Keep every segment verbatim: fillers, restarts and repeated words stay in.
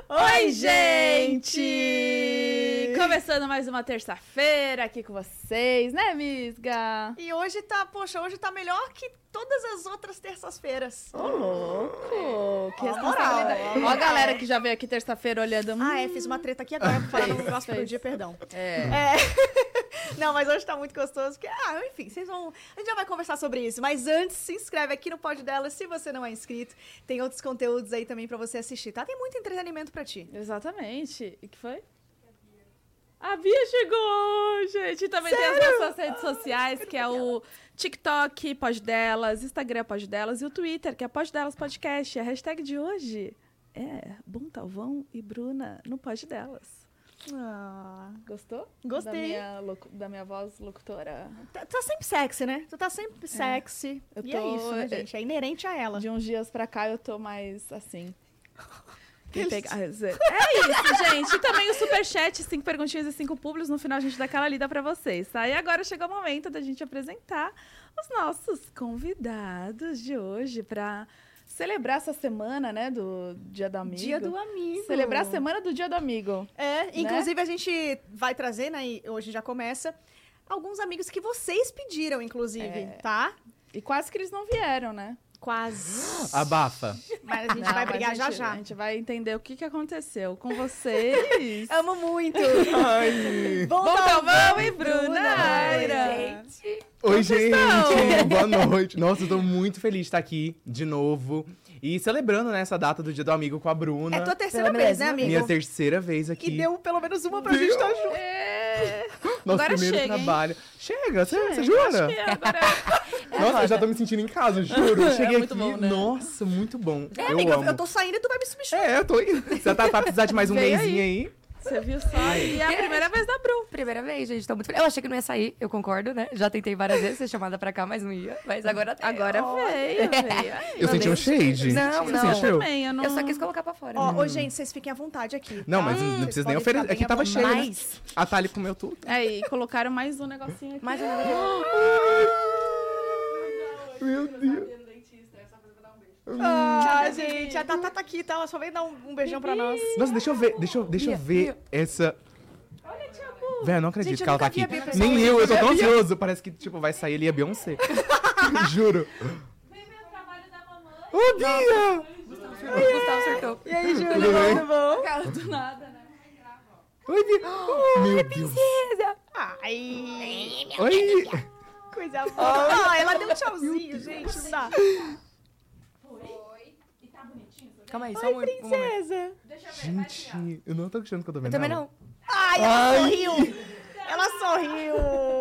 Oi, gente! Começando mais uma terça-feira aqui com vocês, né, Misga? E hoje tá, poxa, hoje tá melhor que todas as outras terças-feiras. Ô, louco! Que Ó, responsabilidade. moral, Ó a galera que já veio aqui terça-feira olhando. Hum, Ah, é, fiz uma treta aqui agora pra falar Fez, no próximo fez. dia, perdão. É. É. Não, mas hoje tá muito gostoso, porque, ah, enfim, vocês vão... A gente já vai conversar sobre isso, mas antes, se inscreve aqui no Pod Delas, se você não é inscrito. Tem outros conteúdos aí também pra você assistir, tá? Tem muito entretenimento pra ti. Exatamente. E que foi? A Bia chegou, gente. E também Sério? Tem as nossas redes sociais, que é o TikTok, Pod Delas, Instagram, Pod Delas, e o Twitter, que é Pod Delas Podcast. A hashtag de hoje é Bom Talvão e Bruna no Pod Delas. Ah, Gostou? Gostei. Da minha, locu- da minha voz locutora. tá, tá sempre sexy, né? Tu tá sempre sexy. Eu E tô- é isso, né, gente? É inerente a ela. De uns dias pra cá eu tô mais assim. Quem pega- Ah, zé- É isso, gente. E também o superchat, cinco perguntinhas e cinco públicos. No final a gente dá aquela lida pra vocês, tá? E agora chegou o momento da gente apresentar os nossos convidados de hoje pra celebrar essa semana, né, do Dia do Amigo. Dia do amigo. Celebrar a semana do Dia do Amigo. É, inclusive a gente vai trazer, né, e hoje já começa, alguns amigos que vocês pediram, inclusive, É. tá? E quase que eles não vieram, né? Quase. Abafa. Mas a gente Não, vai mas brigar a já gente- já. A gente vai entender o que, que aconteceu com vocês. Amo muito. Ai. Bom, Bom Talvão Talvão e Brunaira. Gente. Oi, gente. estão? Boa noite. Nossa, eu tô muito feliz de estar aqui de novo. E celebrando, né, essa data do Dia do Amigo com a Bruna. É tua terceira Pela vez, né, mesma amigo? Minha terceira vez aqui. E deu pelo menos uma pra gente estar junto. É. Nosso Agora primeiro chega, hein? trabalho. Chega, você, você Acho jura? que agora... Nossa, eu já tô me sentindo em casa, juro. Cheguei muito aqui. bom, né? Nossa, muito bom. É, eu amigo, eu, amo. eu tô saindo e tu vai me substituir. É, eu tô indo. Você tá, tá precisar de mais um Vem mêsinho aí? Você viu só? E é a primeira vez da Bru. Primeira vez, gente. Tô muito feliz. Eu achei que não ia sair, eu concordo, né? Já tentei várias vezes ser chamada pra cá, mas não ia. Mas agora tem. Agora veio, veio. Aí, Eu senti um shade. Não, Você não. sentiu? também, eu não... Eu só quis colocar pra fora. Ó, né? ô, gente, vocês fiquem à vontade aqui. Não, tá? mas não Vocês precisa nem podem ficar oferecer. bem Aqui à tava vontade. cheio, né? Mas... A Thali comeu tudo. É, e colocaram mais um negocinho aqui. Mais um Meu Deus. Ah, gente, a Tatá tá aqui, tá? Ela só veio dar um, um beijão pra nós. Nossa, deixa eu ver, deixa eu, deixa eu ver essa... Olha, tia Bu. Velho, eu não acredito Gente, eu que ela tá nunca vi aqui. a Bia Nem pessoalmente. eu, eu tô tão ansioso. Parece que, tipo, vai sair ali a Beyoncé. Juro. Vem ver o trabalho da mamãe. Ô, Bia! O Gustavo acertou. E aí, Júlia, Tudo bem? tudo bom? Cara, do nada, né? Oi, Bia! Meu Deus. Ai, Oi! coisa boa. Ah, ela deu um tchauzinho, gente, não dá. Oi. E tá bonitinho? Você Calma aí, só Oi, um, um momento. princesa. Deixa eu ver, vai tirar. Gente, eu não tô achando que eu tô vendo Eu também ela. não. Ai, ela Ai. sorriu. Ela sorriu.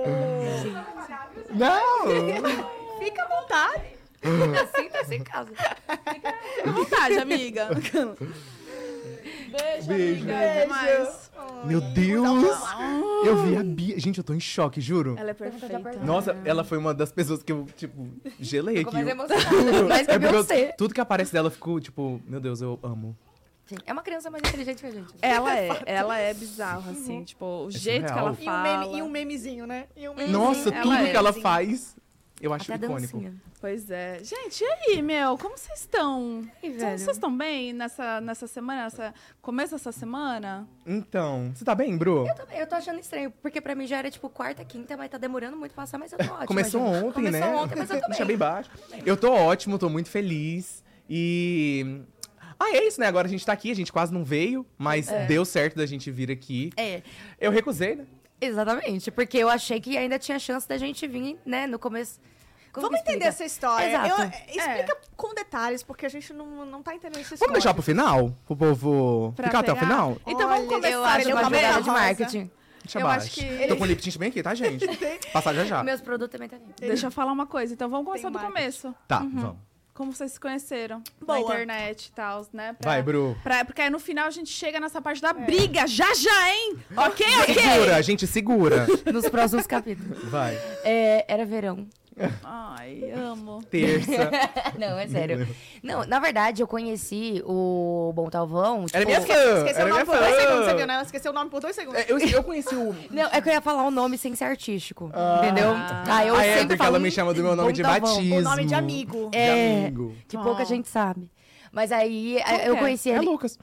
Não! Fica à vontade. Assim tá sem casa. Fica à vontade, amiga. Beijo, Beijo. amiga. Até Beijo. mais. Meu Deus! Eu vi a Bia. Gente, eu tô em choque, juro. Ela é perfeita. Nossa, ela foi uma das pessoas que eu, tipo, gelei Ficou aqui. mais emocionada. Mais que É a porque eu- Beyoncé. tudo que aparece dela, eu fico, tipo, meu Deus, eu amo. Sim, é uma criança mais inteligente que a gente. Ela é, ela é bizarra, assim, tipo, o jeito que surreal. ela E um, fala. meme, e um memezinho, né? E um memezinho. Nossa, ela tudo é, que ela sim. faz, eu acho Até a icônico. dancinha. Pois é. Gente, e aí, meu? Como vocês estão? E, Então, velho? vocês estão bem nessa, nessa semana, nessa começo dessa semana? Então, você tá bem, Bru? Eu também, eu tô achando estranho, porque pra mim já era tipo quarta, quinta, mas tá demorando muito pra passar, mas eu tô ótima. Começou gente. ontem, Começou né? ontem, mas eu tô Deixa bem. bem baixo. Eu tô ótimo, tô muito feliz. E... Ah, é isso, né? Agora a gente tá aqui, a gente quase não veio, mas deu certo da gente vir aqui. É, Eu recusei, né? exatamente, porque eu achei que ainda tinha chance da gente vir, né, no começo. Como Vamos que entender explica? essa história. Exato. Eu- explica com detalhes, porque a gente não, não tá entendendo essa história. Vamos deixar pro final? Pro povo Pra ficar até o pegar? final? Então Olha, vamos começar. Eu acho Ele uma tá meio jogada de rosa. marketing. Deixa Eu abaixo. acho que- Tô com lip tint bem aqui, tá, gente? Passar já já. Meus produtos também tá ali. Deixa eu falar uma coisa. Então vamos começar Tem do marketing. começo. Tá, vamos. Como vocês se conheceram Boa. na internet e tal, né? Pra- Vai, Bru. pra- porque aí no final a gente chega nessa parte da briga. Já, já, hein? Ok, ok? Segura, gente, segura. Nos próximos capítulos. Vai. É, era verão. Ai, amo. Terça. Não, é sério. Não, na verdade, eu conheci o Bom Talvão. Era tipo- minha fã. Esqueceu Era o nome minha por dois segundos, você fã. viu, né? Ela esqueceu o nome por dois segundos. É, Eu, eu conheci o... Não, é que eu ia falar o nome sem ser artístico. Entendeu? Ah, eu ah, é, sempre porque falo ela me chama do meu nome Bom de Talvão. batismo. O nome de amigo. De É, amigo. que pouca Ah. gente sabe. Mas aí Qual eu que é? conheci É ele. Lucas.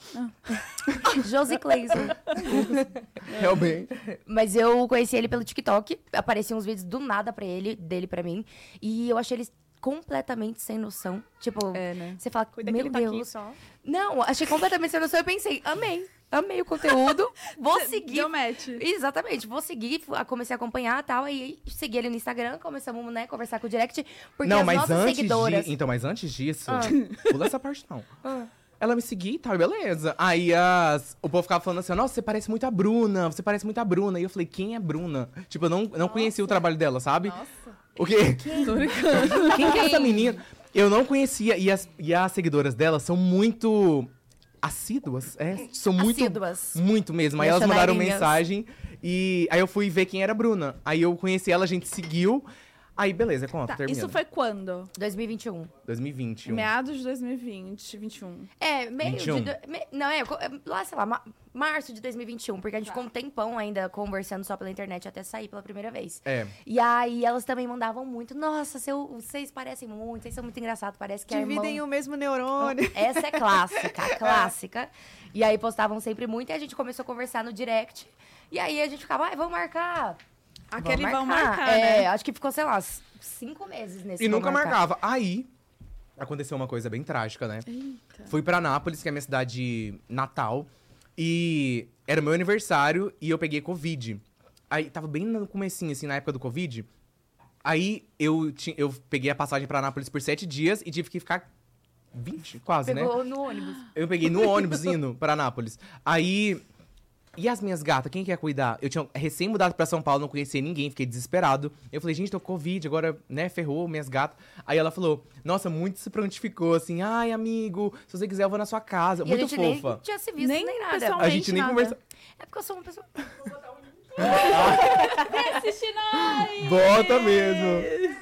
Josi Cleison. Realmente. Mas eu conheci ele pelo TikTok. Apareciam uns vídeos do nada pra ele, dele pra mim. E eu achei ele completamente sem noção. Tipo, É, né? você fala, Cuida que meu ele tá aqui Deus. só. Não, achei completamente sem noção. Eu pensei, amei. Amei o conteúdo. Vou seguir. Deu match. Exatamente, vou seguir. fu- Comecei a acompanhar e tal. Aí segui ele no Instagram, começamos, né, conversar com o direct. Porque não, as mas nossas antes seguidoras. de... Então, mas antes disso... Ah. Pula essa parte, não. Ah. Ela me seguia e tal, e beleza. Aí as... o povo ficava falando assim, nossa, você parece muito a Bruna, você parece muito a Bruna. E eu falei, quem é Bruna? Tipo, eu não, não conhecia o trabalho dela, sabe? Nossa. O quê? Tô brincando. Quem que é essa menina? Eu não conhecia. E as, e as seguidoras dela são muito assíduas. É, são muito. Assíduas. Muito mesmo. Aí elas mandaram Missionarinhas. mensagem e aí eu fui ver quem era a Bruna. Aí eu conheci ela, a gente seguiu. Aí, beleza, conta, Tá, termina. isso foi quando? dois mil e vinte e um. dois mil e vinte e um. Meados de dois mil e vinte, vinte e um. É, meio vinte e um. de. do- me- não, é, co- é, lá, sei lá, ma- março de dois mil e vinte e um, porque a gente Tá. ficou um tempão ainda conversando só pela internet até sair pela primeira vez. É. E aí elas também mandavam muito. Nossa, seu, vocês parecem muito, vocês são muito engraçados, parece que é Dividem irmão. o mesmo neurônio. Essa é clássica, clássica. E aí postavam sempre muito e a gente começou a conversar no direct. E aí a gente ficava, ai, vamos marcar. Aquele Vamos vão marcar, É, né? acho que ficou, sei lá, uns cinco meses nesse E vão nunca marcar. marcava. Aí, aconteceu uma coisa bem trágica, né? Eita. Fui pra Nápoles, que é a minha cidade natal. E era meu aniversário e eu peguei Covid. Aí, tava bem no comecinho, assim, na época do Covid. Aí, eu, ti, eu peguei a passagem pra Nápoles por sete dias e tive que ficar vinte, quase, né? Pegou no ônibus. Eu peguei no ônibus indo pra Nápoles. Aí... E as minhas gatas, quem quer cuidar? Eu tinha recém mudado pra São Paulo, não conhecia ninguém, fiquei desesperado. Eu falei, gente, tô com Covid, agora, né, ferrou minhas gatas. Aí ela falou, nossa, muito se prontificou, assim, ai, amigo, se você quiser eu vou na sua casa. E muito a gente fofa. nem tinha se visto nem, Nem nada. pessoalmente. A gente nem nada. conversa. É porque eu sou uma pessoa... Assiste nós! Bota mesmo.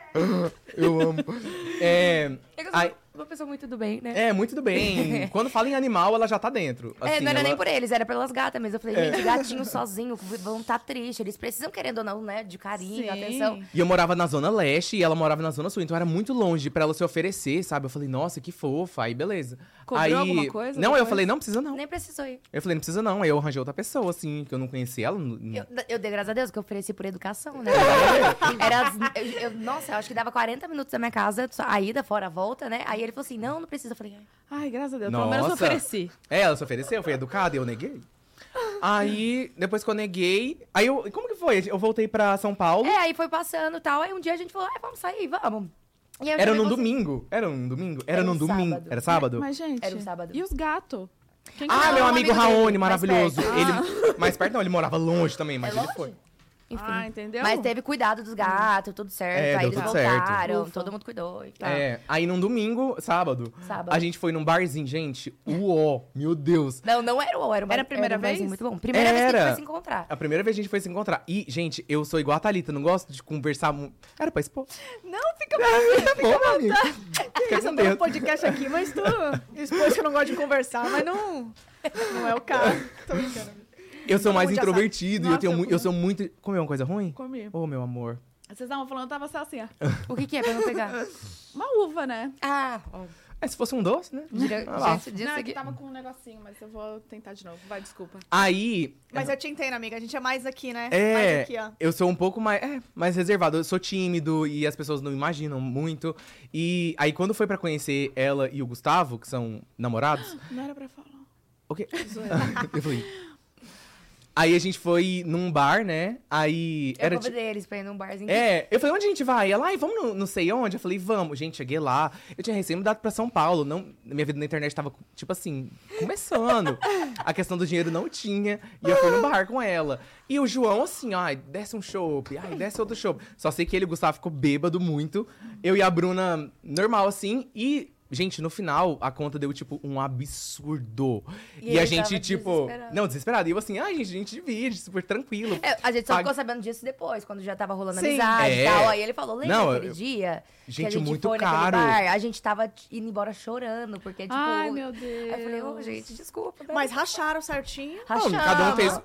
Eu amo. É, É que eu sou ai, uma pessoa muito do bem, né? é, muito do bem. Quando fala em animal, ela já tá dentro. É, Assim, não era ela- nem por eles, era pelas gatas mesmo. Eu falei, É. gente, gatinho sozinho, vão estar tristes. Eles precisam, querendo ou não, né, de carinho, Sim. atenção. E eu morava na Zona Leste e ela morava na Zona Sul, então era muito longe pra ela se oferecer, sabe? Eu falei, nossa, que fofa, aí beleza. Cobrou aí, alguma coisa Não, eu depois? falei, não precisa não. Nem precisou ir. Eu falei, não precisa não. Aí eu arranjei outra pessoa, assim, que eu não conhecia ela. não- Eu, eu dei graças a Deus que eu ofereci por educação, né? Era, as- eu, eu- nossa, eu acho que dava quarenta minutos da minha casa, só a ida, fora a volta, né? Aí ele falou assim, não, não precisa. Eu falei, ai, Ai, graças a Deus. Pelo menos eu Nossa. ofereci. É, ela se ofereceu, foi educada e eu neguei. Aí, depois que eu neguei. Aí eu. Como que foi? Eu voltei pra São Paulo. É, aí foi passando e tal. Aí um dia a gente falou, ai, vamos sair, vamos. E aí eu Era chamei num você- domingo. Era num domingo? Era, Era num um domingo. sábado. Era sábado? Mas, gente. Era um sábado. E os gatos? Quem que Ah, não? meu um amigo, amigo dele, Raoni, mais maravilhoso. perto. Ele. Mais perto não, ele morava longe também, mas É ele longe? foi. Enfim. Ah, entendeu? Mas teve cuidado dos gatos, tudo certo. É, aí deu eles tudo certo. voltaram, Ufa. todo mundo cuidou e tal. É, aí num domingo, sábado, Sábado. a gente foi num barzinho, gente. Uó, meu Deus. Não, não era o era, uma, Era a primeira um barzinho vez? muito bom. Primeira vez que a Era. gente foi se encontrar. A primeira vez que a gente foi se encontrar. E, gente, eu sou igual a Thalita, não gosto de conversar muito. Era pra expor. Não, fica Tá bom, meu amigo. Fica Eu com tô no Deus. podcast aqui, mas tu expôs que eu não gosto de conversar, mas não, não é o caso. Tô brincando. Eu sou mais Todo mundo já sabe. introvertido e eu, Nossa, tenho eu mu- eu comi. sou muito. Comeu uma coisa ruim? Comi. Ô, meu amor. Vocês estavam falando, eu tava só assim, ó. O que que é pra não pegar? Uma uva, né? Ah, ó. É, se fosse um doce, né? Gira- Vai lá. diante disso Não, é aqui. que tava com um negocinho, mas eu vou tentar de novo. Vai, desculpa. Aí. Mas eu te entendo, amiga. A gente é mais aqui, né? É, Mais aqui, ó. eu sou um pouco mais, é, mais reservado. Eu sou tímido e as pessoas não imaginam muito. E aí, quando foi pra conhecer ela e o Gustavo, que são namorados, Não era pra falar. o quê? Eu falei. Aí a gente foi num bar, né? Aí. Eu Era ti- convidei eles pra ir num barzinho. É, eu falei, onde a gente vai? Ela, ai, vamos no, não sei onde? Eu falei, vamos. Gente, cheguei lá. Eu tinha recém mudado pra São Paulo. Não, minha vida na internet tava, tipo assim, começando. A questão do dinheiro não tinha. E eu fui no bar com ela. E o João, assim, ai, desce um chopp. Ai, desce outro chopp. Só sei que ele e o Gustavo ficou bêbado muito. Eu e a Bruna, normal, assim. E, gente, no final, a conta deu, tipo, um absurdo. E E, a ele gente, tava tipo... desesperado. Não, desesperado. E eu assim, ai, gente, a gente divide, super tranquilo. É, a gente só Pague- ficou sabendo disso depois, quando já tava rolando Sim. amizade É. e tal. Aí ele falou, lembra Não, aquele eu- dia que Gente, a gente muito foi caro. naquele bar? A gente tava indo embora chorando, porque, tipo... Ai, meu Deus. Aí eu falei, ô, gente, desculpa. né? Mas racharam certinho. Não, Rachamos. cada um fez.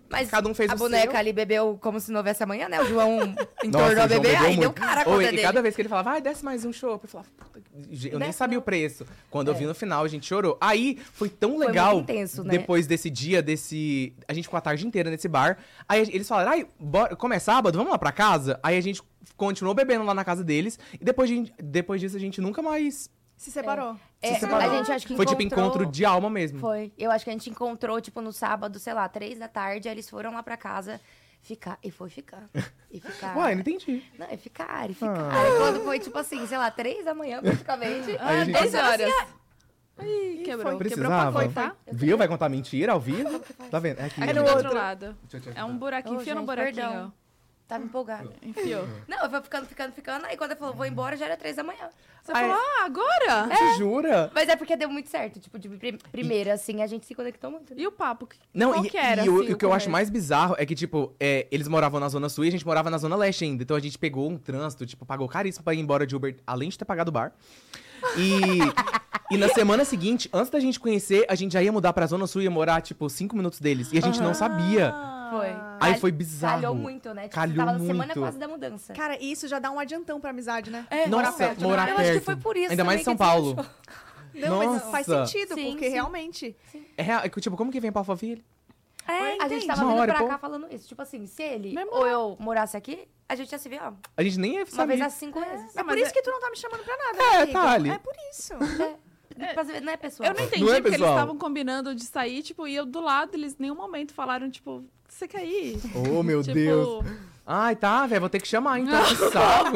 Mas Cada um fez a o boneca seu. ali bebeu como se não houvesse amanhã, né? O João Nossa, entornou o a João bebê, bebeu aí deu muito. cara a Oi, conta e dele. cada vez que ele falava, vai, desce mais um chopp, eu falava, puta, eu nem Desce sabia não. o preço. Quando eu vi no final, a gente chorou. Aí foi tão Foi legal, muito intenso, né? depois desse dia, desse... A gente ficou a tarde inteira nesse bar. Aí eles falaram, ai, bora, como é sábado, vamos lá pra casa? Aí a gente continuou bebendo lá na casa deles. E depois, de, depois disso, a gente nunca mais... Se separou. É, se separou. a gente acho que Foi tipo encontrou- encontro de alma mesmo. Foi. Eu acho que a gente encontrou, tipo, no sábado, sei lá, três da tarde, aí eles foram lá pra casa ficar. E foi ficar. E ficar. Uai, não entendi. Não, e ficar, e ficar. Ah. E quando foi, tipo assim, sei lá, três da manhã, praticamente. Aí a gente- dez horas. assim, Ih, quebrou. Quebrou Precisava. pra foi, tá? Viu? Vai contar mentira ao vivo? Tá vendo? É aqui. Aqui no do outro. outro lado. Deixa eu te É um ajudar. buraquinho, Ô, enfia no gente, buraquinho, perdão. Tava empolgada. ó. Enfiou. Não, eu fui ficando, ficando, ficando. Aí quando ele falou, vou embora, já era três da manhã. Você Ai. falou, ah, agora? Você jura? Mas é porque deu muito certo. Tipo, de prim- primeira, assim, a gente se conectou muito. né? E o papo? Não, Qual e, que era, e o, assim, e o que eu acho começo? mais bizarro é que, tipo, é, eles moravam na Zona Sul e a gente morava na Zona Leste ainda. Então a gente pegou um trânsito, tipo, pagou caríssimo pra ir embora de Uber, além de ter pagado o bar. E, e na semana seguinte, antes da gente conhecer, a gente já ia mudar pra Zona Sul e ia morar, tipo, cinco minutos deles. E a gente não sabia. Foi. Aí Cal- foi bizarro. Calhou muito, né? Tipo, Calhou tava na semana muito. quase da mudança. Cara, isso já dá um adiantão pra amizade, né? É, Nossa, morar perto, morar né? Eu perto. acho que foi por isso Ainda mais em São também que a gente Paulo. Não, mas faz Nossa. sentido, Sim, porque sim. realmente... É real, é que, tipo, como que vem pra Alphaville? É, A gente entende? tava Uma vindo hora, pra pô. cá falando isso. Tipo assim, se ele Mesmo ou eu morasse aqui, a gente ia se ver, ó. A gente nem ia Uma saber. vez a cinco vezes. É por mas isso é- que tu não tá me chamando pra nada, É, amigo. tá ali. É por isso. É, pra ver, não é pessoal. Eu não entendi, Não é, porque eles pessoal? estavam combinando de sair, tipo, e eu do lado, eles em nenhum momento falaram, tipo, você quer ir? Oh, meu tipo, Deus. Ai, tá, velho, vou ter que chamar, então. Que saco.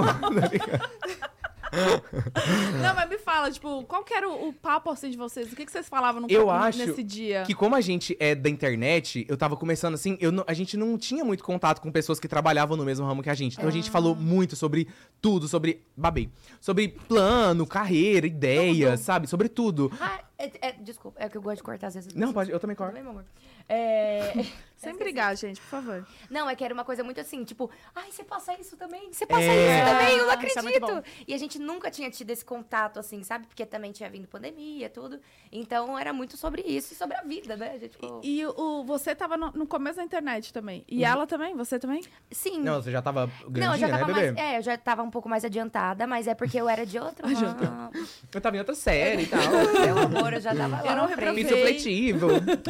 Não, mas me fala, tipo, qual que era o, o papo, assim, de vocês? O que, que vocês falavam no, Eu no- acho nesse dia? Que como a gente é da internet, eu tava começando assim, eu não- a gente não tinha muito contato com pessoas que trabalhavam no mesmo ramo que a gente. Então a gente falou muito sobre tudo, sobre, babei, sobre plano, carreira, ideias, sabe? Sobre tudo. Ah, é, é- desculpa, é que eu gosto de cortar às vezes. Não, pode, eu também Tudo corto. bem, meu amor? É... Sem brigar, gente, por favor. Não, é que era uma coisa muito assim, tipo, ai, você passa isso também? Você passa É. isso também? Eu não Ah, isso é muito acredito. E a gente nunca tinha tido esse contato, assim, sabe? Porque também tinha vindo pandemia, tudo. Então era muito sobre isso e sobre a vida, né? A gente ficou... E o, você tava no, no começo da internet também. E ela também? Você também? Sim. Não, você já tava grandinha, Não, eu já tava né, mais. bebê? É, eu já tava um pouco mais adiantada, mas é porque eu era de outro ramo. Eu tava em outra série e tal. Meu amor, eu já tava lá. Eu não na frente. Fiz reprovei. supletivo.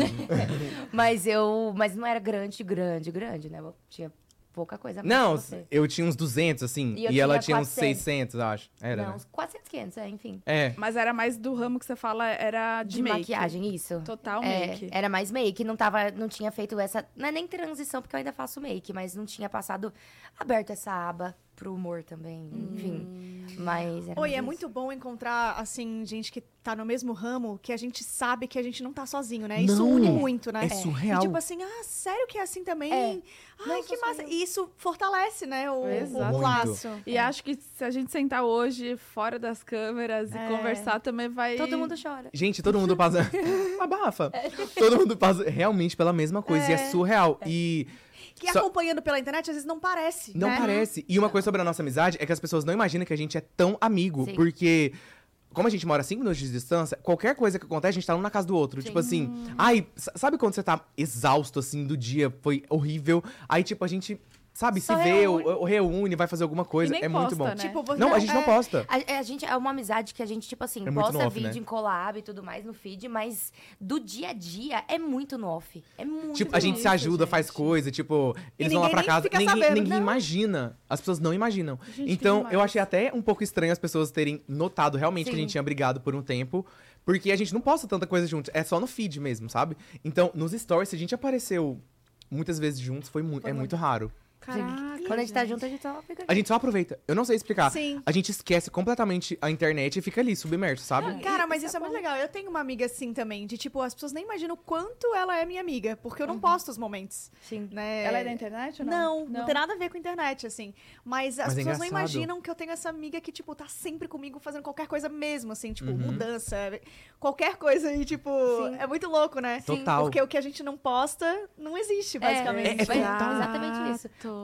Mas eu. Mas não era grande, grande, grande, né? Eu tinha pouca coisa a mais Não, que você. eu tinha uns duzentos, assim. E eu E, ela tinha tinha uns quatrocentos. seiscentos, eu acho. Era, Não, né? uns quatrocentos, quinhentos, é, enfim. É. Mas era mais do ramo que você fala, era de, De make. maquiagem, isso. Total É, make. era mais make, não tava, não tinha feito essa, não é nem transição, porque eu ainda faço make, mas não tinha passado, aberto essa aba pro humor também, enfim. Mas era Oi, mais é isso. muito bom encontrar, assim, gente que tá no mesmo ramo, que a gente sabe que a gente não tá sozinho, né? Isso Não. une muito, né? É surreal. E tipo assim, ah, sério que é assim também? É. Ai, Não, que sou massa. eu. E isso fortalece, né, o, Exato. o laço. E acho que se a gente sentar hoje fora das câmeras É. e conversar também vai... Todo mundo chora. Gente, todo mundo passa. Abafa. Todo mundo passa realmente pela mesma coisa. E é surreal. E. Que Só- acompanhando pela internet, às vezes não parece, Não né? parece. E uma coisa sobre a nossa amizade é que as pessoas não imaginam que a gente é tão amigo. Sim. Porque, como a gente mora cinco minutos de distância, qualquer coisa que acontece, a gente tá um na casa do outro. Sim. Tipo assim, ai, s- sabe quando você tá exausto, assim, do dia, foi horrível. Aí, tipo, a gente, sabe, Só se vê, reúne. ou, ou reúne, vai fazer alguma coisa. E nem É muito posta, bom. né? Tipo, você Não, a gente não é- posta. A, a gente é uma amizade que a gente, tipo assim, É muito posta no off, vídeo né? em collab e tudo mais no feed, mas do dia a dia é muito no off. É muito Tipo, a gente se isso, ajuda, faz gente. coisa, tipo, eles vão lá ninguém pra nem casa, fica ninguém, sabendo, ninguém não. imagina. As pessoas não imaginam. Gente, que então, demais. eu achei até um pouco estranho as pessoas terem notado realmente que a Sim. gente tinha brigado por um tempo. Porque a gente não posta tanta coisa juntos, é só no feed mesmo, sabe? Então, nos stories, se a gente apareceu muitas vezes juntos, foi mu é muito raro. Caraca, Quando a gente tá junto, a gente só fica. A gente só aproveita. Eu não sei explicar. Sim. A gente esquece completamente a internet e fica ali, submerso, sabe? Cara, mas Isso isso é é muito bom. legal. Eu tenho uma amiga assim também, de tipo, as pessoas nem imaginam o quanto ela é minha amiga, porque eu não posto os momentos, Sim. né? Ela é da internet ou Não, não? não, tem nada a ver com internet, assim. Mas as Mas é pessoas não engraçado. imaginam que eu tenho essa amiga que, tipo, tá sempre comigo fazendo qualquer coisa mesmo, assim, tipo, Uhum. mudança, qualquer coisa aí, tipo, Sim. é muito louco, né? Total. Porque o que a gente não posta não existe, basicamente. É- é Mas total. exatamente isso. Exato. O povo acha que não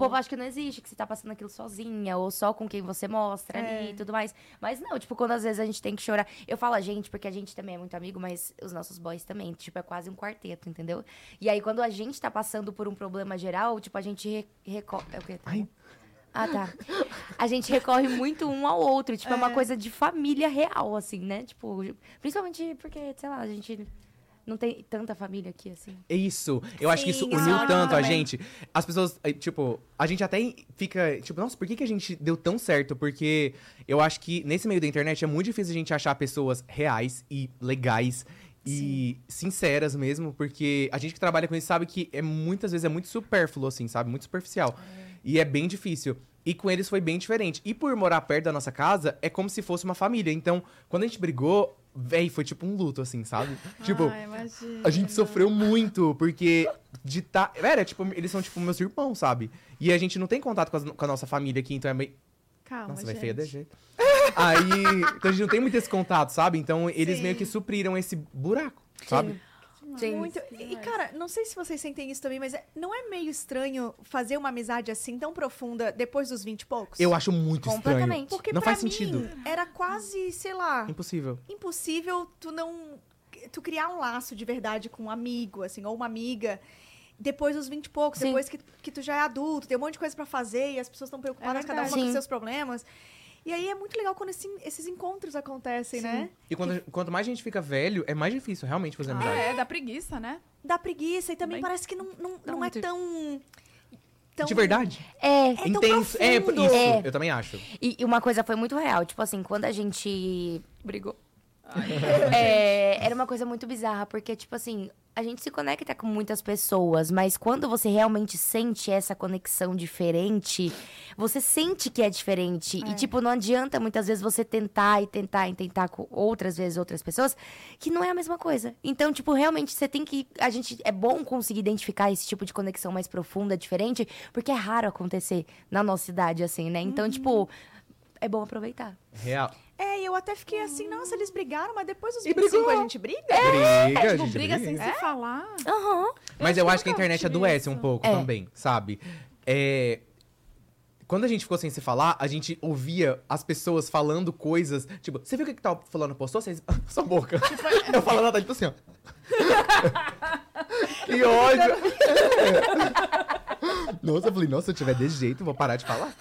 existe, que você tá passando aquilo sozinha, ou só com quem você mostra É. ali e tudo mais. Mas não, tipo, quando às vezes a gente tem que chorar. Eu falo a gente, porque a gente também é muito amigo, mas os nossos boys também. Tipo, é quase um quarteto, entendeu? E aí, quando a gente tá passando por um problema geral, tipo, a gente re recorre. É o quê? Tá Ai. bom? Ah, tá. A gente recorre muito um ao outro. Tipo, é. uma coisa de família real, assim, né? Tipo, principalmente porque, sei lá, a gente não tem tanta família aqui, assim. É isso. Eu acho que isso Sim, uniu ah, tanto a também. gente. As pessoas, eh, tipo, a gente até fica, tipo, nossa, por que, que a gente deu tão certo? Porque eu acho que nesse meio da internet é muito difícil a gente achar pessoas reais e legais e sinceras mesmo, porque a gente que trabalha com isso sabe que é muitas vezes é muito supérfluo, assim, sabe? Muito superficial. E é bem difícil. E com eles foi bem diferente. E por morar perto da nossa casa, é como se fosse uma família. Então, quando a gente brigou, véi, foi tipo um luto, assim, sabe? Tipo, Ai, imagina. a gente sofreu muito, porque de tá... Era, tipo, eles são, tipo, meus irmãos, sabe? E a gente não tem contato com, as- com a nossa família aqui, então é meio... Calma, Nossa, vai gente. feia de jeito. Aí, então a gente não tem muito esse contato, sabe? Então eles Sim. meio que supriram esse buraco, sabe? Sim. Muito. E, cara, não sei se vocês sentem isso também, mas é- não é meio estranho fazer uma amizade assim tão profunda depois dos vinte e poucos? Eu acho muito estranho. Completamente. Porque Não pra faz mim, sentido. era quase, sei lá, Impossível. impossível tu não... Tu criar um laço de verdade com um amigo, assim, ou uma amiga... Depois dos vinte e poucos, Sim. depois que, que tu já é adulto, tem um monte de coisa pra fazer e as pessoas estão preocupadas, É cada uma verdade. com os Sim. seus problemas. E aí é muito legal quando esse- esses encontros acontecem, né? E quando, quanto mais a gente fica velho, é mais difícil realmente fazer amizade. É, dá preguiça, né? Dá preguiça e também Bem- parece que não, não, Dá não é muito. tão, tão... De verdade. É. É tão Intenso. É, profundo. isso. É. Eu também acho. E, e uma coisa foi muito real. Tipo assim, quando a gente brigou. É, era uma coisa muito bizarra, porque, tipo assim, a gente se conecta com muitas pessoas, mas quando você realmente sente essa conexão diferente, você sente que é diferente. E, tipo, não adianta muitas vezes você tentar e tentar e tentar com outras vezes outras pessoas, que não é a mesma coisa. Então, tipo, realmente você tem que. A gente é bom conseguir identificar esse tipo de conexão mais profunda, diferente, porque é raro acontecer na nossa idade, assim, né? Então, tipo, é bom aproveitar. Real. É, e eu até fiquei assim, nossa, eles brigaram, mas depois dos E vinte e cinco brigou. a gente briga? Briga, a Tipo, gente briga briga. sem se falar. Aham. Mas eu, acho que a nunca internet tive adoece isso. um pouco É. também, sabe? É... Quando a gente ficou sem se falar, a gente ouvia as pessoas falando coisas. Tipo, você viu o que, que tal fulano postou? Vocês... Sua boca. Eu falando, ela tá tipo assim, ó. Que ódio. Nossa, eu falei, nossa, se eu tiver desse jeito, eu vou parar de falar.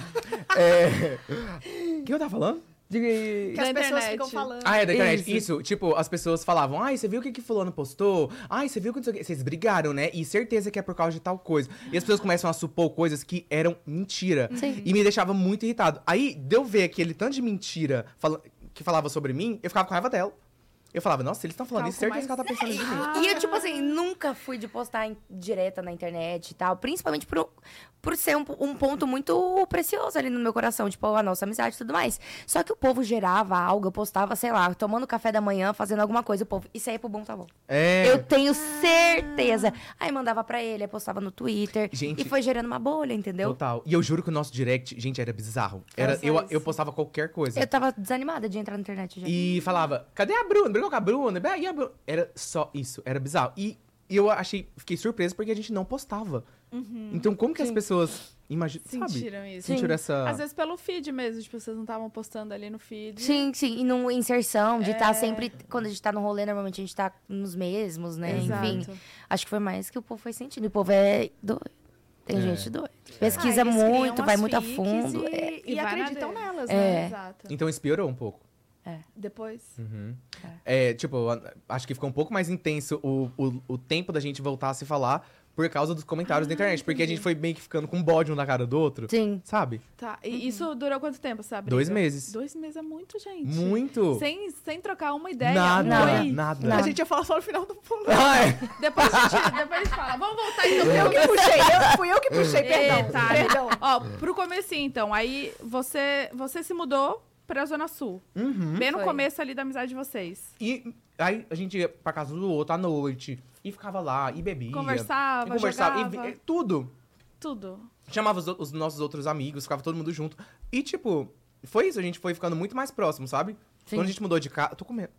É... O que eu tava falando? Diga aí. Que as Da pessoas internet. ficam falando. Ah, é da internet. Isso. Isso. tipo, as pessoas falavam, ai, você viu o que que fulano postou? Ai, você viu que não sei o que. Vocês brigaram, né? E certeza que é por causa de tal coisa. E as pessoas começam a supor coisas que eram mentira. Sim. E me deixava muito irritado. Aí, deu ver aquele tanto de mentira fala- que falava sobre mim, eu ficava com raiva dela. Eu falava, nossa, eles estão falando Ficava isso, com certeza que ela tá pensando de mim. E eu, tipo assim, nunca fui de postar em- direta na internet e tal. Principalmente por, por ser um, um ponto muito precioso ali no meu coração. Tipo, a nossa amizade e tudo mais. Só que o povo gerava algo, eu postava, sei lá, tomando café da manhã, fazendo alguma coisa. O povo, isso aí é pro bom, tá bom. É. Eu tenho certeza. Aí mandava pra ele, aí postava no Twitter. Gente- E foi gerando uma bolha, entendeu? Total. E eu juro que o nosso direct, gente, era bizarro. Era, Era só eu, isso. eu postava qualquer coisa. Eu tava desanimada de entrar na internet já. E falava, cadê a Bruna? Brigou com a Bruna? E a Bruna? Era só isso, era bizarro. E eu achei, fiquei surpreso porque a gente não postava. Então, como que as Sim. pessoas imaginam, sabe? Sentiram isso. Sentiram essa... Às vezes pelo feed mesmo, tipo, vocês não estavam postando ali no feed. Sim, sim. E no inserção, de estar É. sempre. Quando a gente tá no rolê, normalmente a gente tá nos mesmos, né? Exato. Enfim. Acho que foi mais que o povo foi sentindo. E o povo é doido. Tem É. gente doida. Pesquisa Ah, eles criam muito, vai as muito a fics fundo. E, é. e E vai na acreditam dele. nelas, É. né? Exato. Então, isso piorou um pouco. Depois. Uhum. É, tipo, a- acho que ficou um pouco mais intenso o, o, o tempo da gente voltar a se falar por causa dos comentários da internet. Porque a gente foi meio que ficando com um bode um na cara do outro. Sim. Sabe? Tá. E isso durou quanto tempo, sabe? Dois meses. Dois meses é muito, gente. Muito. Sem, sem trocar uma ideia. Nada, Não. Oi. nada. A gente ia falar só no final do pulo. Ah, é. Depois a gente, depois a gente fala. Vamos voltar então pro Eu que puxei, eu, fui eu que puxei, perdão. Eita, perdão. Ó, pro comecinho, então. Aí você, você se mudou pra Zona Sul. Uhum. Bem no Foi. começo ali da amizade de vocês. E aí a gente ia pra casa do outro à noite. E ficava lá, e bebia. Conversava, e conversava. jogava. E, e tudo. Tudo. Chamava os, os nossos outros amigos, ficava todo mundo junto. E, tipo, foi isso, a gente foi ficando muito mais próximo, sabe? Sim. Quando a gente mudou de casa. Tô com medo.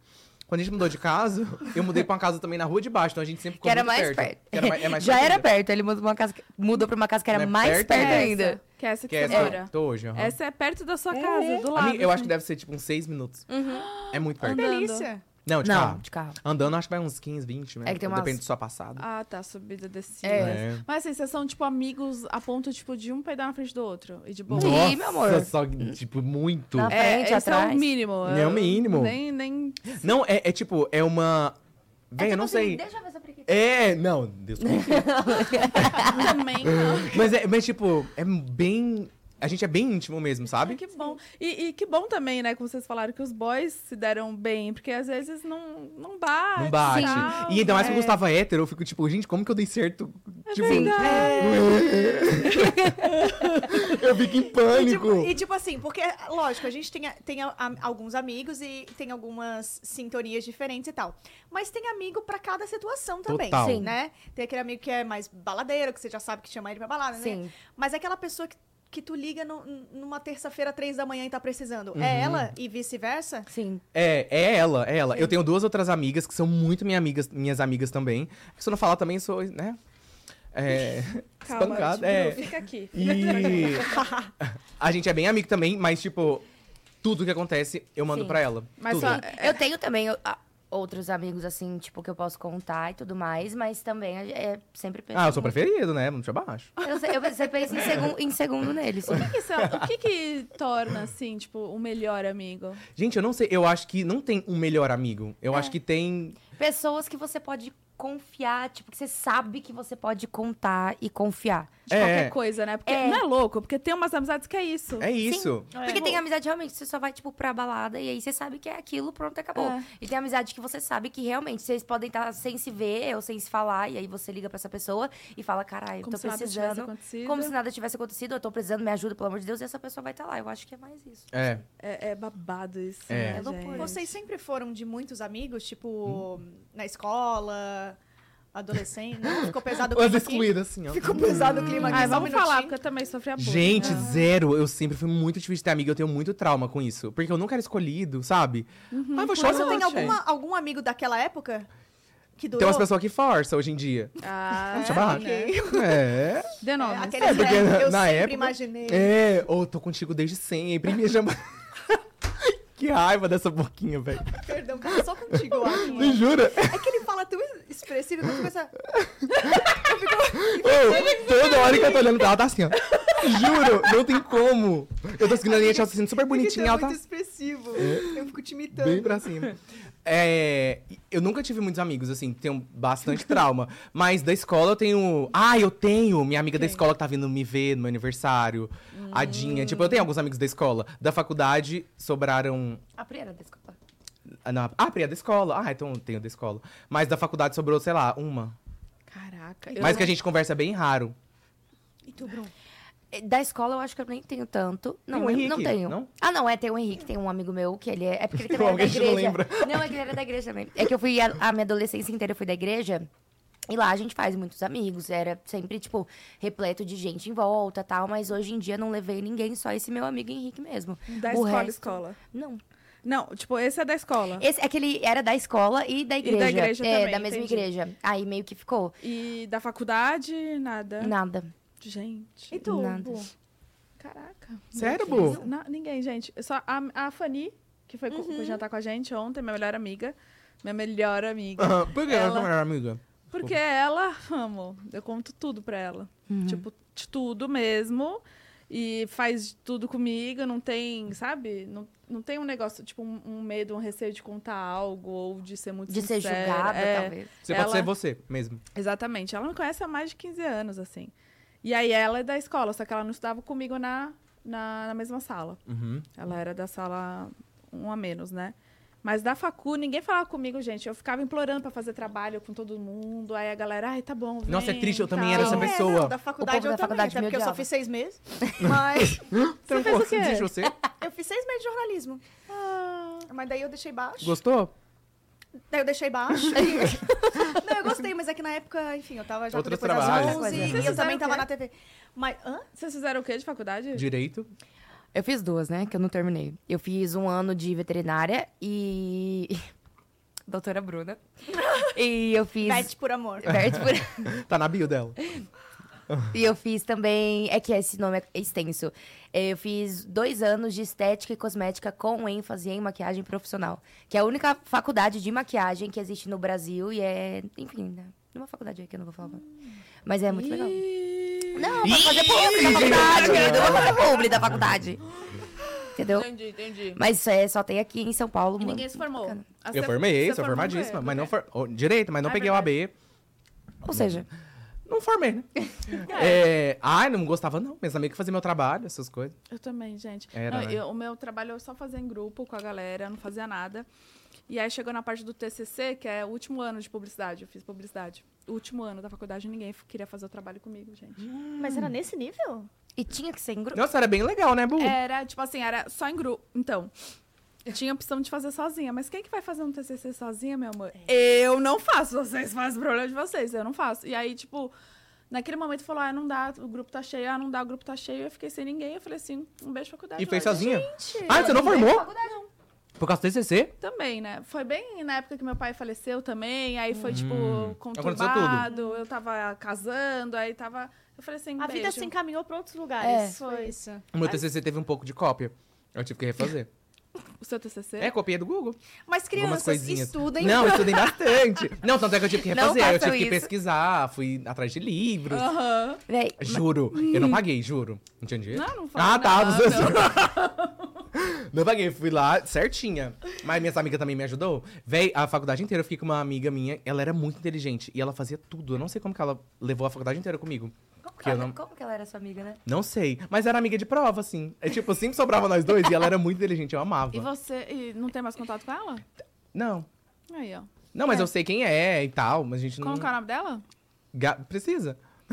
Quando a gente mudou de casa, eu mudei pra uma casa também na rua de baixo, então a gente sempre ficou Que era muito mais perto. Que era mais, é mais Já perto era ainda. perto, ele mudou pra uma casa, que- mudou pra uma casa que era Não é mais perto? perto, É ainda. essa, que é essa que, Que é você essa mora. que eu tô hoje, aham. Essa é perto da sua casa, do lado. Amiga, eu acho assim. que deve ser tipo uns seis minutos. Uhum. É muito perto. Andando. Delícia. Não, de Não, carro. de carro. Andando, acho que vai uns quinze, vinte, né? É que tem umas- Depende da sua passada. Ah, tá, subida, descida. É. Mas assim, vocês são, tipo, amigos a ponto, tipo, de um peidar na frente do outro. E de boa. Sim, Nossa, meu amor. só, tipo, muito. Na É, frente, esse é atrás. o mínimo. É o mínimo. Nem, nem... Não, é, é tipo, é uma... Véi, É eu não tipo assim, sei. Deixa eu ver essa preguiça. É, não, Deus me livre. Também não. mas, é, mas, tipo, é bem... A gente é bem íntimo mesmo, sabe? Que bom. E, e que bom também, né, como vocês falaram, que os boys se deram bem, porque às vezes não, não bate. Não bate. tal. E ainda mais que o É. Gustavo é hétero, eu fico tipo, gente, como que eu dei certo? tipo, eu fico em E pânico. tipo, e tipo assim, porque, lógico, a gente tem, a- tem a- a- alguns amigos e tem algumas sintonias diferentes e tal. Mas tem amigo pra cada situação também, Total. Sim. né? Tem aquele amigo que é mais baladeiro, que você já sabe que chama ele pra balada, né? Sim. Mas é aquela pessoa que, que tu liga no- numa terça-feira, três da manhã e tá precisando. Uhum. É ela e vice-versa? Sim. É, é ela, é ela. Eu tenho duas outras amigas que são muito minha amigas, minhas amigas também. Se eu não falar também, sou, né? É. Calma, espancado. tipo, É. fica aqui. E a gente é bem amigo também, mas, tipo, tudo que acontece eu mando Sim. pra ela. Mas tudo. só- Sim. Eu tenho também eu- a- outros amigos, assim, tipo, que eu posso contar e tudo mais, mas também é, é sempre penso Ah, eu sou muito- preferido, né? Muito abaixo. Eu, sei- eu sempre penso em, segun, em segundo neles. sim. O que, que isso é- o que que torna, assim, tipo, o melhor amigo? Gente, eu não sei. Eu acho que não tem um melhor amigo. Eu É. acho que tem. Pessoas que você pode confiar, tipo, que você sabe que você pode contar e confiar. De É. qualquer coisa, né? Porque É. não é louco, porque tem umas amizades que é isso. É isso. Porque tem amizade realmente, você só vai, tipo, pra balada e aí você sabe que é aquilo, pronto, acabou. É. E tem amizade que você sabe que realmente vocês podem estar sem se ver ou sem se falar, e aí você liga pra essa pessoa e fala, caralho, Como tô se nada tivesse precisando. acontecido. Como se nada tivesse acontecido, eu tô precisando, me ajuda, pelo amor de Deus, e essa pessoa vai estar lá. Eu acho que é mais isso. É. É, é babado isso, É. né, É loucura. gente? Vocês sempre foram de muitos amigos, tipo, na escola, adolescente? Não, ficou pesado o As clima aqui? excluídas, assim, ó. Ficou pesado o clima aqui, Ai, só um vamos falar, minutinho. porque eu também sofri abuso. Gente, né? zero. Eu sempre fui muito difícil de ter amigo. Eu tenho muito trauma com isso. Porque eu nunca era escolhido, sabe? Uhum. Ai, vou Mas chorar. você tem alguma, algum amigo daquela época que durou? Tem umas pessoas que forçam hoje em dia. Ah, Deixa eu falar. né? É. Dê É, nomes. aquele É, porque né, eu na sempre época- imaginei. É. Ou tô contigo desde sempre. Me chama... Que raiva dessa boquinha, velho. Perdão, cara, só contigo, eu acho. Me jura? É que ele fala tão expressivo que eu fico essa... Ô, toda hora que eu tô olhando pra ela, tá assim, ó. Juro, não tem como. Eu tô seguindo a linha, ela tá sendo super bonitinha, é ela tá muito expressivo. Eu fico te imitando. bem pra cima. É, eu nunca tive muitos amigos, assim, tenho bastante trauma. Mas da escola eu tenho. Ah, eu tenho minha amiga da escola que tá vindo me ver no meu aniversário. A Dinha. Tipo, eu tenho alguns amigos da escola. Da faculdade sobraram. A Pri era da escola. Ah, não, ah, Pri, é da escola. Ah, então eu tenho da escola. Mas da faculdade sobrou, sei lá, uma. Caraca. eu Mas não- que a gente conversa bem raro. E tu, Bruno? Da escola eu acho que eu nem tenho tanto. Não, Tem o eu Henrique, não tenho. não? Ah, não, é, tem o Henrique, tem um amigo meu que ele é. É porque ele também era da Alguém que não igreja. lembra. Não, é que ele era da igreja também. É que eu fui a, a minha adolescência inteira, eu fui da igreja. E lá a gente faz muitos amigos, era sempre, tipo, repleto de gente em volta e tal, mas hoje em dia não levei ninguém, só esse meu amigo Henrique mesmo. Da O escola, resto- escola. Não. Não, tipo, esse é da escola. Esse é que ele era da escola e da igreja. igreja é, também, da mesma entendi. igreja. Aí meio que ficou. E da faculdade, nada. Nada. Gente. E tu, Nada. Bu? Caraca. Sério, Bu? Na- ninguém, gente. Só a, a Fanny, que foi co- jantar com a gente ontem, minha melhor amiga. Minha melhor amiga. Aham, por que ela é Ela- sua melhor amiga? Porque ela, amo, eu conto tudo pra ela. Tipo, de tudo mesmo. E faz tudo comigo, não tem, sabe? Não, não tem um negócio, tipo, um, um medo, um receio de contar algo ou de ser muito De ser sincera. julgada, É, talvez. Você Ela- pode ser você mesmo. Exatamente. Ela me conhece há mais de quinze anos, assim. E aí ela é da escola, só que ela não estudava comigo na, na, na mesma sala. Uhum. Ela era da sala um a menos, né? Mas da facu, ninguém falava comigo, gente. Eu ficava implorando pra fazer trabalho com todo mundo. Aí a galera, ai, tá bom, vem, Nossa, é triste, eu também tal. era essa É, pessoa. não, da faculdade O povo eu da também, faculdade até me porque eu só odiava. fiz seis meses. Mas Então, fez pô, o quê? existe você? eu fiz seis meses de jornalismo. Ah, Mas daí eu deixei baixo. Gostou? Daí eu deixei baixo. e- Não, eu gostei, mas é que na época, enfim, eu tava já Outros depois das trabalhos. onze Vocês e eu fizeram também o tava quê? na T V. Mas, hã? vocês fizeram o quê de faculdade? Direito. Eu fiz duas, né? Que eu não terminei. Eu fiz um ano de veterinária e. doutora Bruna. E eu fiz... Beth por amor. Beth por... Tá na bio dela. E eu fiz também... É que esse nome é extenso. Eu fiz dois anos de estética e cosmética com ênfase em maquiagem profissional. Que é a única faculdade de maquiagem que existe no Brasil. E é... Enfim, né? Uma faculdade aí que eu não vou falar. Mas é muito legal. Não, pra fazer publi da faculdade. Eu não vou fazer publi da faculdade. Entendeu? Entendi, entendi. Mas é, só tem aqui em São Paulo. E mano. ninguém se formou. Bacana. Ah, Eu você- formei, você sou formou formadíssima. com Mas não ele, for... oh, direito, mas não Ah, é peguei o A B. Ou seja, Não formei, né? É. Ai, não gostava, não. Meus amigos faziam meu trabalho, essas coisas. Eu também, gente. Era, Não, né? eu- o meu trabalho eu só fazia em grupo com a galera, não fazia nada. E aí chegou na parte do T C C, que é o último ano de publicidade. Eu fiz publicidade. O último ano da faculdade, ninguém f- queria fazer o trabalho comigo, gente. Mas era nesse nível? e tinha que ser em grupo. Nossa, era bem legal, né, Bu? Era, tipo assim, era só em grupo. Então, eu tinha a opção de fazer sozinha. Mas quem que vai fazer um T C C sozinha, meu amor? Eu não faço. Vocês fazem o problema de vocês. Eu não faço. E aí, tipo... Naquele momento falou, ah, não dá, o grupo tá cheio, ah, não dá, o grupo tá cheio. Eu fiquei sem ninguém, eu falei assim, um beijo pra faculdade. E fez hoje. sozinha? Gente. Ah, você não formou? Faculdade não. Por causa do T C C? Também, né? Foi bem na época que meu pai faleceu também, aí foi, tipo, Hum. Aconteceu conturbado, eu tava casando, aí tava... Eu falei assim, A vida beijo. se encaminhou pra outros lugares. É. Foi isso. O meu T C C teve um pouco de cópia. Eu tive que refazer. O seu T C C? É, copiei do Google. Mas Algumas crianças, coisinhas. estudem. Não, eu estudei bastante. Não, tanto é que eu tive que Não refazer. Eu façam tive que isso. pesquisar, fui atrás de livros. Aham. Véi, Juro. Eu não paguei, juro. Não tinha dinheiro? Não, não fala Ah, tá. nada. Não, não paguei, fui lá certinha. Mas minhas amigas também me ajudou. Véi, a faculdade inteira eu fiquei com uma amiga minha. Ela era muito inteligente e ela fazia tudo. Eu não sei como que ela levou a faculdade inteira comigo. como, Porque que eu ela, não- como que ela era sua amiga, né? Não sei. Mas era amiga de prova, assim. É tipo, sempre sobrava nós dois e ela era muito inteligente, eu amava. E você e não tem mais contato com ela? Não. Aí, ó. Não, mas É. eu sei quem é e tal, mas a gente não. Como que é o nome dela? Ga- Precisa.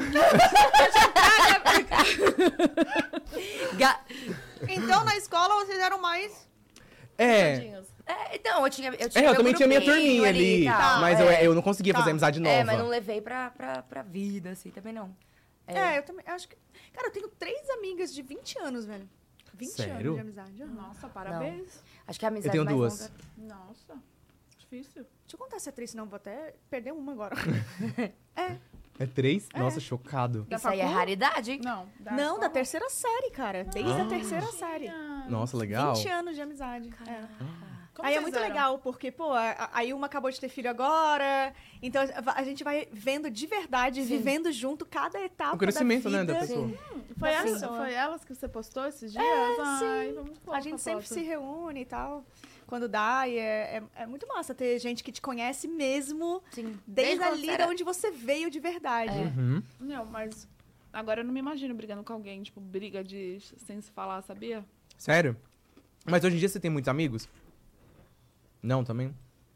Ga- Então, na escola, vocês eram mais... É. Tadinhos. É, então, eu tinha. Eu, tinha É, eu meu também tinha minha grupinho turminha ali. e tal, mas é. eu, eu não conseguia Tá. fazer amizade nova. É, mas não levei pra, pra, pra vida, assim, também não. É. eu também acho que... Cara, eu tenho três amigas de vinte anos, velho. vinte Sério? anos de amizade. aham. Nossa, parabéns. Acho que a amizade Eu tenho mais duas. longa- Nossa, difícil. Deixa eu contar se é três, senão eu vou até perder uma agora. É três? Nossa, chocado. Da Isso aí é facu? raridade. Não. Da Não, escola? da terceira série, cara. Desde a Ah. terceira série. Nossa, legal. vinte anos de amizade. É. Como Aí é vocês muito eram? legal, porque, pô, a, a- aí uma acabou de ter filho agora. Então a gente vai vendo de verdade, vivendo junto cada etapa O crescimento, da vida. né, da pessoa. Foi, da essa, pessoa. foi elas que você postou esses dias? É, Ai, sim. vamos A gente sempre se reúne e tal. Quando dá, e é, é, é muito massa ter gente que te conhece mesmo Sim. desde quando ali você de era- onde você veio de verdade. Uhum. Não, mas agora eu não me imagino brigando com alguém, tipo, briga de sem se falar, sabia? Sério? Mas hoje em dia você tem muitos amigos? Não, também?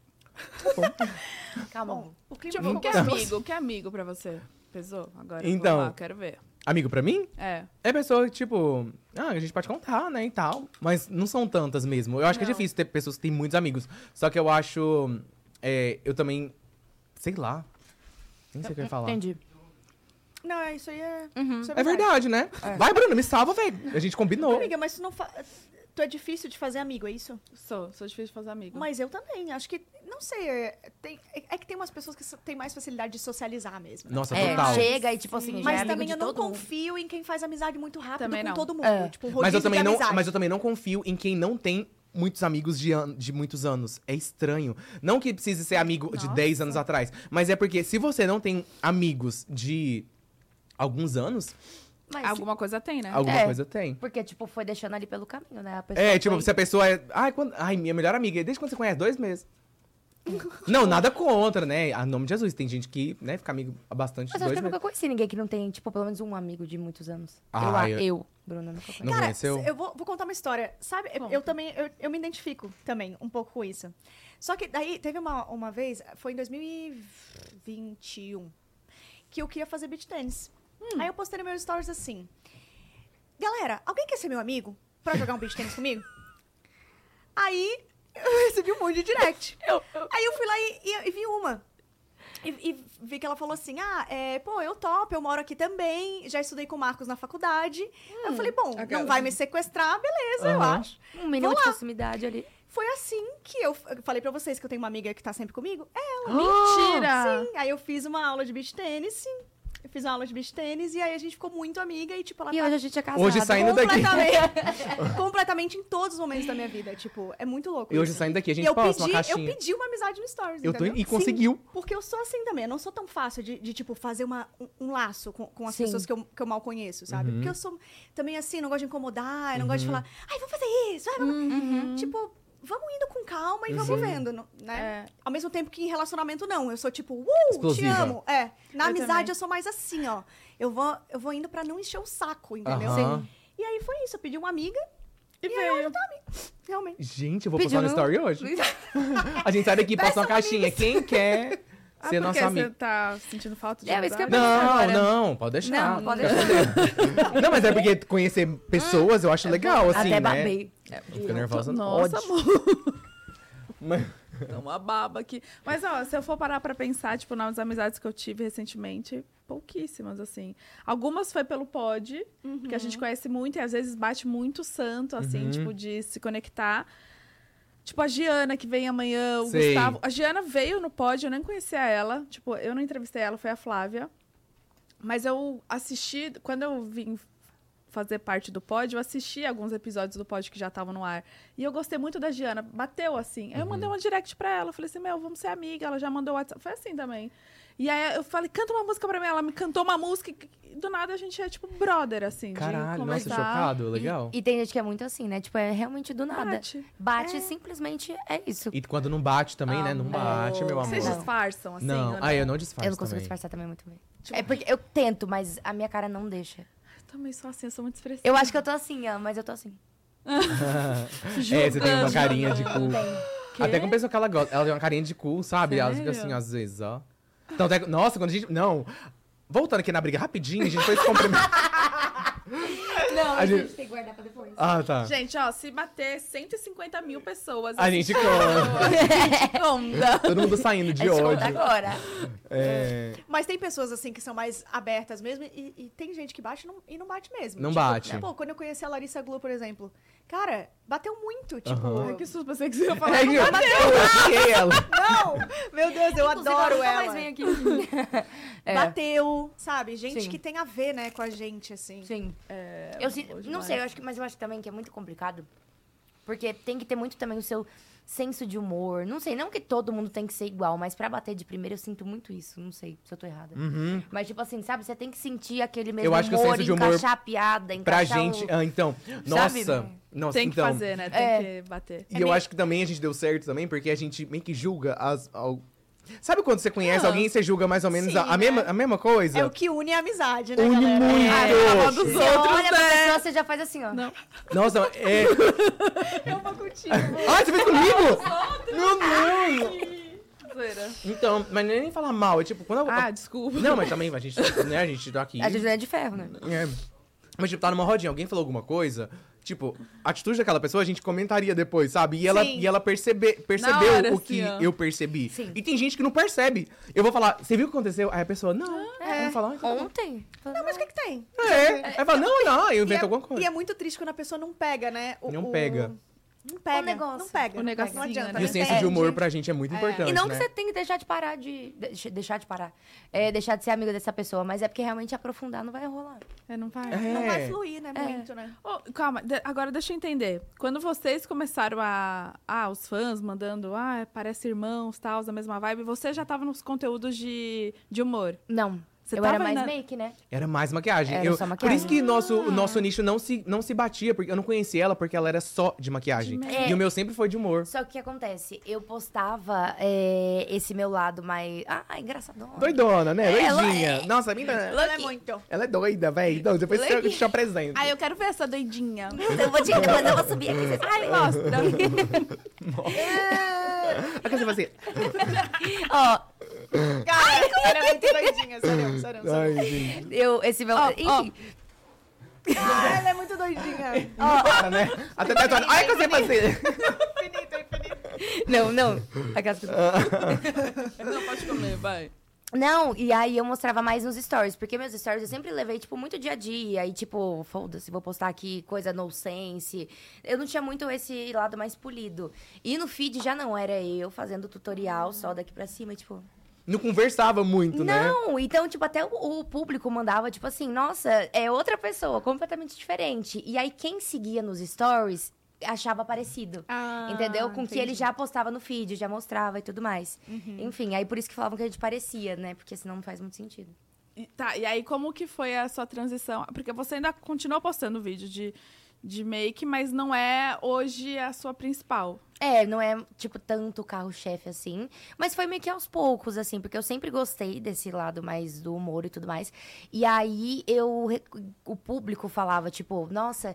Calma. Bom, o clima Tipo, ficou o que é gostoso. amigo? O que é amigo pra você? Pesou? Agora eu Então. vou lá, quero ver. Amigo pra mim? É. É pessoa que, tipo, ah, a gente pode contar, né, e tal. Mas não são tantas mesmo. Eu acho que é Não. difícil ter pessoas que têm muitos amigos. Só que eu acho. é, eu também. Sei lá. Nem sei o que eu ia falar. Entendi. Não, é, isso aí é. Uhum. Isso É verdade, né? Vai, Bruno, me salva, velho. A gente combinou. Amiga, mas tu não fa... Tu é difícil de fazer amigo, é isso? Sou, sou difícil de fazer amigo. Mas eu também. Acho que. Não sei. É, tem, é é que tem umas pessoas que so- têm mais facilidade de socializar mesmo. né? Nossa, É, total. chega e, tipo assim, já Mas é amigo também de eu não todo mundo. confio em quem faz amizade muito rápido Também com não. todo mundo. É. Tipo, Mas rodízio eu, também de não, amizade. mas eu também não confio em quem não tem muitos amigos de, an- de muitos anos. É estranho. Não que precise ser amigo de Nossa. dez anos atrás. Mas é porque se você não tem amigos de alguns anos, Mas, Alguma coisa tem, né? alguma É. coisa tem. Porque, tipo, foi deixando ali pelo caminho, né? A pessoa É, tipo, foi- se a pessoa é. Ai, quando... Ai, minha melhor amiga. Desde quando você conhece? Dois meses. Não, nada contra, né? A nome de Jesus. Tem gente que, né, fica amigo há bastante Mas dois acho que eu meses. nunca conheci ninguém que não tem, tipo, pelo menos um amigo de muitos anos. Ah, eu, eu- eu, Bruna, nunca conheci. Não Cara, conheceu? eu vou, vou contar uma história. Sabe, eu- Conta. eu também, eu, eu me identifico também um pouco com isso. Só que daí teve uma, uma vez, foi em dois mil e vinte e um, que eu queria fazer beach tennis. Aí eu postei nos meus stories assim: galera, alguém quer ser meu amigo pra jogar um beach tennis comigo? Aí eu recebi um monte de direct. Aí eu fui lá e, e- e vi uma. E, e vi que ela falou assim: ah, é, pô, eu topo, eu moro aqui também, já estudei com o Marcos na faculdade. Aí eu falei: bom, aquela- não vai me sequestrar, beleza, eu Aham. acho. Um mínimo Vou de lá. proximidade ali. foi assim que eu, eu falei pra vocês que eu tenho uma amiga que tá sempre comigo. É ela. Mentira! Sim, aí eu fiz uma aula de beach tênis, sim. Eu fiz uma aula de beach tênis e aí a gente ficou muito amiga e, tipo, ela E tá hoje a gente é casado. Hoje saindo daqui. completamente, completamente em todos os momentos da minha vida. Tipo, é muito louco E hoje isso. saindo daqui, a E gente eu posta pedi, uma eu caixinha. pedi uma amizade no Stories, Eu tô, entendeu? e conseguiu. Porque eu sou assim também. Eu não sou tão fácil de, de, tipo, fazer uma, um, um laço com, com as Sim. pessoas que eu, que eu mal conheço, sabe? Uhum. Porque eu sou também assim, não gosto de incomodar, eu não gosto de falar, ai, vamos fazer isso, ai, vamos... Uhum. Tipo, vamos indo com calma e Uhum. vamos vendo, no- né? É. Ao mesmo tempo que em relacionamento, não. Eu sou tipo, uh, Explosiva. te amo. É. Na Eu amizade, também. eu sou mais assim, ó. Eu vou, eu vou indo pra não encher o saco, entendeu? Aham. E aí foi isso. Eu pedi uma amiga E e aí hoje veio. tá amiga. Realmente. Gente, eu vou Pediu postar no no- story hoje. A gente sai daqui e posta uma caixinha. Quem quer Ah, ser porque nosso você amigo? tá sentindo falta de É, isso que eu amizade? pensei Não, agora. não, pode deixar. Não, pode Fica escondendo. Não, mas é porque conhecer pessoas eu acho legal, assim, Até né? babei. Fica nervosa. Nossa, Ódio. amor. Mas- Tá uma baba aqui. Mas, ó, se eu for parar pra pensar, tipo, nas amizades que eu tive recentemente, pouquíssimas, assim. Algumas foi pelo pod, que a gente conhece muito e às vezes bate muito santo, assim, Uhum. tipo, de se conectar. Tipo, a Giana, que vem amanhã, o Sei. Gustavo. A Giana veio no pod, eu nem conhecia ela. Tipo, eu não entrevistei ela, foi a Flávia. Mas eu assisti, quando eu vim fazer parte do pod, eu assisti alguns episódios do pod que já estavam no ar. E eu gostei muito da Giana. Bateu assim. Aí eu mandei uma direct pra ela. Falei assim, meu, vamos ser amiga. Ela já mandou o WhatsApp. Foi assim também. E aí eu falei, canta uma música pra mim. Ela me cantou uma música e do nada a gente é tipo brother, assim. Caralho, de nossa, conversar. chocado, legal. E, e tem gente que é muito assim, né? Tipo, é realmente do nada. Bate. Bate e simplesmente é isso. E quando não bate também, né? Não bate, meu amor. Vocês Não. disfarçam, assim? Não, ou ah, eu não disfarço Eu não consigo também. disfarçar também muito bem. Tipo- É porque eu tento, mas a minha cara não deixa. Eu também sou assim, eu sou muito expressiva. Eu acho que eu tô assim, ó, mas eu tô assim. É, você tem uma carinha de cu. Quê? Até com pessoa que ela gosta. Ela tem uma carinha de cu, sabe? Ela fica Sério? assim, às vezes, ó. Então, até- nossa, quando a gente... Não. Voltando aqui na briga rapidinho, a gente foi se cumprimentar. Não, A gente- tem que guardar pra depois. Ah, tá. Gente, ó, se bater cento e cinquenta mil pessoas... A gente conta. A gente conta. Todo mundo saindo de A gente conta ódio. agora. É, Mas tem pessoas, assim, que são mais abertas mesmo. E, e tem gente que bate e não, e não bate mesmo. Não Tipo, bate. Pô, quando eu conheci a Larissa Glu, por exemplo. Cara, bateu muito. Tipo, Aham. Ai, que susto, pensei que você ia falar. é que eu, eu achei ela. não! Meu Deus, eu Inclusive, adoro nunca ela. mais vem aqui. É. Bateu, sabe? Gente Sim. que tem a ver, né, com a gente, assim. Sim. É, Eu si- bom não demais. sei, eu acho que, mas eu acho também que é muito complicado. Porque tem que ter muito também o seu senso de humor. Não sei, não que todo mundo tem que ser igual, mas pra bater de primeira eu sinto muito isso. Não sei se eu tô errada. Uhum. Mas, tipo assim, sabe? Você tem que sentir aquele mesmo Eu acho que o humor, senso de humor encaixar a piada, Pra encaixar gente... o... Ah, então, Sabe? nossa. Nossa, Tem que então. fazer, né? Tem É. que bater. E eu acho que também a gente deu certo também, porque a gente meio que julga as... al- Sabe quando você conhece Ah. alguém e você julga mais ou menos Sim, a, a né? mesma, a mesma coisa? É o que une a amizade, né, Une galera? muito. É. Ah, falar dos Você outros, olha pra né? pessoa, você já faz assim, ó. Não. Nossa, é... Eu vou contigo. Ai, você fez comigo? Meu Deus! Zoeira. Então, mas não é nem falar mal, é tipo, quando eu... Ah, desculpa. Não, mas também, a gente, né, a gente tá aqui... A gente não é de ferro, né? É. Mas, tipo, tá numa rodinha, alguém falou alguma coisa, tipo, a atitude daquela pessoa a gente comentaria depois, sabe? E ela, Sim. e ela percebe, Na percebeu hora, o assim, que ó. eu percebi. Sim. E tem gente que não percebe. Eu vou falar, você viu o que aconteceu? Aí a pessoa, não. É. Eu vou falar, então tá Ontem. Não, mas o que que tem? bom. É. Aí fala, não, não, eu E é, invento alguma coisa. e é muito triste quando a pessoa não pega, né? o- Não o- pega. Não pega. O negócio. Não pega. O negocinho, não adianta. né? E o não senso entende. de humor pra gente é muito importante, E não né? que você tem que deixar de parar de... de- deixar de parar. É, deixar de ser amiga dessa pessoa. Mas é porque realmente aprofundar não vai rolar. É, não vai. É. Não vai fluir, né? É. Muito, né? Ô, calma, de- agora deixa eu entender. Quando vocês começaram a. Ah, os fãs mandando, ah, parece irmãos, tal, da mesma vibe, você já tava nos conteúdos de, de humor. Não. Você eu tava era mais na- make, né? Era mais maquiagem. Era Eu- só Por maquiagem. isso que nosso, o nosso nicho não se, não se batia, porque eu não conhecia ela porque ela era só de maquiagem. De make. E o meu sempre foi de humor. Só que o que acontece? Eu postava é, esse meu lado mais... Ah, engraçadão. Doidona, né? É, ela Doidinha. é- Nossa, a mina... Ela é muito. Ela é doida, velho. Então, depois Lucky. eu te apresento. Ah, eu quero ver essa doidinha. Eu vou te... Depois eu vou subir aqui. Vocês... Ai, mostra. A Cassia vai ser... Ó, Cara, ela é muito doidinha, sério, sério, sério. Ai, gente. eu... Esse meu... Ó, Enfim. Ah, ela é muito doidinha. Para, né? Até tá falando, ai, Cassia vai ser... Infinito, infinito. Não, não. A casa... Não, pode comer, vai. Não, e aí eu mostrava mais nos stories, porque meus stories eu sempre levei, tipo, muito dia a dia. E, tipo, foda-se, vou postar aqui coisa nonsense. Eu não tinha muito esse lado mais polido. E no feed já não, era eu fazendo tutorial só daqui pra cima, e, tipo... Não conversava muito, né? Não, então, tipo, até o, o público mandava, tipo assim, nossa, é outra pessoa, completamente diferente. E aí, quem seguia nos stories achava parecido. Ah, entendeu? Com que ele entendi. já postava no feed, já mostrava e tudo mais. Uhum. Enfim, aí por isso que falavam que a gente parecia, né? Porque senão não faz muito sentido. E, tá, e aí como que foi a sua transição? Porque você ainda continua postando vídeo de, de make, mas não é hoje a sua principal. É, não é, tipo, tanto carro-chefe assim. Mas foi meio que aos poucos, assim, porque eu sempre gostei desse lado mais do humor e tudo mais. E aí, eu... O público falava, tipo, nossa,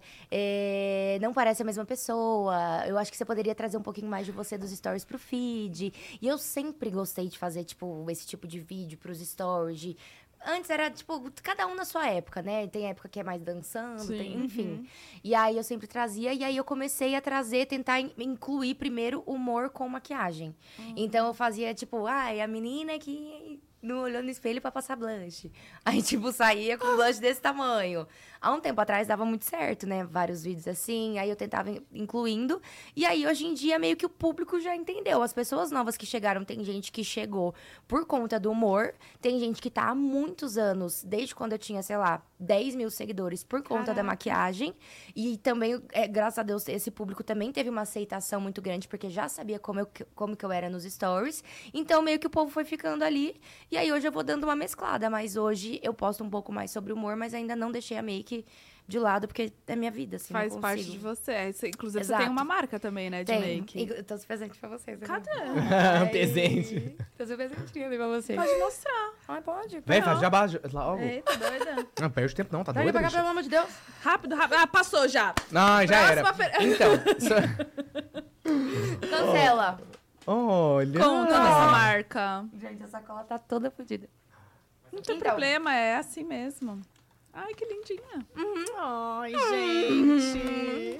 é, não parece a mesma pessoa. Eu acho que você poderia trazer um pouquinho mais de você dos stories pro feed. E eu sempre gostei de fazer, tipo, esse tipo de vídeo pros stories, de... Antes era, tipo, cada um na sua época, né? Tem época que é mais dançando, Sim. tem, enfim. E aí eu sempre trazia, e aí eu comecei a trazer, tentar in- incluir primeiro humor com maquiagem. Então eu fazia, tipo, ai, a menina que não olhou no espelho pra passar blush. Aí, tipo, saía com blush desse tamanho. Há um tempo atrás dava muito certo, né? Vários vídeos assim, aí eu tentava in- incluindo. E aí, hoje em dia, meio que o público já entendeu. As pessoas novas que chegaram, tem gente que chegou por conta do humor. Tem gente que tá há muitos anos, desde quando eu tinha, sei lá, dez mil seguidores, por conta da Caraca. maquiagem. E também, é, graças a Deus, esse público também teve uma aceitação muito grande, porque já sabia como eu, como que eu era nos stories. Então, meio que o povo foi ficando ali. E aí, hoje eu vou dando uma mesclada. Mas hoje eu posto um pouco mais sobre humor, mas ainda não deixei a make de lado, porque é minha vida, assim, Faz não parte consigo. de você. É, você- Inclusive, você Exato. tem uma marca também, né? De Tem. make. E eu trouxe presente pra vocês. né? Cadê? Um presente. Trouxe um presentinho ali pra vocês. Pode mostrar. Ah, pode. Véi, Não. faz jabá jo- logo. Eita, doida. Não perde tempo não, tá Dá pra doida, pagar, bicha? pelo amor de Deus. Rápido, rápido. Ah, passou já. Não, já era. Próxima per- Então, só- Cancela. olha. Conta nossa marca. Gente, a sacola tá toda fodida. Não tem Então. problema, é assim mesmo. Ai, que lindinha. Ai, gente.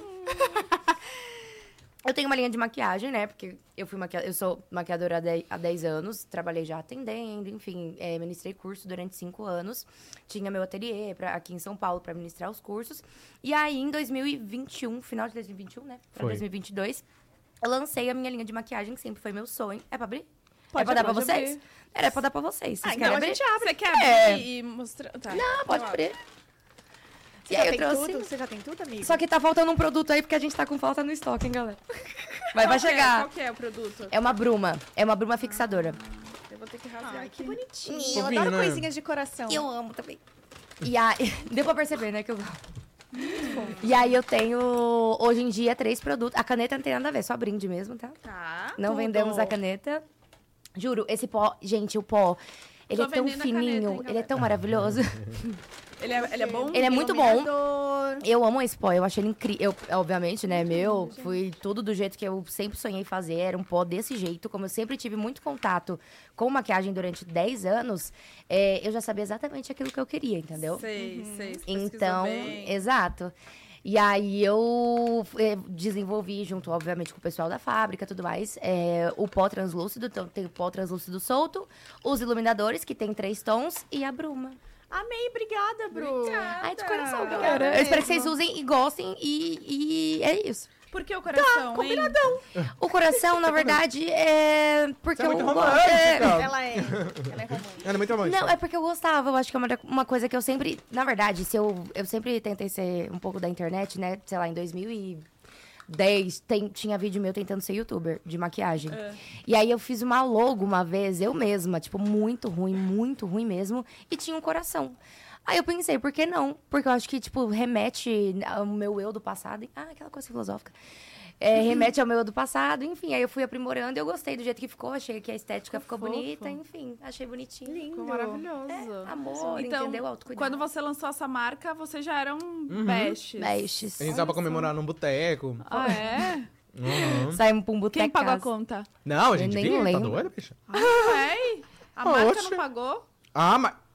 Eu tenho uma linha de maquiagem, né? Porque eu fui maquia... eu sou maquiadora há dez- há dez anos, trabalhei já atendendo, enfim, é, ministrei curso durante cinco anos. Tinha meu ateliê pra, aqui em São Paulo para ministrar os cursos. E aí, em dois mil e vinte e um, final de dois mil e vinte e um, né? Pra Foi. dois mil e vinte e dois, eu lancei a minha linha de maquiagem, que sempre foi meu sonho. É pra abrir? Pode, é pra dar pra pode vocês? abrir. Era pra dar pra vocês. Vocês Ah, querem então a abrir? gente abre. Você quer abrir É. e mostrar? Tá. Ah, pode abrir. Você E já aí eu tem trouxe... tudo? Você já tem tudo, amigo? Só que tá faltando um produto aí, porque a gente tá com falta no estoque, hein, galera? Mas vai Qual que é? chegar. Qual que é o produto? É uma bruma. É uma bruma fixadora. Eu vou ter que rasgar Ai, aqui. que bonitinho. Fofinho, Eu adoro né? coisinhas de coração. Eu amo também. E aí... Deu pra perceber, né, que eu... E aí eu tenho, hoje em dia, três produtos. A caneta não tem nada a ver, só brinde mesmo, tá? Tá. Não Tudo. vendemos a caneta. Juro, esse pó... Gente, o pó... Ele Tô é tão vendendo a fininho, caneta, hein, ele é galera? tão maravilhoso. Ele é, ele é bom? Ele é muito bom. Iluminador. Eu amo esse pó, eu achei ele incrível. Obviamente, né, meu, foi tudo do jeito que eu sempre sonhei fazer. Era um pó desse jeito. Como eu sempre tive muito contato com maquiagem durante dez anos, é, eu já sabia exatamente aquilo que eu queria, entendeu? Sei, sei. Você pesquisou Então, bem. exato. E aí eu eh, desenvolvi, junto, obviamente, com o pessoal da fábrica e tudo mais, eh, o pó translúcido. Então, tem o pó translúcido solto, os iluminadores, que tem três tons, e a bruma. Amei, obrigada, Bru. Obrigada. Ai, de coração, Obrigada galera. Eu espero que mesmo. vocês usem e gostem, e, e é isso. Por que o coração, Tá, hein? O coração, na verdade, é porque Você é eu muito gosto. romântica. é- Ela é. Ela é romântica. Ela é muito romântica. Não, é porque eu gostava. Eu acho que é uma, da- uma coisa que eu sempre... Na verdade, se eu, eu sempre tentei ser um pouco da internet, né? Sei lá, em dois mil e dez, tem, tinha vídeo meu tentando ser youtuber de maquiagem. É. E aí eu fiz uma logo uma vez, eu mesma, tipo, muito ruim, muito ruim mesmo. E tinha um coração. Aí eu pensei, por que não? Porque eu acho que, tipo, remete ao meu eu do passado. e- Ah, aquela coisa filosófica. É, remete ao meu eu do passado, enfim. Aí eu fui aprimorando e eu gostei do jeito que ficou. Achei que a estética ficou Fofo. bonita, enfim. Achei bonitinho. Lindo. Ficou maravilhoso. É, amor, Então, entendeu? Autocuidado. quando você lançou essa marca, você já era um Uhum. bestes. Bestes. A gente tava pra comemorar num boteco. Ah, é? Uhum. Saímos pra um boteco. Quem pagou a conta? Não, a gente nem viu, tá lembro. doida, bicha? Véi, a marca Oxe. não pagou? Ah, mas...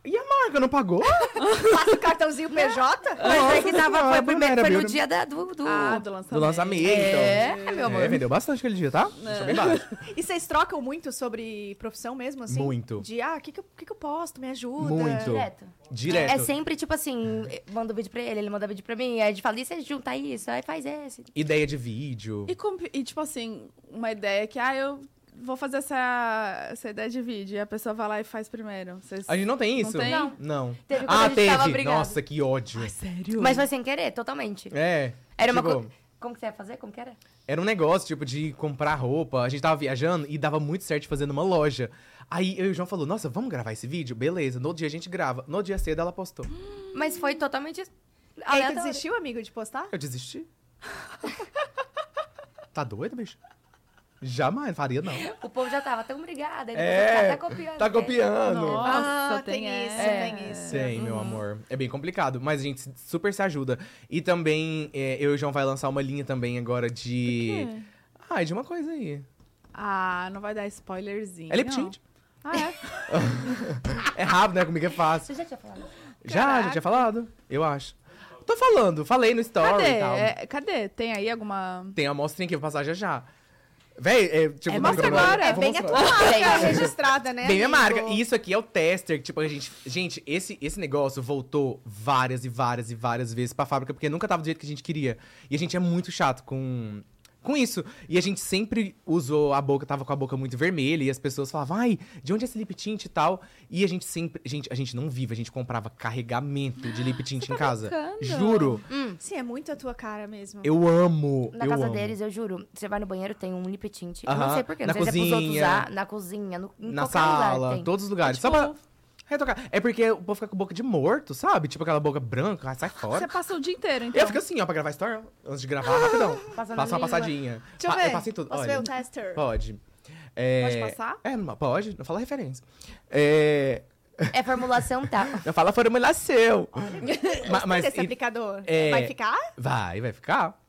E a marca não pagou? Passa o cartãozinho P J? Mas é que tava, foi, Senhora, primeiro, era foi no beauty. dia da, do... do... Ah, do lançamento. Do lançamento. É, meu amor. É, vendeu bastante aquele dia, tá? Deixa bem baixo. E vocês trocam muito sobre profissão mesmo, assim? Muito. De, ah, o que, que, eu- que que eu posto? Me ajuda. Muito. Direto. Direto. É sempre, tipo assim, manda um vídeo pra ele, ele manda vídeo pra mim, aí a gente fala, e você junta isso, aí faz esse. Ideia de vídeo. E, com- e, tipo assim, uma ideia que, ah, eu vou fazer essa, essa ideia de vídeo. E a pessoa vai lá e faz primeiro. Vocês... A gente não tem isso? Não tem? Não. Não. Teve quando a Ah, gente tava teve. brigando. Nossa, que ódio. Sério? Mas foi sem querer, totalmente. É. Era uma tipo, coisa... Como que você ia fazer? Como que era? Era um negócio, tipo, de comprar roupa. A gente tava viajando e dava muito certo de fazer numa loja. Aí eu e o João falou, nossa, vamos gravar esse vídeo? Beleza. No outro dia a gente grava. No dia cedo ela postou. Mas foi totalmente Aí tu aleatório. desistiu, amigo, de postar? Eu desisti. Tá doido, bicho? Jamais, faria não. O povo já tava tão brigado, ele É, tá copiando. tá copiando. Nossa, Ah, tem isso, essa. tem isso. Tem, meu amor. É bem complicado, mas a gente super se ajuda. E também, é, eu e o João vai lançar uma linha também agora de... Por quê? Ai, de uma coisa aí. Ah, não vai dar spoilerzinho. É lip tint. Ah, é? É rápido, né? Comigo é fácil. Você já tinha falado? Já, já Caraca. tinha falado? Eu acho. Tô falando, falei no story Cadê? e tal. É, cadê? Tem aí alguma... Tem a amostrinha que eu vou passar já já. Véi, é, tipo, É, não mostra tem problema. agora. É Vou bem a mostrar. tua marca Gente. registrada, né, Bem minha amigo? marca. E isso aqui é o tester, que, tipo, a gente... Gente, esse, esse negócio voltou várias e várias e várias vezes pra fábrica, porque nunca tava do jeito que a gente queria. E a gente é muito chato com... Com isso. E a gente sempre usou a boca, tava com a boca muito vermelha, e as pessoas falavam, ai, de onde é esse lip tint e tal? E a gente sempre. Gente, a gente não vive, a gente comprava carregamento de lip tint em casa. brincando? Juro. Sim, é muito a tua cara mesmo. Eu amo. Na eu casa amo. deles, eu juro, você vai no banheiro, tem um lip tint. Eu Aham. não sei porquê, Na não sei se é pros outros cozinha. usar, na cozinha, no, em Na qualquer lugar sala, tem. todos os lugares. Tipo, Só pra retocar. É porque o povo fica com boca de morto, sabe? Tipo aquela boca branca, ai, sai fora. Você passa o dia inteiro, então. Eu fico assim, ó, pra gravar story, antes de gravar, rapidão. Passa na Passa uma língua. passadinha. Deixa eu Pa- ver. passo em tudo. Posso Olha, ver o tester? Pode. É... Pode passar? É, não- pode, não fala referência. É... É formulação, tá? Não fala formulação. Ma- mas Esse e- aplicador é- vai ficar? vai, vai ficar.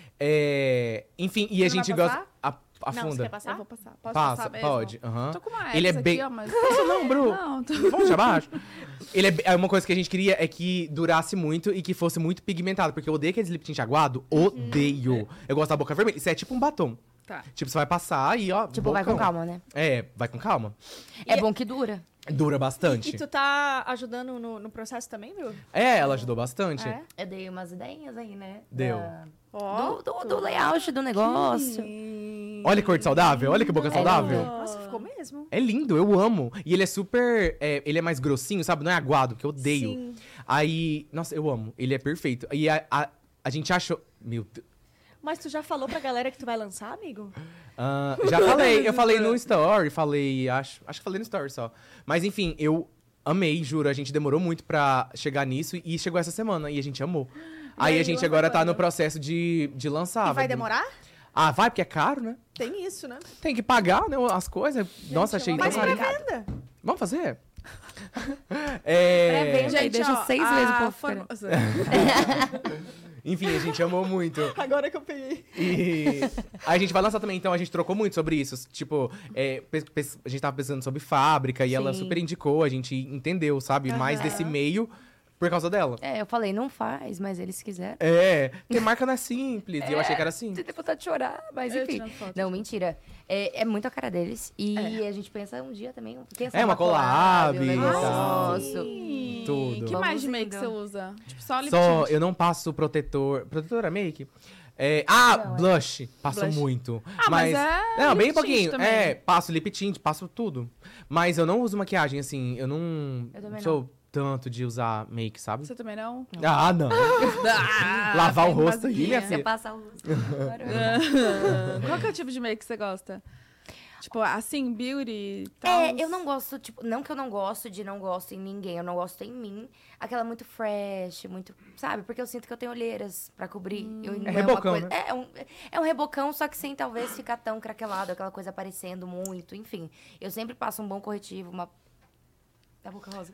É, Enfim, e a Você não gente vai gosta. A, Não, você afunda. quer passar? Eu vou passar. Posso Passa, passar mesmo? pode. aham. Tô com uma Ele é ex bem. aqui, ó, mas... Isso não, Bru. Não, tô... Vamos de abaixo. Ele é, é uma coisa que a gente queria é que durasse muito e que fosse muito pigmentado, porque eu odeio aquele lip tint aguado, odeio. Eu gosto da boca vermelha. Isso é tipo um batom. Tá. Tipo, você vai passar e ó. Tipo, vai com bocão. calma, né? É, vai com calma. É E- bom que dura. Dura bastante. E tu tá ajudando no, no processo também, viu? É, ela ajudou bastante. É? Eu dei umas ideinhas aí, né? Deu. Da- Ó. Do, do, do layout do negócio. Olha que cor de saudável, olha que boca saudável. Nossa, ficou mesmo. É lindo, eu amo. E ele é super. é, ele é mais grossinho, sabe? Não é aguado, que eu odeio. Sim. Aí. Nossa, eu amo. Ele é perfeito. E a, a, a gente achou. Meu Deus. Mas tu já falou pra galera que tu vai lançar, amigo? Ah, já falei, eu falei no story, falei. Acho, acho que falei no story só. Mas enfim, eu amei, juro. A gente demorou muito pra chegar nisso e chegou essa semana e a gente amou. Aí, aí, a gente lança agora tá quando? no processo de, de lançar. E vai demorar? Ah, vai, porque é caro, né? Tem isso, né? Tem que pagar, né, as coisas. Nossa, achei Mas tão caro. pré-venda. Vamos fazer? é... Pré-venda. Aí deixa seis a meses o povo forma- Enfim, a gente amou muito. Agora que eu peguei. E a gente vai lançar também, então a gente trocou muito sobre isso. Tipo, é, pe- pe- a gente tava pensando sobre fábrica e ela Sim. super indicou, a gente entendeu, sabe? Mais desse meio por causa dela. É, eu falei, não faz, mas eles quiseram. É, porque marca não é simples. E eu achei que era assim. Você tem vontade de chorar, mas Eu enfim. tirando foto. Não, mentira. É, é muito a cara deles. E a gente pensa um dia também. Pensa É, uma numa collab um e negócio. tal. Sim. Tudo. Que Vamos mais de make indo. você usa? Tipo, só lip Só, tint? eu não passo protetor. Protetor é make? É, ah, Não, é. blush. Passo Blush. muito. Ah, mas é Não, lip bem tint pouquinho. também. É, passo lip tint, passo tudo. Mas eu não uso maquiagem, assim. Eu não Eu também sou tanto de usar make, sabe? Você também não? Ah, não. Ah, Lavar o tem rosto aí, minha vasilhinha. Você filha. passa o rosto. Qual que é o tipo de make que você gosta? Tipo, assim, beauty e tal? É, eu não gosto, tipo, não que eu não gosto de não gosto em ninguém, eu não gosto em mim. Aquela muito fresh, muito, sabe? Porque eu sinto que eu tenho olheiras pra cobrir. Eu, não É rebocão, uma coisa, né? é, um, é um rebocão, só que sem talvez ficar tão craquelado, aquela coisa aparecendo muito, enfim. Eu sempre passo um bom corretivo, uma Da boca rosa.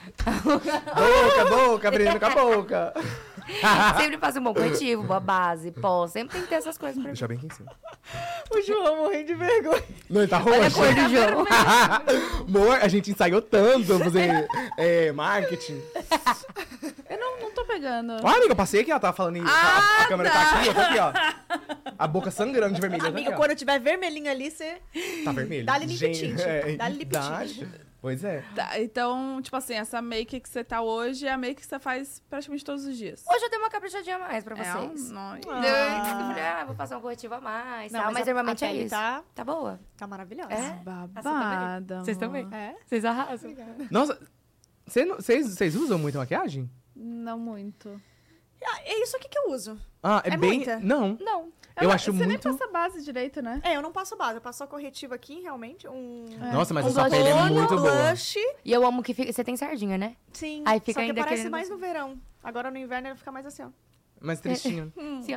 Boca, boca, aprendendo com a boca. Sempre faço um bom corretivo, boa base, pó. Sempre tem que ter essas coisas pra mim. Deixa bem aqui em cima. O João morrendo de vergonha. Não, ele tá Olha a roxo. cor do jogo. Amor, a gente ensaiou tanto fazer é, marketing. Eu não, não tô pegando. Ó, amiga, eu passei aqui, ó, tava falando isso. Ah, a, a câmera tá aqui, ó, tá aqui, ó. A boca sangrando de vermelho. Amiga, tá aqui, quando tiver vermelhinho ali, você ó. Tá vermelho. dá-lhe lip Gente, tint. é, Dá-lhe lip dá- tint. Pois é. Tá, então, tipo assim, essa make que você tá hoje é a make que você faz praticamente todos os dias. Hoje eu dei uma caprichadinha a mais pra É, vocês. não, Eu falei, ah, vou passar um corretivo a mais. Não, tal, mas mas a- normalmente a é pele isso. tá- Tá boa? Tá maravilhosa. É? babada. Vocês também? amor. É? Vocês arrasam. Nossa, cê não- vocês vocês usam muita maquiagem? Não muito. Ah, é isso aqui que eu uso. Ah, é, É bem... muita? Não. Não. Eu Ela- acho você muito... nem passa base direito, né? É, eu não passo base, eu passo só corretivo aqui, realmente. Um. Nossa, mas Um a sua blush. pele é Tono, muito boa. blush. E eu amo que fica... Você tem sardinha, né? Sim. Aí fica só que ainda parece querendo- mais no verão. Agora no inverno ele fica mais assim, ó. Mais tristinho. Assim, ó.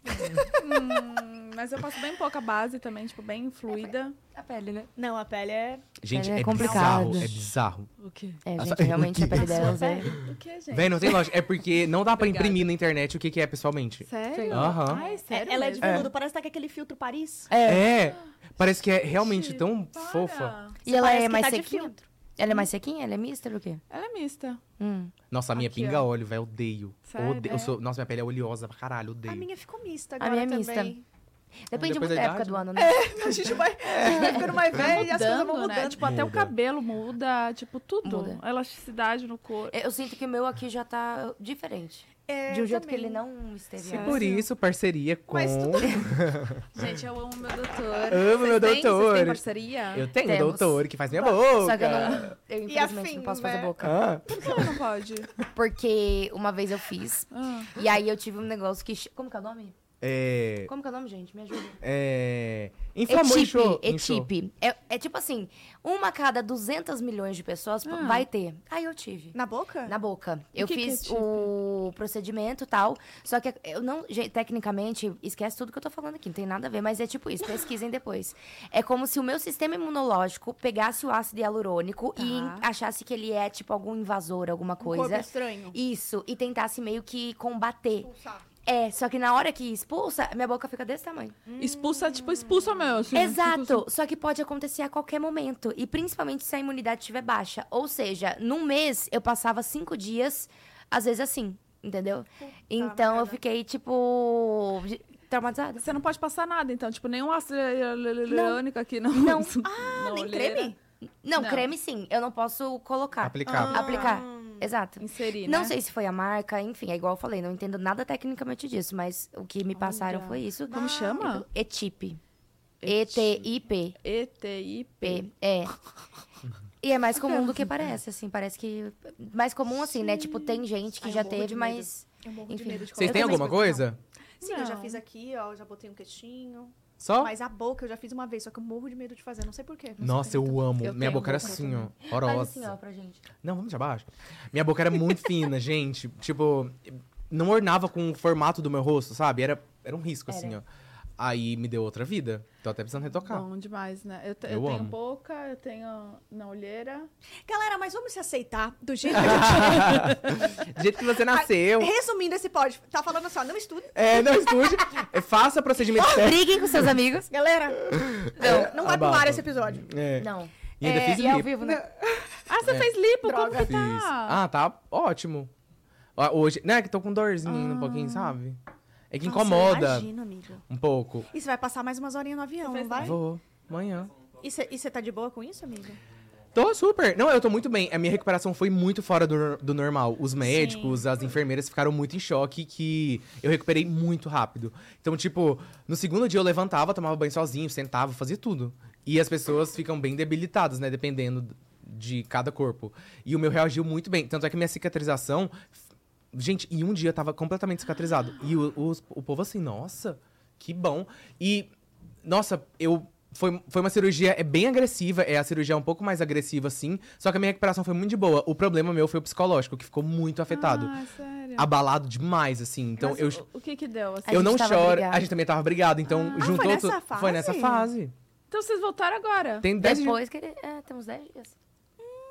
Hum, mas eu passo bem pouca base também, tipo, bem fluida. A pele, né? Não, a pele é. Gente, É é, complicado. bizarro, é bizarro. O quê? É, Nossa, gente, realmente a pele o quê? delas é... O que, gente? Véi, não tem lógica. É porque não dá pra Obrigada. imprimir na internet o que, que é pessoalmente. Sério? Aham. Ai, sério ela é de mesmo? veludo, parece que tá com aquele filtro Paris. É. É. Parece que é realmente Gente, tão para. fofa. E Você ela parece é que mais tá de sequinha? filtro. Ela é mais sequinha? Ela é mista ou o quê? Ela é mista. Hum. Nossa, a minha Aqui, pinga ó. óleo, velho, odeio. Sério? Odeio. Eu sou... Nossa, minha pele é oleosa pra caralho, odeio. A minha ficou mista A agora minha é também. mista. Depende Depois muito da da época idade. do ano, né? A gente vai, a gente vai ficando mais velho e as coisas vão Mudando, né? mudando. Tipo, até o Muda. cabelo muda, tipo, tudo. Muda. A elasticidade no corpo. Eu sinto que o meu aqui já tá diferente. É, De um jeito também. que ele não esteve Sério? antes. Por isso, parceria com... Mas tudo Gente, eu amo meu doutor. Amo meu Vocês têm- doutor. Vocês têm parceria? Eu tenho Temos. doutor que faz minha boca. Só que eu não... Eu, E infelizmente, afim, não posso né? fazer boca. Ah, Por que não pode? Porque uma vez eu fiz. Ah. E aí eu tive um negócio que... ch- Como que é o nome? é... Como que é o nome, gente? Me ajuda. É... Inflamou, inchou. Etipe. inchou. Etipe. É, é tipo assim, uma a cada duzentos milhões de pessoas p- Ah. vai ter. Aí eu tive. na boca? Na boca. E Eu que que é fiz etipe? o procedimento e tal. Só que eu não. gente, tecnicamente, esquece tudo que eu tô falando aqui, não tem nada a ver, mas é tipo isso, pesquisem depois. É como se o meu sistema imunológico pegasse o ácido hialurônico Tá. e achasse que ele é tipo algum invasor, alguma Um corpo coisa. estranho. Isso, e tentasse meio que combater. Pulsar. É, só que na hora que expulsa, minha boca fica desse tamanho. Expulsa, tipo, expulsa meu. Assim, Exato, só que pode acontecer a qualquer momento. E principalmente se a imunidade estiver baixa. Ou seja, num mês eu passava cinco dias, às vezes assim, entendeu? então eu merda. fiquei, tipo, de- traumatizada. Você não pode passar nada, então. Tipo, nenhum ácido hialurônico aqui. Não. Não. Ah, Na nem olheira. creme? Não, Não. creme sim, eu não posso colocar. Aplicar. Ah. Aplicar, exato. Inserir, Não né? sei se foi a marca, enfim, é igual eu falei, não entendo nada tecnicamente disso, mas o que me passaram Olha. foi isso. Como chama? Etipe. E T I P. E T I P. P, é. E é mais comum do que parece, assim, parece que... Mais comum, assim, né? Tipo, tem gente que Ai, eu já morro de teve, medo. mas... Eu morro de Enfim. medo de Vocês colocar têm também alguma essas coisas, coisa? não. Sim, eu já Não. fiz aqui, ó, já botei um queixinho. Só? Mas a boca eu já fiz uma vez, só que eu morro de medo de fazer, não sei porquê. Nossa, eu amo. Eu Minha tenho boca era boca assim, ó. Faz Horrorosa. assim, ó, pra gente. Não, vamos de abaixo. Minha boca era muito fina, gente. Tipo, não ornava com o formato do meu rosto, sabe? Era, era um risco, assim, ó. Aí me deu outra vida. Tô até precisando retocar. Bom demais, né? Eu, te- eu Eu tenho amo. boca, eu tenho na olheira. Galera, mas vamos se aceitar do jeito que a gente... Do jeito que você nasceu. Resumindo esse pódio, tá falando assim, ó, não estude. É, não estude. É, faça procedimento certo. Briguem com seus amigos. Galera, não, não vai pro abafa. ar esse episódio. É. Não. E ainda É, fiz E ao lipo. vivo, né? Ah, você É. fez lipo? Droga. Como que Fiz. tá? Ah, tá ótimo. Ó, hoje, né, que tô com dorzinha ainda um pouquinho, sabe? É que Nossa, incomoda Imagina, amigo. um pouco. E você vai passar mais umas horinhas no avião, Você não fez vai? Vou, amanhã. E você e você tá de boa com isso, amigo? Tô super. Não, eu tô muito bem. A minha recuperação foi muito fora do, do normal. Os médicos, as enfermeiras ficaram muito em choque que eu recuperei muito rápido. Então, tipo, no segundo dia eu levantava, tomava banho sozinho, sentava, fazia tudo. E as pessoas ficam bem debilitadas, né? Dependendo de cada corpo. E o meu reagiu muito bem. Tanto é que minha cicatrização... Gente, em um dia tava completamente cicatrizado. E o, o, o povo assim, nossa, que bom. E, nossa, eu... Foi, foi uma cirurgia é bem agressiva, é a cirurgia um pouco mais agressiva, sim. Só que a minha recuperação foi muito de boa. O problema meu foi o psicológico, que ficou muito afetado. Ah, sério? Abalado demais, assim. Então, Mas eu, o, o que que deu? assim? A eu gente não tava choro. brigado. A gente também tava brigado, então Ah, juntou foi nessa tudo. fase? Foi nessa fase. Então vocês voltaram agora? Tem dez dias. Depois que ele... É, tem uns dez dias.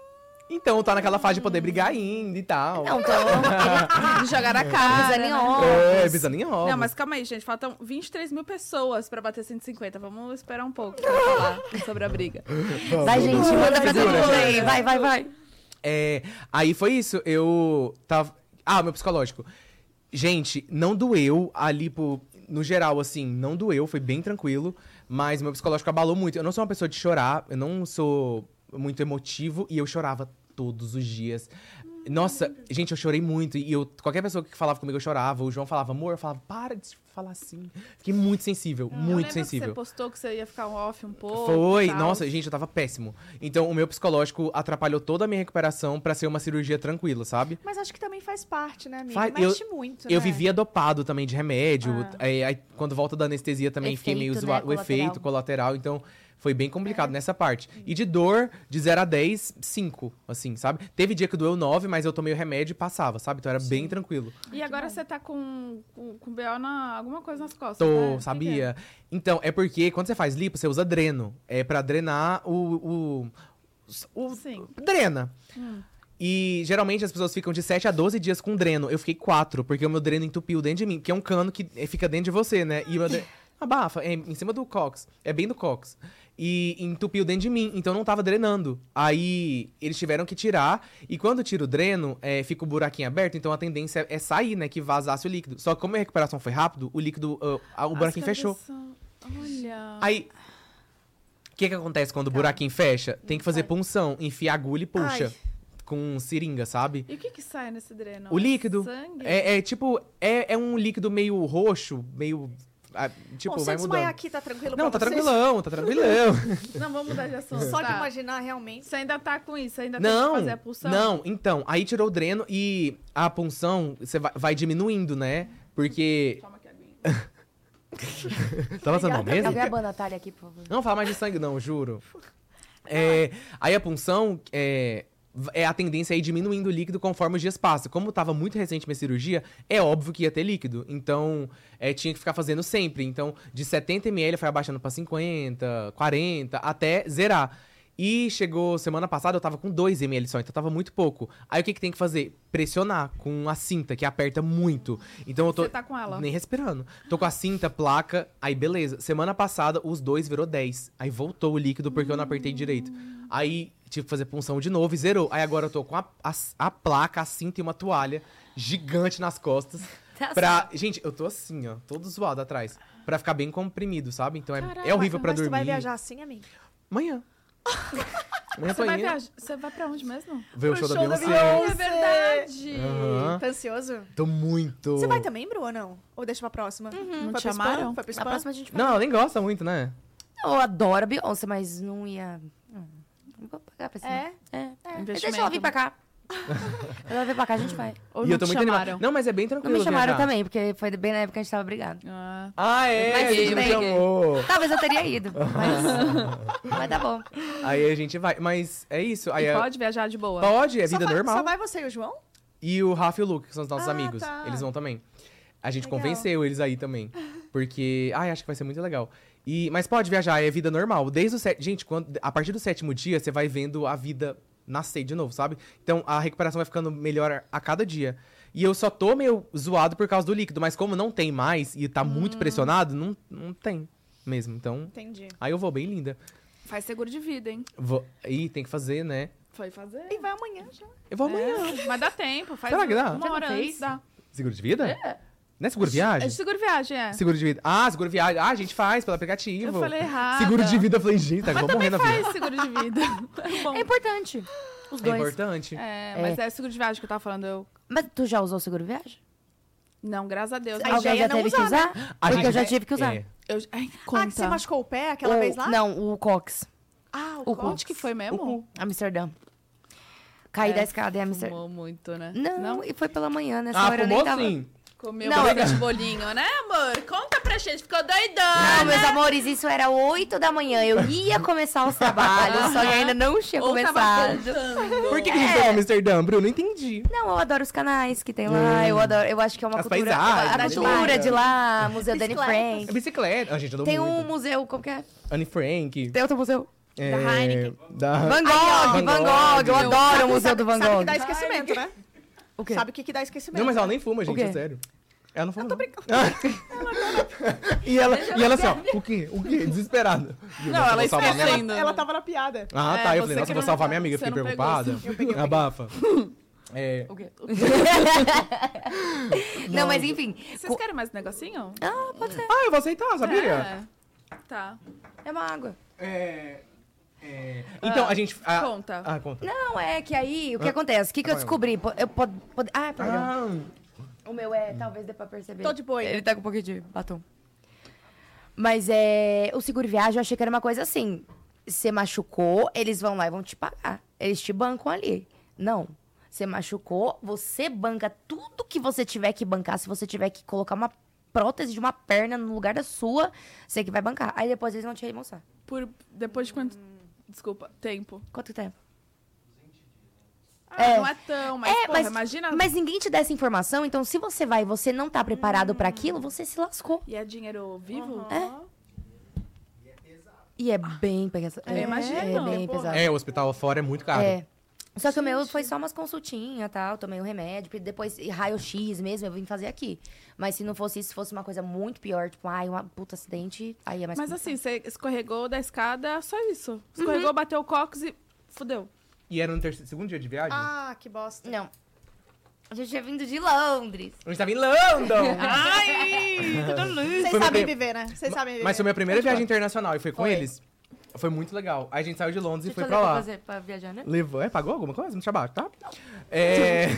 Então, tá naquela fase de poder brigar ainda e tal. Não, tô... De jogar na cara. Pisando em né? ovos. É, pisando em ovos. Não, mas calma aí, gente. Faltam vinte e três mil pessoas pra bater cento e cinquenta. Vamos esperar um pouco pra falar sobre a briga. Vai, gente, manda pra todo Segura, mundo gente. aí. Vai, vai, vai. É, aí foi isso, eu tava... Ah, meu psicológico. Gente, não doeu ali, por... no geral, assim, não doeu, foi bem tranquilo. Mas meu psicológico abalou muito. Eu não sou uma pessoa de chorar, eu não sou muito emotivo. E eu chorava todos os dias. Nossa, gente, eu chorei muito. E eu, qualquer pessoa que falava comigo, eu chorava. O João falava, amor, eu falava, para de falar assim. Fiquei muito sensível, Eu muito lembro sensível. Que você postou que você ia ficar off um pouco. Foi, e tal. nossa, gente, eu tava péssimo. Então, o meu psicológico atrapalhou toda a minha recuperação pra ser uma cirurgia tranquila, sabe? Mas acho que também faz parte, né, amiga? Faz- Mexe muito, Eu né? vivia dopado também de remédio. Ah. Aí, aí, quando volta da anestesia também fiquei meio Efeito, né, zoado. O colateral. efeito colateral, então foi bem complicado nessa parte. E de dor, de zero a dez, cinco, assim, sabe? Teve dia que doeu nove, mas eu tomei o remédio e passava, sabe? Então era bem tranquilo. E agora você tá com, com, com B O na alguma coisa nas costas, Tô, né? O que sabia? Então, é porque quando você faz lipo, você usa dreno. É pra drenar o... o, o Sim. Drena. E geralmente as pessoas ficam de sete a doze dias com dreno. Eu fiquei quatro, porque o meu dreno entupiu dentro de mim. Que é um cano que eh, fica dentro de você, né? E o meu dreno... Abafa, é em cima do cox. É bem do cox. E entupiu dentro de mim, então não tava drenando. Aí eles tiveram que tirar. E quando tira o dreno, é, fica o buraquinho aberto. Então a tendência é sair, né? Que vazasse o líquido. Só que como a recuperação foi rápido, o líquido, uh, a- o As buraquinho fechou. cabeças- Olha. Aí, o que que acontece quando o buraquinho fecha? Tem que fazer punção, enfia agulha e puxa. Ai. Com seringa, sabe? E o que que sai nesse dreno? O líquido. Sangue? É, é tipo, é, é um líquido meio roxo, meio. ah, tipo, Bom, se vai eu desmaiar mudando. aqui, tá tranquilo Não, pra tá vocês? tranquilão, tá tranquilão. Não, vamos mudar de assunto. Só de tá. imaginar, realmente. Você ainda tá com isso? Ainda tem Não, que fazer a pulsão? não, então, aí tirou o dreno e a punção você vai, vai diminuindo, né? Porque. Toma aqui a aguinha. Tá lançando mal mesmo? Alguém abana a Natália aqui, por favor. Não fala mais de sangue, não, juro. É, aí a punção é, é a tendência a ir diminuindo o líquido conforme os dias passam. Como tava muito recente minha cirurgia, é óbvio que ia ter líquido. Então, é, tinha que ficar fazendo sempre. Então, de setenta mililitros foi abaixando pra cinquenta, quarenta, até zerar. E chegou semana passada, eu tava com dois mililitros só, então tava muito pouco. Aí o que que tem que fazer? Pressionar com a cinta, que aperta muito. Então eu tô Você tá com ela? nem respirando. Tô com a cinta, placa, aí beleza. Semana passada, os dois virou dez. Aí voltou o líquido porque eu não apertei direito. Aí tive que fazer punção de novo e zerou. Aí agora eu tô com a, a, a placa, a cinta e uma toalha gigante nas costas. Tá Pra... Gente, eu tô assim, ó, todo zoado atrás. Pra ficar bem comprimido, sabe? Então é, Caraca, é horrível pra Mas tu dormir. vai viajar assim, amiga? Amanhã. Amanhã Você tô vai indo. viajar? Você vai pra onde mesmo? Ver o Pro show, show da da Beyoncé. É Beyoncé. verdade! Aham. Tá ansioso? Tô muito. Você vai também, Bru, ou não? Ou deixa pra próxima? Não Foi te pro chamaram? Spa? Foi pro Na Spa? próxima a gente vai. Não, ela nem gosta muito, né? Eu adoro a Beyoncé, mas não ia... Hum, Não vou pagar pra cima. É? É. Investimento. Deixa ela vir pra cá. Ela vir pra cá, a gente vai. Ou e não eu tô te muito chamaram? animado. Não, mas é bem Não tranquilo me chamaram viajar. também, porque foi bem na época que a gente tava brigado. Ah, Ah, é? Mas a gente sim, me né? chamou. Talvez eu teria ido, mas... mas tá bom. Aí a gente vai. Mas é isso. Aí e é- pode viajar de boa? Pode, é Só vida vai- normal. Só vai você e o João? E o Rafa e o Luke, que são os nossos Ah, amigos. tá. Eles vão também. A gente Legal. convenceu eles aí também. Porque, ai, acho que vai ser muito legal. E, mas pode viajar, é vida normal. Desde o sétimo. Gente, quando, a partir do sétimo dia, você vai vendo a vida nascer de novo, sabe? Então a recuperação vai ficando melhor a cada dia. E eu só tô meio zoado por causa do líquido, mas como não tem mais e tá muito pressionado, não, não tem mesmo. Então, Entendi. aí eu vou bem linda. Faz seguro de vida, hein? Vou... Ih, tem que fazer, né? Foi fazer. E vai amanhã já. Eu vou amanhã. É, mas dá tempo. Faz Será que dá? uma Você não hora fez? antes, dá. Seguro de vida? É. Não é seguro viagem? É de seguro viagem, é. Seguro de vida. Ah, seguro viagem. Ah, a gente faz pelo aplicativo. Eu falei errado. Seguro de vida, eu falei, gente, tá, Mas vou morrer também na vida. faz seguro de vida. É bom. É importante. Os É dois. importante. É, mas é. seguro de viagem que eu tava falando. Eu... Mas tu já usou seguro viagem? Não, graças a Deus. A Mas ideia Alguém já é não teve que usar, usar? A Porque gente- eu já tive que usar. É. eu... Ai, Ah, conta. que você machucou o pé aquela O- vez lá? Não, o Cox. Ah, o o cu. Onde que foi mesmo? Amsterdã. Caí É, da escada em Amsterdã. Fumou muito, né? Não, e foi pela manhã, nessa Ah, hora eu nem fumou tava... sim. Comeu Não, bastante bolinho, né, amor? Conta pra gente. Ficou doidão, Não, né? meus amores, isso era oito da manhã. Eu ia começar os trabalhos, só que ainda não tinha Ou tava começado. voltando. Por que, que a gente foi pra Amsterdã, Bruno? Não entendi. Não, eu adoro os canais que tem lá. Eu adoro, eu acho que é uma As cultura. paisagens, a né, cultura de de lá, Museu da Anne Bicicletas. É Frank. bicicleta. A gente andou Tem um muito. museu, como que é? Anne Frank. Tem outro museu. É, Da Heineken. Da... Van Gogh, Van Van Gogh. Gogh. Eu adoro o Museu do Van Sabe que Gogh. dá esquecimento, né? O quê? Sabe o que, que dá esquecimento? Não, mas ela né? nem fuma, gente, quê? é sério. Ela não fuma. Eu tô brincando. e, ela, e ela assim, ó, o quê? O quê? Desesperada. Eu, Não, nossa, ela vou salvar minha- esquecendo. Ela tava na piada. Ah, É, tá. Eu você falei, nossa, que vou não- salvar minha amiga, você fiquei não pegou, preocupada. sim. Eu peguei, eu peguei. Abafa. É, O quê? Não, mas enfim. Vocês querem mais um negocinho? Ah, pode ser. ah, eu vou aceitar, sabia? É. Tá. É uma água. É. é... Então, Ah, a gente. ah, conta. Ah, conta. Não, é que aí, o que Ah. acontece? O que, que eu Vai, descobri? Po- Eu pod, pod- Ah, perdão. Ah, O meu é, talvez dê pra perceber. Tô de boa aí. Ele tá com um pouquinho de batom. Mas é. O seguro viagem eu achei que era uma coisa assim. Você machucou, eles vão lá e vão te pagar. Eles te bancam ali. Não. Você machucou, você banca tudo que você tiver que bancar. Se você tiver que colocar uma prótese de uma perna no lugar da sua, você que vai bancar. Aí depois eles vão te reembolsar. Por, depois de quanto... Desculpa, tempo. Quanto tempo? Ah, É. não é tão, mas, É, porra, mas- imagina... Mas ninguém te dá essa informação, então se você vai e você não tá preparado pra aquilo, você se lascou. E é dinheiro vivo? É. E é bem pesado. Eu imagino, É bem porra. pesado. é, o hospital fora é muito caro. É. Só que o meu foi só umas consultinhas, tá? Eu tomei um remédio, e depois raio-x mesmo, eu vim fazer aqui. Mas se não fosse isso, se fosse uma coisa muito pior, tipo, ai, um puta acidente, aí é mais Mas complicado. assim, você escorregou da escada, só isso. Escorregou, bateu o cox e fudeu. E era no terceiro, segundo dia de viagem? Ah, que bosta. Não. A gente tinha vindo de Londres. A gente tava em London! Ai, tudo lindo. Vocês Foi sabem meu- viver, né? Vocês sabem viver. Mas foi minha primeira viagem internacional e foi com Foi. eles. Foi muito legal. Aí a gente saiu de Londres e foi Deixa pra eu lá. fazer pra viajar, né? Levou. É, pagou alguma coisa? Muito abaixo, tá? É.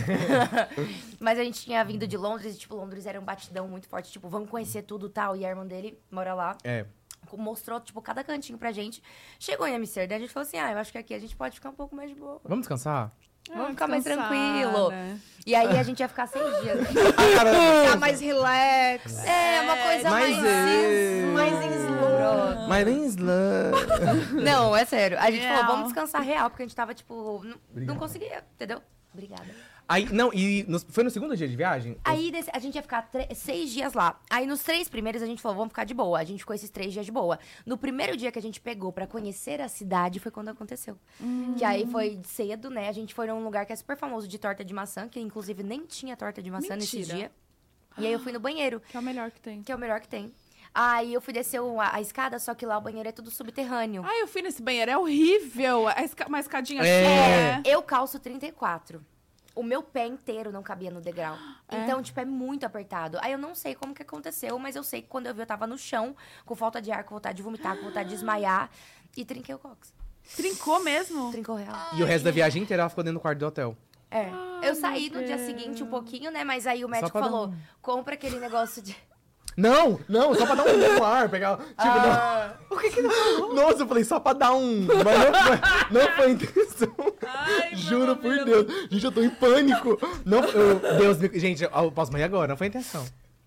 Mas a gente tinha vindo de Londres e, tipo, Londres era um batidão muito forte. Tipo, vamos conhecer tudo e tal. E a irmã dele mora lá. é. Mostrou, tipo, cada cantinho pra gente. Chegou em Amsterdã, a gente falou assim, ah, eu acho que aqui a gente pode ficar um pouco mais de boa. Vamos descansar? Vamos ficar mais descansar, tranquilo. né? E aí a gente ia ficar seis dias. Tá mais relax. É, uma coisa Mas mais... é. Mais em slow. Mas nem slam. Não, é sério. A gente Real. falou, vamos descansar real, porque a gente tava, tipo, não, não conseguia, entendeu? Obrigada. Aí, não, e no- foi no segundo dia de viagem? Aí desse- a gente ia ficar tre- seis dias lá. Aí nos três primeiros a gente falou, vamos ficar de boa. A gente ficou esses três dias de boa. No primeiro dia que a gente pegou pra conhecer a cidade foi quando aconteceu. Que aí foi cedo, né? A gente foi num lugar que é super famoso de torta de maçã, que inclusive nem tinha torta de maçã nesse Mentira. dia. E aí eu fui no banheiro, Que é o melhor que tem. que é o melhor que tem. Aí eu fui descer o- a, a escada, só que lá o banheiro é tudo subterrâneo. Ai, eu fui nesse banheiro, é horrível. A esca- uma escadinha É. assim, né? Eu calço trinta e quatro. O meu pé inteiro não cabia no degrau. É? Então, tipo, é muito apertado. Aí eu não sei como que aconteceu, mas eu sei que quando eu vi, eu tava no chão, com falta de ar, com vontade de vomitar, com vontade de desmaiar. E trinquei o cox. Trincou mesmo? Trincou real. E o resto da viagem inteira ela ficou dentro do quarto do hotel. É. Ai, eu saí meu no dia Deus. seguinte um pouquinho, né? Mas aí o médico pra dar falou: um- compra aquele negócio de. Não, não, só pra dar um, um ar, pegar. Tipo, Ah. não. O que que não? Nossa, eu falei só pra dar um. Mas não foi, não foi a intenção. Ai, Juro por Deus. Gente, eu tô em pânico. Não, eu, Deus me. Gente, eu posso morrer agora, não foi a intenção.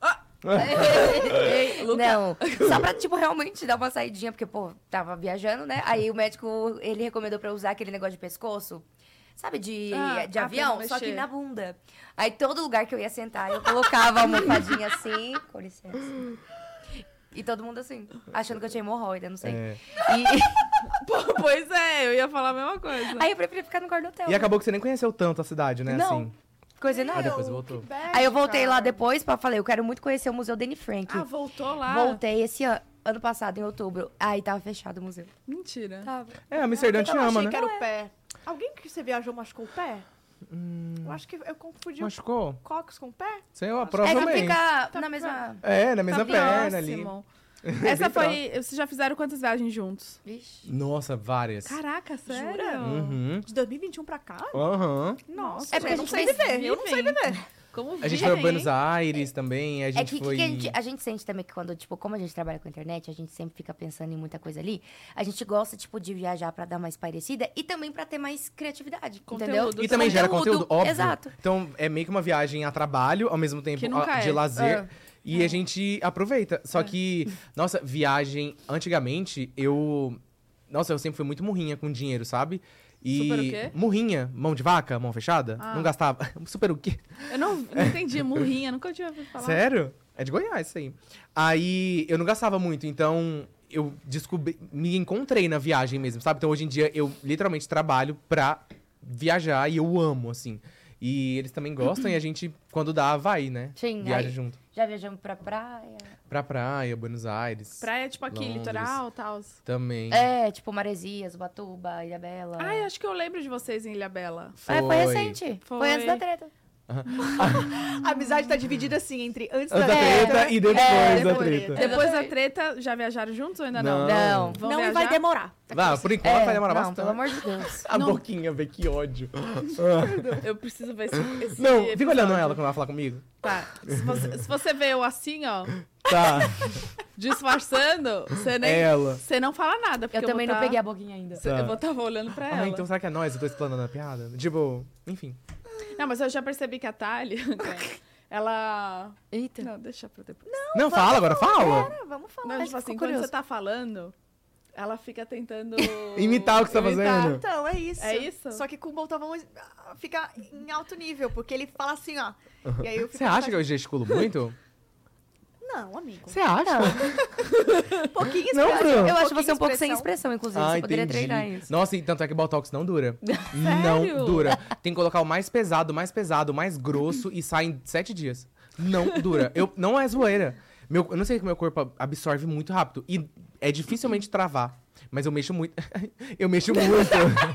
Ei, Luca. Não, só pra, tipo, realmente dar uma saidinha, porque, pô, tava viajando, né? Aí o médico, ele recomendou pra eu usar aquele negócio de pescoço, sabe, de, Ah, de ah, avião, pra não só que mexer. na bunda. Aí todo lugar que eu ia sentar, eu colocava a almofadinha assim, com licença. E todo mundo assim, achando que eu tinha hemorroida, não sei. É. E, Pô, pois é, eu ia falar a mesma coisa. aí eu preferi ficar no quarto do hotel. E acabou que você nem conheceu tanto a cidade, né? Não. Assim. Coisa Ah, nada. depois voltou. Aí eu voltei lá depois pra falei, eu quero muito conhecer o Museu Dani Frank. Ah, voltou lá? Voltei esse ano, ano passado, em outubro. Aí tava fechado o museu. Mentira. Tava. É, Amsterdã te Eu ama, achei né? que era o pé. Alguém que você viajou machucou o pé? Eu acho que eu confundi Machucou? o cox com o pé. Sei lá, É que provavelmente. fica Tá na mesma... É, na mesma Tá perna ali. próximo. Essa Bem foi... Vocês já fizeram quantas viagens juntos? Vixe. Nossa, várias. Caraca, sério? Jura? Uhum. De dois mil e vinte e um pra cá? Aham. Nossa, É porque eu a não gente sei fez- viver. Eu não sei viver. Como A gente vivem, foi pra Buenos hein? Aires também, a É gente que, que foi... que a, gente, a gente sente também que quando, tipo, como a gente trabalha com internet, a gente sempre fica pensando em muita coisa ali. A gente gosta, tipo, de viajar pra dar mais parecida e também pra ter mais criatividade, Conteúdo. entendeu? E também gera conteúdo, óbvio. Exato. Então, é meio que uma viagem a trabalho, ao mesmo tempo Que nunca a- de é. lazer. É. E a gente aproveita. Só que, nossa, viagem... Antigamente, eu... Nossa, eu sempre fui muito murrinha com dinheiro, sabe? E Super o quê? murrinha, mão de vaca, mão fechada. Ah. Não gastava. Super o quê? Eu não, não entendi, murrinha, nunca tinha ouvido falar. Sério? É de Goiás isso aí. Aí eu não gastava muito, então eu descobri, me encontrei na viagem mesmo, sabe? Então hoje em dia eu literalmente trabalho pra viajar e eu amo, assim. E eles também gostam e a gente, quando dá, vai, né? Sim, Viaja aí junto. já viajamos pra praia. Pra praia, Buenos Aires. Praia, tipo aqui, Londres. litoral e tal. Também. É, tipo Maresias, Ubatuba, Ilhabela. Ai, acho que eu lembro de vocês em Ilhabela. Foi. É, foi recente. Foi. Foi. antes da treta. A amizade tá dividida assim, entre antes, Antes da da treta e depois É, da depois. treta. Depois da Exatamente. treta, já viajaram juntos ou ainda não? Não. Não. Vão Não, e viajar? vai demorar. Vá, por enquanto É, vai demorar não, bastante. pelo amor de Deus. A Não. boquinha, velho, que ódio. Eu preciso ver esse, esse Não, fica olhando episódio. ela quando ela vai falar comigo. Tá. Se você, se você vê eu assim, ó, Tá, disfarçando, você nem... ela. Você não fala nada, porque Eu também vou não tá- peguei a boquinha ainda. Tá. Eu vou estar olhando pra Ah, ela. então será que é nós? Eu tô explanando a piada? Tipo, enfim. Não, mas eu já percebi que a Thalia, ela... Eita. Não, deixa pra depois. Não, fala agora, fala. Cara, vamos falar. Não, mas tipo assim, ficou quando curioso. você tá falando, ela fica tentando... Imitar o que você tá imitar. fazendo. Então, é isso. É isso? Só que com o Boltavão ah, fica em alto nível, porque ele fala assim, ó. E aí eu fico Você acha que eu gesticulo muito? Não, amigo. Você acha? Pouquinho Não, expressão. Bruno. Eu acho pouquinho você um pouco sem expressão. expressão, inclusive. Ah, você poderia entendi. treinar isso. Nossa, e tanto é que Botox não dura. Sério? Não dura. Tem que colocar o mais pesado, o mais pesado, o mais grosso e sai em sete dias. Não dura. Eu, não é zoeira. Meu, eu não sei que meu corpo absorve muito rápido. E é dificilmente travar. Mas eu mexo muito. Eu mexo muito.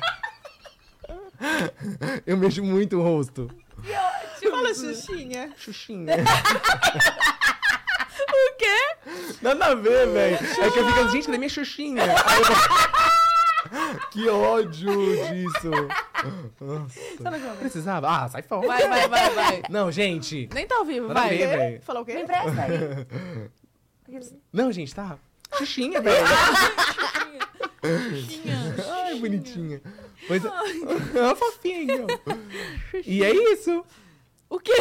Eu mexo muito o rosto. Fala, Xuxinha. Xuxinha. O quê? Nada a ver, velho. É que eu fico, gente, cadê minha Xuxinha? Aí eu- Que ódio disso. Nossa. Precisava? Ah, sai fora. Vai, vai, vai, vai. Não, gente. Nem tá ao vivo, Nada a vai. ver, velho. Falou o Me quê? empresta aí. Não, gente, tá. Xuxinha, velho. Ai, bonitinha. Pois é. É uma fofinha. E é isso. O quê?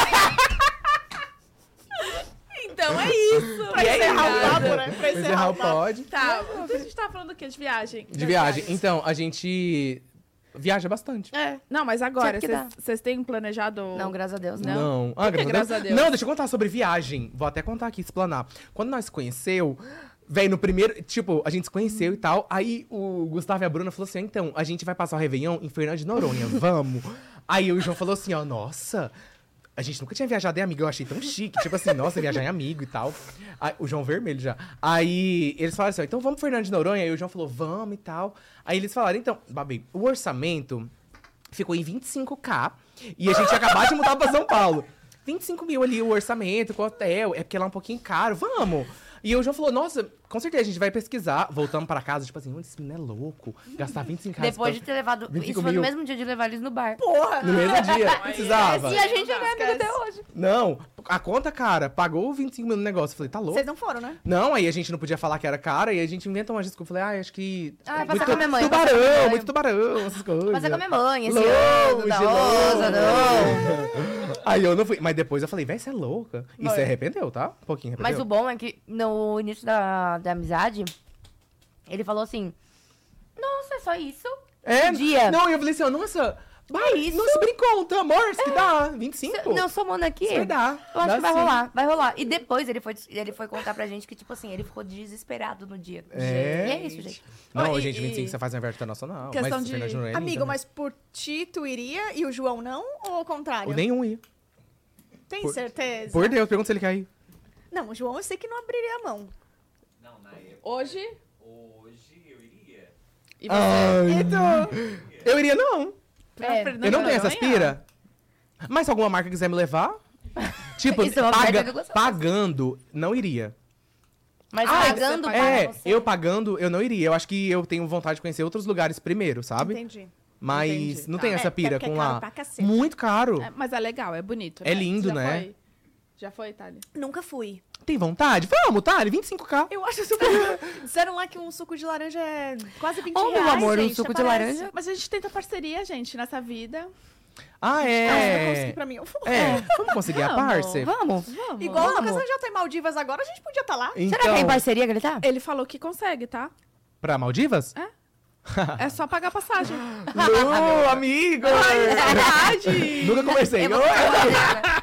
Então é isso. Pra E é encerrar isso. o papo, né? Pra Pra encerrar o papo. pod. Tá, a gente tava falando do quê? De viagem? De viagem. Então, a gente viaja bastante. É. Não, mas agora, Sempre que dá. vocês têm planejado... Não, graças a Deus, não. Não. Ah, Por que, graças a Deus? Não, deixa eu contar sobre viagem. Vou até contar aqui, explanar. Quando nós se conheceu, velho, no primeiro... Tipo, a gente se conheceu e tal. Aí o Gustavo e a Bruna falaram assim, então, a gente vai passar o Réveillon em Fernando de Noronha, vamos. Aí o João falou assim, ó, nossa... A gente nunca tinha viajado em amigo, eu achei tão chique. Tipo assim, nossa, viajar em amigo e tal. Aí, o João vermelho já. Aí eles falaram assim, ó, então vamos pro Fernando de Noronha. Aí o João falou, vamos e tal. Aí eles falaram, então, Babi, o orçamento ficou em vinte e cinco mil. E a gente ia acabar de mudar pra São Paulo. vinte e cinco mil ali o orçamento, com o hotel. É porque lá é um pouquinho caro, vamos. E o João falou, nossa, com certeza a gente vai pesquisar. Voltamos pra casa, tipo assim, "Olha, esse menino é louco. Gastar vinte e cinco reais Depois de pra... ter levado... vinte e cinco Isso foi no mil. mesmo dia de levar eles no bar. Porra! No mesmo dia, precisava. E a gente é amigo Esquece. até hoje. Não, a conta, cara, pagou vinte e cinco mil no negócio. Eu falei, tá louco? Vocês não foram, né? Não, aí a gente não podia falar que era cara, e a gente inventou uma desculpa. Eu falei, ah, acho que... Ah, muito passar com a minha mãe, passar com a minha tubarão, mãe. muito tubarão, essas coisas. Mas é com a minha mãe, esse Longe, ano, da rosa, não. longe. Aí eu não fui. Mas depois eu falei, véi, você é louca. E Vai. você arrependeu, tá? Um pouquinho arrependeu. Mas o bom é que no início da, da amizade, ele falou assim, nossa, é só isso? É, dia. não, eu falei assim, ó, nossa... Vai, É isso? Nossa, brincou, tá, amor, isso que dá, vinte e cinco. Não, somando aqui, Isso vai dar. eu acho Dá que vai sim. rolar, vai rolar. E depois ele foi, ele foi contar pra gente que, tipo assim, ele ficou desesperado no dia. É? E é isso, gente. Não, Ó, e- gente, vinte e cinco e- você faz um evento internacional. Questão mas de- Fernando de Noronha é lindo, Amigo, né? mas por ti tu iria e o João não? Ou ao contrário? Nenhum ia. Tem por- certeza? Por Deus, pergunta se ele quer ir. Não, o João eu sei que não abriria a mão. Não, na época. Hoje? Hoje eu iria. E você? Ai, E tu? eu iria não. Pra É, Fernando Eu não tenho Noronha? essas pira. Mas se alguma marca quiser me levar... Tipo, Isso é uma paga- oferta que eu gosto. pagando, não iria. Mas Ah, pagando você para É, você. eu pagando, eu não iria. Eu acho que eu tenho vontade de conhecer outros lugares primeiro, sabe? Entendi. Mas Entendi, não tá. tem essa É, pira porque é com caro lá. pra cacete. Muito caro. É, mas é legal, é bonito. É né? lindo, Já né? Foi? Já foi, Thalia? Nunca fui. Tem vontade? Vamos, tá? vinte e cinco mil. Eu acho super... Disseram lá que um suco de laranja é quase vinte Ô, reais, meu amor, um gente, suco de parece. laranja. Mas a gente tenta parceria, gente, nessa vida. Ah, Ah, se eu conseguir é. pra mim, eu vou. É, vamos conseguir a Vamos. parce? Vamos. Vamos. Igual o Lucas Vamos. Angel tá em Maldivas agora, a gente podia estar lá. Então, Será que é em parceria que ele tá? Ele falou que consegue, tá? pra Maldivas? É só pagar passagem. Não, amigo! Verdade! Nunca conversei. Eu vou- Oi.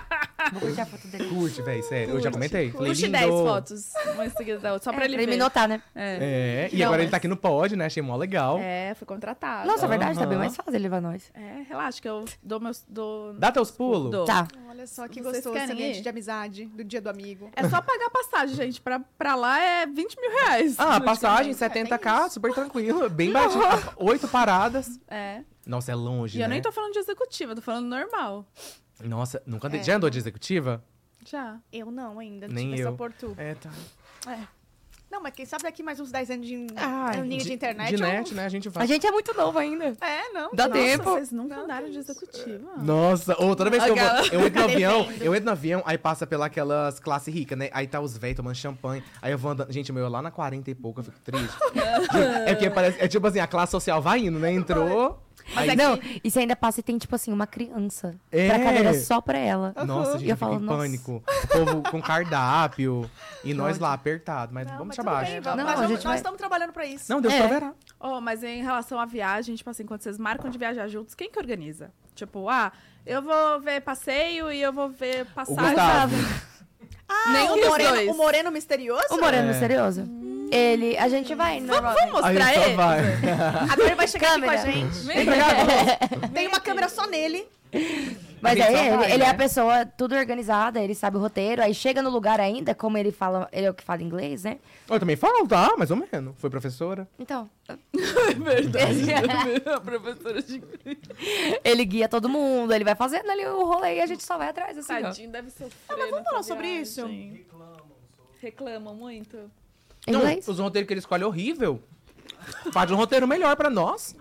Vou curtir a foto dele. Curte, velho, sério. Eu já comentei. Falei, Curte lindo. dez fotos, uma em seguida da outra, só pra É, ele pra ele ver. me notar, né? É, É, e Não, agora mas- ele tá aqui no pod, né? Achei mó legal. é, foi contratado. Nossa, é verdade, tá bem Aham. mais fácil ele levar nós. É, relaxa que eu dou meus... Dou... Dá teus pulos? Dou. Tá. Olha só que Vocês gostoso esse querem ambiente ir? de amizade, do dia do amigo. É só pagar a passagem, gente. Pra, pra lá é vinte mil reais. Ah, passagem É, setenta tem k, super tranquilo. Bem baratinho. Oito paradas. É. Nossa, é longe, E eu né? nem tô falando de executiva, tô falando normal. Nossa, nunca andei. É. Já andou de executiva? Já. Eu não ainda, Nem tive essa eu. oportu. É, tá. Não, mas quem sabe daqui mais uns dez anos de Ah, aninho de, internet. De eu- net, né? A gente vai. A gente é muito novo ainda. É, não. Dá nossa, tempo. Vocês nunca Não, andaram que de isso. executiva. Nossa, ou toda vez que eu vou, Aquela- eu entro no Tá avião, devendo. eu entro no avião, aí passa pelas classes ricas, né? Aí tá os velhos tomando champanhe. Aí eu vou andando. Gente, o meu é lá na quarenta e pouco, eu fico triste. É porque parece. É tipo assim, a classe social vai indo, né? Entrou. Mas aí- não, e você ainda passa e tem, tipo assim, uma criança. É. Pra cadeira só pra ela. Nossa, gente, E eu eu fico falo, em nossa. pânico. O povo com cardápio. E nós lá, apertado. Mas Não, vamos mas pra tudo baixo. bem, vamos- Não, mas a vamos- gente nós vai- estamos trabalhando pra isso. Não, Deus É. proverá. Oh, mas em relação à viagem, tipo assim, quando vocês marcam de viajar juntos, quem que organiza? Tipo, ah, eu vou ver passeio e eu vou ver O passagem. Gustavo. Ah, Nenhum o dos moreno, dois. o moreno misterioso? O Moreno É. Misterioso. Ele, a gente vai normalmente. Vamos Aí mostrar só ele? vai. Agora ele vai chegar Câmera. aqui com a gente. Vem pra cá. Tem uma câmera só nele. Mas A gente aí só ele, vai, ele é né? a pessoa tudo organizada, ele sabe o roteiro, aí chega no lugar ainda, como ele fala, ele é o que fala inglês, né? Eu também falo, tá? Mais ou menos. Foi professora. Então, É verdade. A professora de inglês. ele guia todo mundo, ele vai fazendo ali o rolê e a gente só vai atrás, assim, ó. Tadinho, deve sofrer. mas vamos nessa falar sobre viagem. isso? Reclamam muito. Inglês? Não, os roteiros que ele escolhe é horrível. Faz um roteiro melhor pra nós.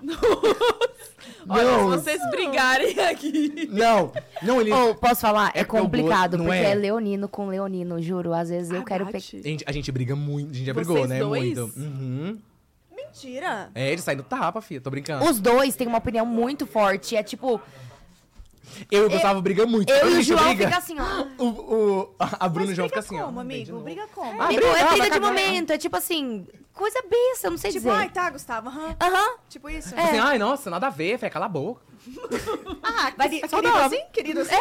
Olha, Não. se vocês brigarem aqui. Não, não, ele... Ou, posso falar, é, É porque eu complicado, gosto- não porque é? é leonino com leonino, juro. Às vezes eu Ah, quero bate. pegar. A gente, a gente briga muito, a gente já Vocês brigou, né? dois? Muito. Uhum. Mentira. É, ele sai do tapa, filha. Tô brincando. Os dois têm uma opinião muito forte. É tipo, Eu e o Gustavo brigam muito. eu Quando e a o gente João briga, fica assim, ó. O, o, a Bruna e o Mas João briga fica assim, ó. como, Não tem de amigo? novo. Briga como? Ah, Amigo, briga, é vai briga de cagar. momento, é tipo assim, coisa besta, eu não sei Tipo, dizer. ai, tá, Gustavo. aham. Aham. Tipo isso? Tipo assim, ai, nossa, nada a ver, fé, cala a boca. Ah, Vai- queri- é querido saudável. assim? Querido assim?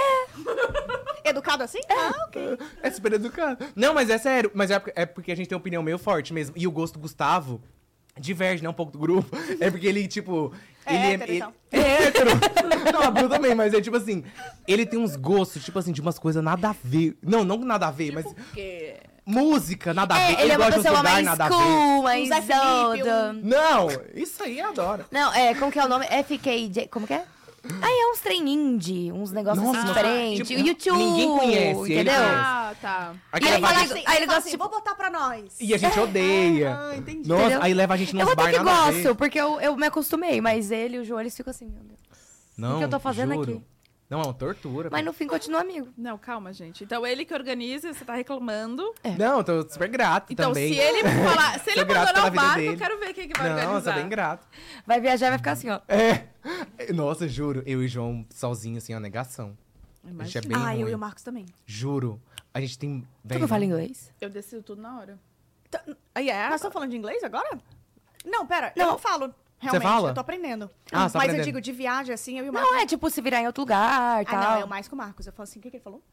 É. Educado assim? Ah, ok. É super educado. Não, mas é sério. Mas é porque, é porque a gente tem uma opinião meio forte mesmo. E o gosto do Gustavo diverge, né, um pouco do grupo. É porque ele, tipo... É ele hétero, ele, então. é hétero. Não, a Bruna também, mas é tipo assim... Ele tem uns gostos, tipo assim, de umas coisas nada a ver. Não, não nada a ver, mas... Porque... Música, nada a ver. É, ele é uma gosta de uns pessoa lugares mais nada a ver. cool, mais Um Zé Felipe, doida. Não, isso aí eu adoro. Não, é, como que é o nome? F K J, como que é? Aí é uns trem indie, uns negócios Nossa, assim nossa, diferentes. tipo, o YouTube, ninguém conhece, ele entendeu? conhece. Ah, tá. Aí E aí leva a fala gente- assim- aí ele fala gosta, tipo- vou botar pra nós. E a gente odeia. Ah, entendi. Nossa, Entendeu? aí leva a gente Eu nos vou ter bar que nada a ver. gosto, porque eu, eu me acostumei, mas ele e o João, eles ficam assim, meu Deus. Não, O que eu tô fazendo juro. aqui? Não, é uma tortura. Mas no fim continua amigo. Não, calma, gente. Então ele que organiza, você tá reclamando. Não, eu tô super grato Então, também. se ele falar, se ele Sou grato abandonar pela o vida barco, dele. eu quero ver quem que vai Não, eu organizar. sou bem grato. Vai viajar e vai ficar assim, ó. É. Nossa, juro, eu e o João sozinho, assim, é uma negação. A gente é bem Ah, ruim. eu e o Marcos também. Juro. A gente tem... Tu véi, não fala inglês? Eu decido tudo na hora. Aí é? Nós estamos falando de inglês agora? Não, pera, eu Não. não falo. Realmente, fala? eu tô aprendendo. Ah, você tá Mas aprendendo. eu digo, de viagem, assim, eu e o Marcos. Não, é tipo se virar em outro lugar e Ah, tal. não, eu mais com o Marcos. Eu falo assim, o que, que ele falou?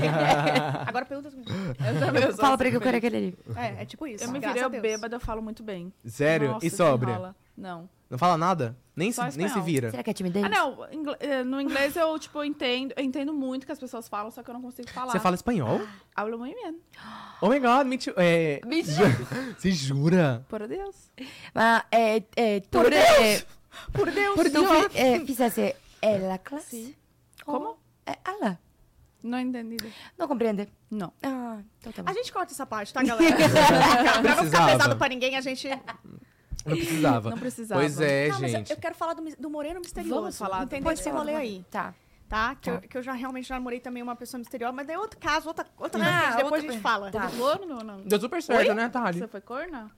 Agora pergunta assim. Eu também, eu sou Fala assim pra ele que eu quero também. aquele ali. É, é tipo isso. Eu me graças virei a Deus. bêbada, eu falo muito bem. Sério? Nossa, E sóbria? desenrola. Não. Não fala nada? Nem, se, Só nem se espanhol. vira. Será que é timidez? Ah, não. ingle- eh, No inglês eu, tipo, entendo, eu entendo muito o que as pessoas falam, só que eu não consigo falar. Você fala espanhol? Hablo muy bien. Oh my god, mentira. É... Você jura? Por Deus. Mas, é, é, tu Por é, Por Deus. por tu fi- é, fizesse ela classe? Sim. Como? É ela. Não entendi. Não compreende? Não. Ah, então tá bom. A gente corta essa parte, tá, galera? pra não ficar Precisava. pesado pra ninguém, a gente... Não precisava. Não precisava. Pois é, Não, mas eu, gente. eu quero falar do, mis- do Moreno Misterioso. Vamos falar do Entender esse Moreno. rolê aí, Tá. tá? Que, Tá. Eu, que eu já realmente já namorei também uma pessoa misteriosa, mas daí é outro caso, outra, outra Ah, coisa, que depois outra a gente coisa. fala. Tá. Teve corno ou não? Deu super certo, Oi? né, Thali? Você foi corna?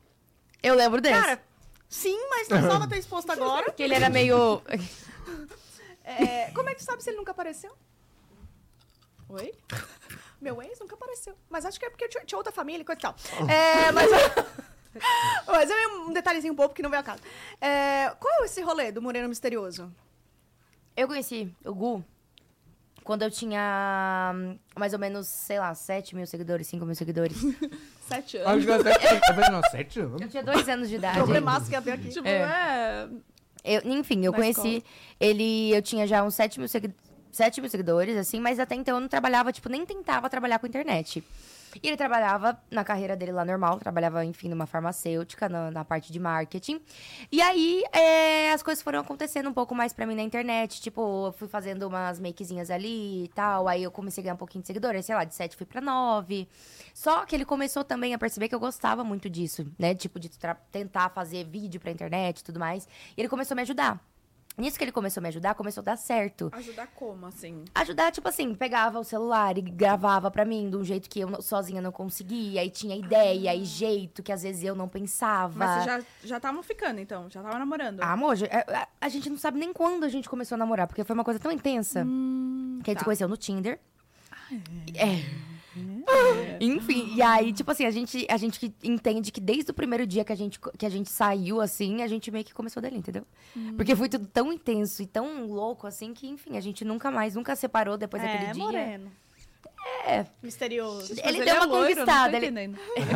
Eu lembro desse. Cara, sim, mas não só ter exposto agora. que ele era meio... É, como é que tu sabe se ele nunca apareceu? Oi? Meu ex nunca apareceu. Mas acho que é porque tinha, tinha outra família e coisa e tal. É, mas... mas é um detalhezinho um pouco que não veio a caso. É, qual é esse rolê do Moreno Misterioso? Eu conheci o Gu Quando eu tinha hum, mais ou menos, sei lá, sete mil seguidores, cinco mil seguidores. Sete Ah, eu anos. digo, sete- eu falei, não, sete anos? Eu tinha dois anos de idade. Problemaço que abriu aqui. Tipo, é... Eu, enfim, eu Na conheci ele, eu tinha já uns sete mil, segui- sete mil seguidores, assim, mas até então eu não trabalhava, tipo, nem tentava trabalhar com internet. E ele trabalhava na carreira dele lá normal, trabalhava, enfim, numa farmacêutica, na, na parte de marketing. E aí, é, as coisas foram acontecendo um pouco mais pra mim na internet. Tipo, eu fui fazendo umas makezinhas ali e tal. Aí eu comecei a ganhar um pouquinho de seguidores, sei lá, de sete fui pra nove. Só que ele começou também a perceber que eu gostava muito disso, né? Tipo, de tra- tentar fazer vídeo pra internet e tudo mais. E ele começou a me ajudar. Nisso que ele começou a me ajudar, começou a dar certo. Ajudar como, assim? Ajudar, tipo assim, pegava o celular e gravava pra mim de um jeito que eu não- sozinha não conseguia. E tinha ideia e jeito que às vezes eu não pensava. Mas vocês já já estavam ficando, então? Já estavam namorando? Ah, amor, já- a, a- a gente não sabe nem quando a gente começou a namorar, porque foi uma coisa tão intensa. que a gente tá. se conheceu no Tinder. É. Enfim, e aí, tipo assim, a gente, a gente que entende que desde o primeiro dia que a, gente, que a gente saiu, assim, a gente meio que começou dali, entendeu? Porque foi tudo tão intenso e tão louco, assim, que, enfim, a gente nunca mais, nunca separou depois daquele É, dia. moreno. Misterioso. Ele Mas deu é uma loiro, conquistada, Não tô ele- entendendo.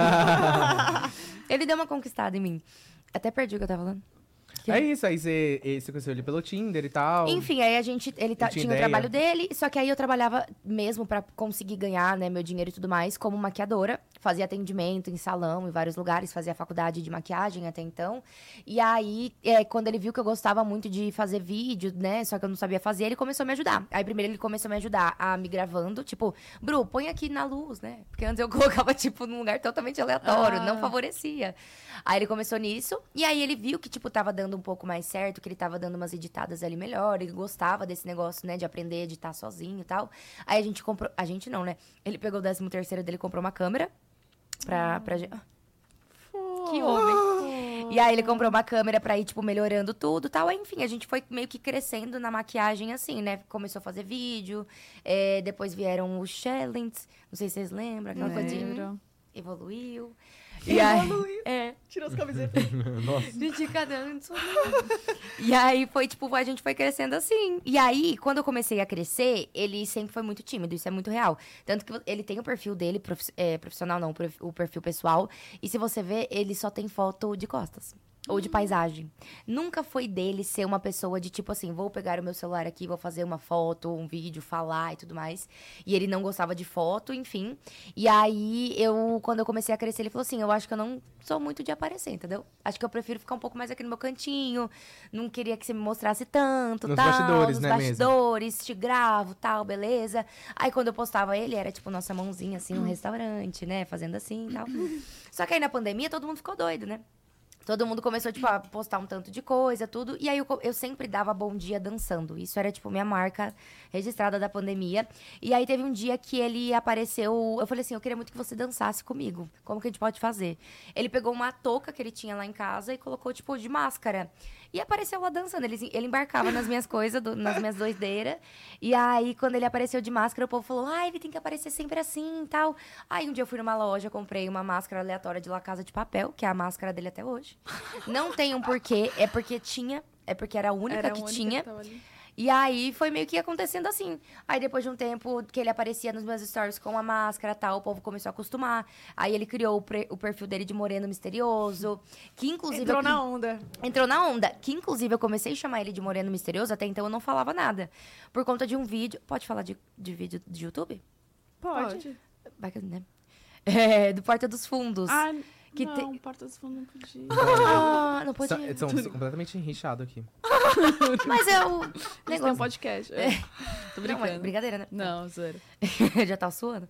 Ele deu uma conquistada em mim. Até perdi o que eu tava falando. Que- É isso, aí você, eh, você conheceu ele pelo Tinder e tal. Enfim, aí a gente, ele tá- Ele tinha tinha o ideia. trabalho dele, só que aí eu trabalhava mesmo pra conseguir ganhar, né, meu dinheiro e tudo mais, como maquiadora. Fazia atendimento em salão, em vários lugares, fazia faculdade de maquiagem até então. E aí, é, quando ele viu que eu gostava muito de fazer vídeo, né, só que eu não sabia fazer, ele começou a me ajudar. Aí primeiro ele começou a me ajudar a me gravando, tipo, Bru, põe aqui na luz, né? Porque antes eu colocava, tipo, num lugar totalmente aleatório, Ah. não favorecia. Aí ele começou nisso, e aí ele viu que, tipo, tava dando um pouco mais certo, que ele tava dando umas editadas ali melhor, ele gostava desse negócio, né, de aprender a editar sozinho e tal. Aí a gente comprou, a gente não, né? Ele pegou o décimo terceiro dele e comprou uma câmera pra, pra gente... Que homem. E aí ele comprou uma câmera pra ir, tipo, melhorando tudo e tal. Aí, enfim, a gente foi meio que crescendo na maquiagem, assim, né? Começou a fazer vídeo, é, depois vieram os challenges, não sei se vocês lembram, aquela coisa de... Lembro. Evoluiu. E aí, Evoluiu. é, Tirou as camisetas. gente, cada um de sua vida. E aí foi, tipo, a gente foi crescendo assim. E aí, quando eu comecei a crescer, ele sempre foi muito tímido, isso é muito real. Tanto que ele tem o perfil dele, profi- é, profissional não, o perf- o perfil pessoal. E se você ver, ele só tem foto de costas. Ou de paisagem. Nunca foi dele ser uma pessoa de tipo assim, vou pegar o meu celular aqui, vou fazer uma foto, um vídeo, falar e tudo mais. E ele não gostava de foto, enfim. E aí, eu, quando eu comecei a crescer, ele falou assim, eu acho que eu não sou muito de aparecer, entendeu? Acho que eu prefiro ficar um pouco mais aqui no meu cantinho. Não queria que você me mostrasse tanto, Nos tal. bastidores, nos né, mesmo? bastidores, te gravo, tal, beleza. Aí, quando eu postava ele, era tipo nossa mãozinha, assim, num restaurante, né? Fazendo assim e tal. Só que aí, na pandemia, todo mundo ficou doido, né? Todo mundo começou, tipo, a postar um tanto de coisa, tudo. E aí, eu, co- eu sempre dava bom dia dançando. Isso era, tipo, minha marca registrada da pandemia. E aí, teve um dia que ele apareceu... Eu falei assim, eu queria muito que você dançasse comigo. Como que a gente pode fazer? Ele pegou uma touca que ele tinha lá em casa e colocou, tipo, de máscara. E apareceu lá dançando. Ele, ele embarcava nas minhas coisas, do- nas minhas doideiras. E aí, quando ele apareceu de máscara, o povo falou, ah, ele tem que aparecer sempre assim e tal. Aí, um dia eu fui numa loja, comprei uma máscara aleatória de La Casa de Papel, que é a máscara dele até hoje. Não tem um porquê, é porque tinha, é porque era a única Era a que única tinha. tava ali. E aí foi meio que acontecendo assim. Aí depois de um tempo que ele aparecia nos meus stories com a máscara e tal, o povo começou a acostumar. Aí ele criou o, pre- o perfil dele de Moreno Misterioso, que inclusive... Entrou eu- na onda. Entrou na onda. Que, inclusive, eu comecei a chamar ele de Moreno Misterioso, até então eu não falava nada. Por conta de um vídeo... Pode falar de, de vídeo de YouTube? Pode. Vai que, né? É, do Porta dos Fundos. Ah, Que não, tem- Porta dos Fundos não podia. Ah, não São, podia. são completamente enrichados aqui. Mas é o Eles têm um negócio... podcast. É. Tô Não, é brincando. brincadeira, né? Não, zoeira. Já tá suando.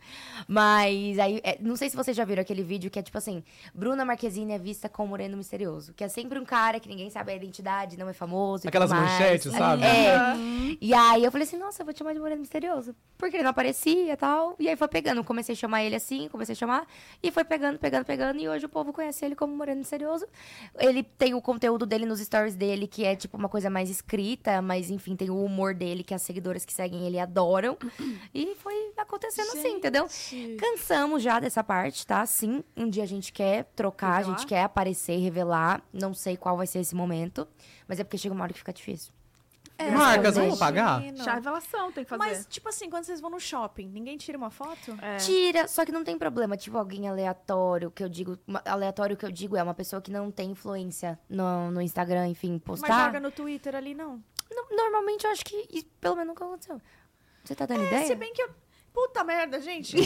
Mas aí, é, não sei se vocês já viram aquele vídeo que é tipo assim: Bruna Marquezine é vista como Moreno Misterioso. Que é sempre um cara que ninguém sabe a identidade, não é famoso. e Aquelas tudo mais. manchetes, sabe? É. Uhum. E aí eu falei assim: nossa, eu vou te chamar de Moreno Misterioso. Porque ele não aparecia e tal. E aí foi pegando. Comecei a chamar ele assim, comecei a chamar. E foi pegando, pegando, pegando. E hoje o povo conhece ele como Moreno Misterioso. Ele tem o conteúdo dele nos stories dele, que é tipo uma coisa mais escrita, mas enfim, tem o humor dele que as seguidoras que seguem ele adoram. E foi acontecendo assim, entendeu? Cansamos já dessa parte, tá? Sim, um dia a gente quer trocar, a Revelar? gente quer aparecer, revelar. Não sei qual vai ser esse momento, mas é porque chega uma hora que fica difícil. É, Marcas, deixa. vamos pagar? Imagino. Chá revelação, tem que fazer. Mas, tipo assim, quando vocês vão no shopping, ninguém tira uma foto? É. Tira, só que não tem problema. Tipo, alguém aleatório, que eu digo... uma- Aleatório que eu digo é uma pessoa que não tem influência no, no Instagram, enfim, Mas postar. joga no Twitter ali, não. No- Normalmente eu acho que isso, pelo menos nunca aconteceu. Você tá dando É, ideia? se bem que eu... Puta merda, gente.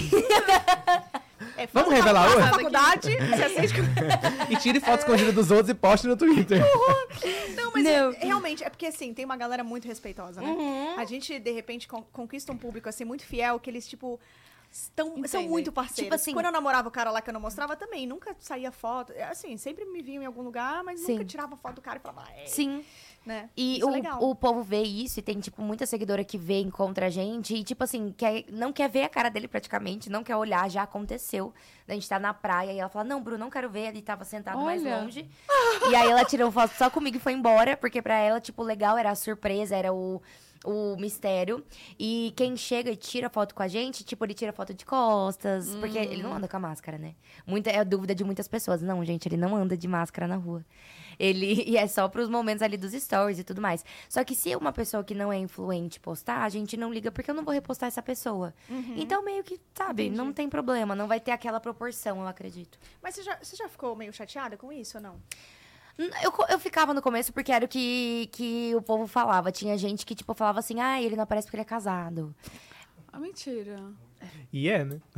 É, faz Vamos uma- revelar faz hoje? a faculdade, você assiste com... E tire foto escondida dos outros e poste no Twitter. Não, mas Não. é- realmente, é porque assim, tem uma galera muito respeitosa, né? Uhum. A gente, de repente, con- conquista um público assim, muito fiel, que eles, tipo, estão, são Entendem. muito parceiros. Tipo assim- Quando eu namorava o cara lá que eu não mostrava também, nunca saía foto. É, Assim, sempre me viam em algum lugar, mas Sim. nunca tirava foto do cara e falava, é, Sim. né? E Isso é legal. o, o povo vê isso e tem, tipo, muita seguidora que vê, encontra a gente e, tipo assim, quer, não quer ver a cara dele praticamente, não quer olhar, já aconteceu. A gente tá na praia e ela fala, não, Bruno, não quero ver, ele tava sentado mais Olha. longe. E aí ela tirou foto só comigo e foi embora, porque pra ela, tipo, o legal era a surpresa, era o, o mistério. E quem chega e tira foto com a gente, tipo, ele tira foto de costas, porque ele não anda com a máscara, né? Muita, é a dúvida de muitas pessoas. Não, gente, ele não anda de máscara na rua. Ele e é só pros momentos ali dos stories e tudo mais. Só que se uma pessoa que não é influente postar, a gente não liga porque eu não vou repostar essa pessoa. Então meio que, sabe, não tem problema, não vai ter aquela proporção, eu acredito. Mas você já, você já ficou meio chateada com isso ou não? N- Eu, co- eu ficava no começo porque era o que, que o povo falava. Tinha gente que, tipo, falava assim, ah, ele não aparece porque ele é casado. Ah, mentira. E é, né?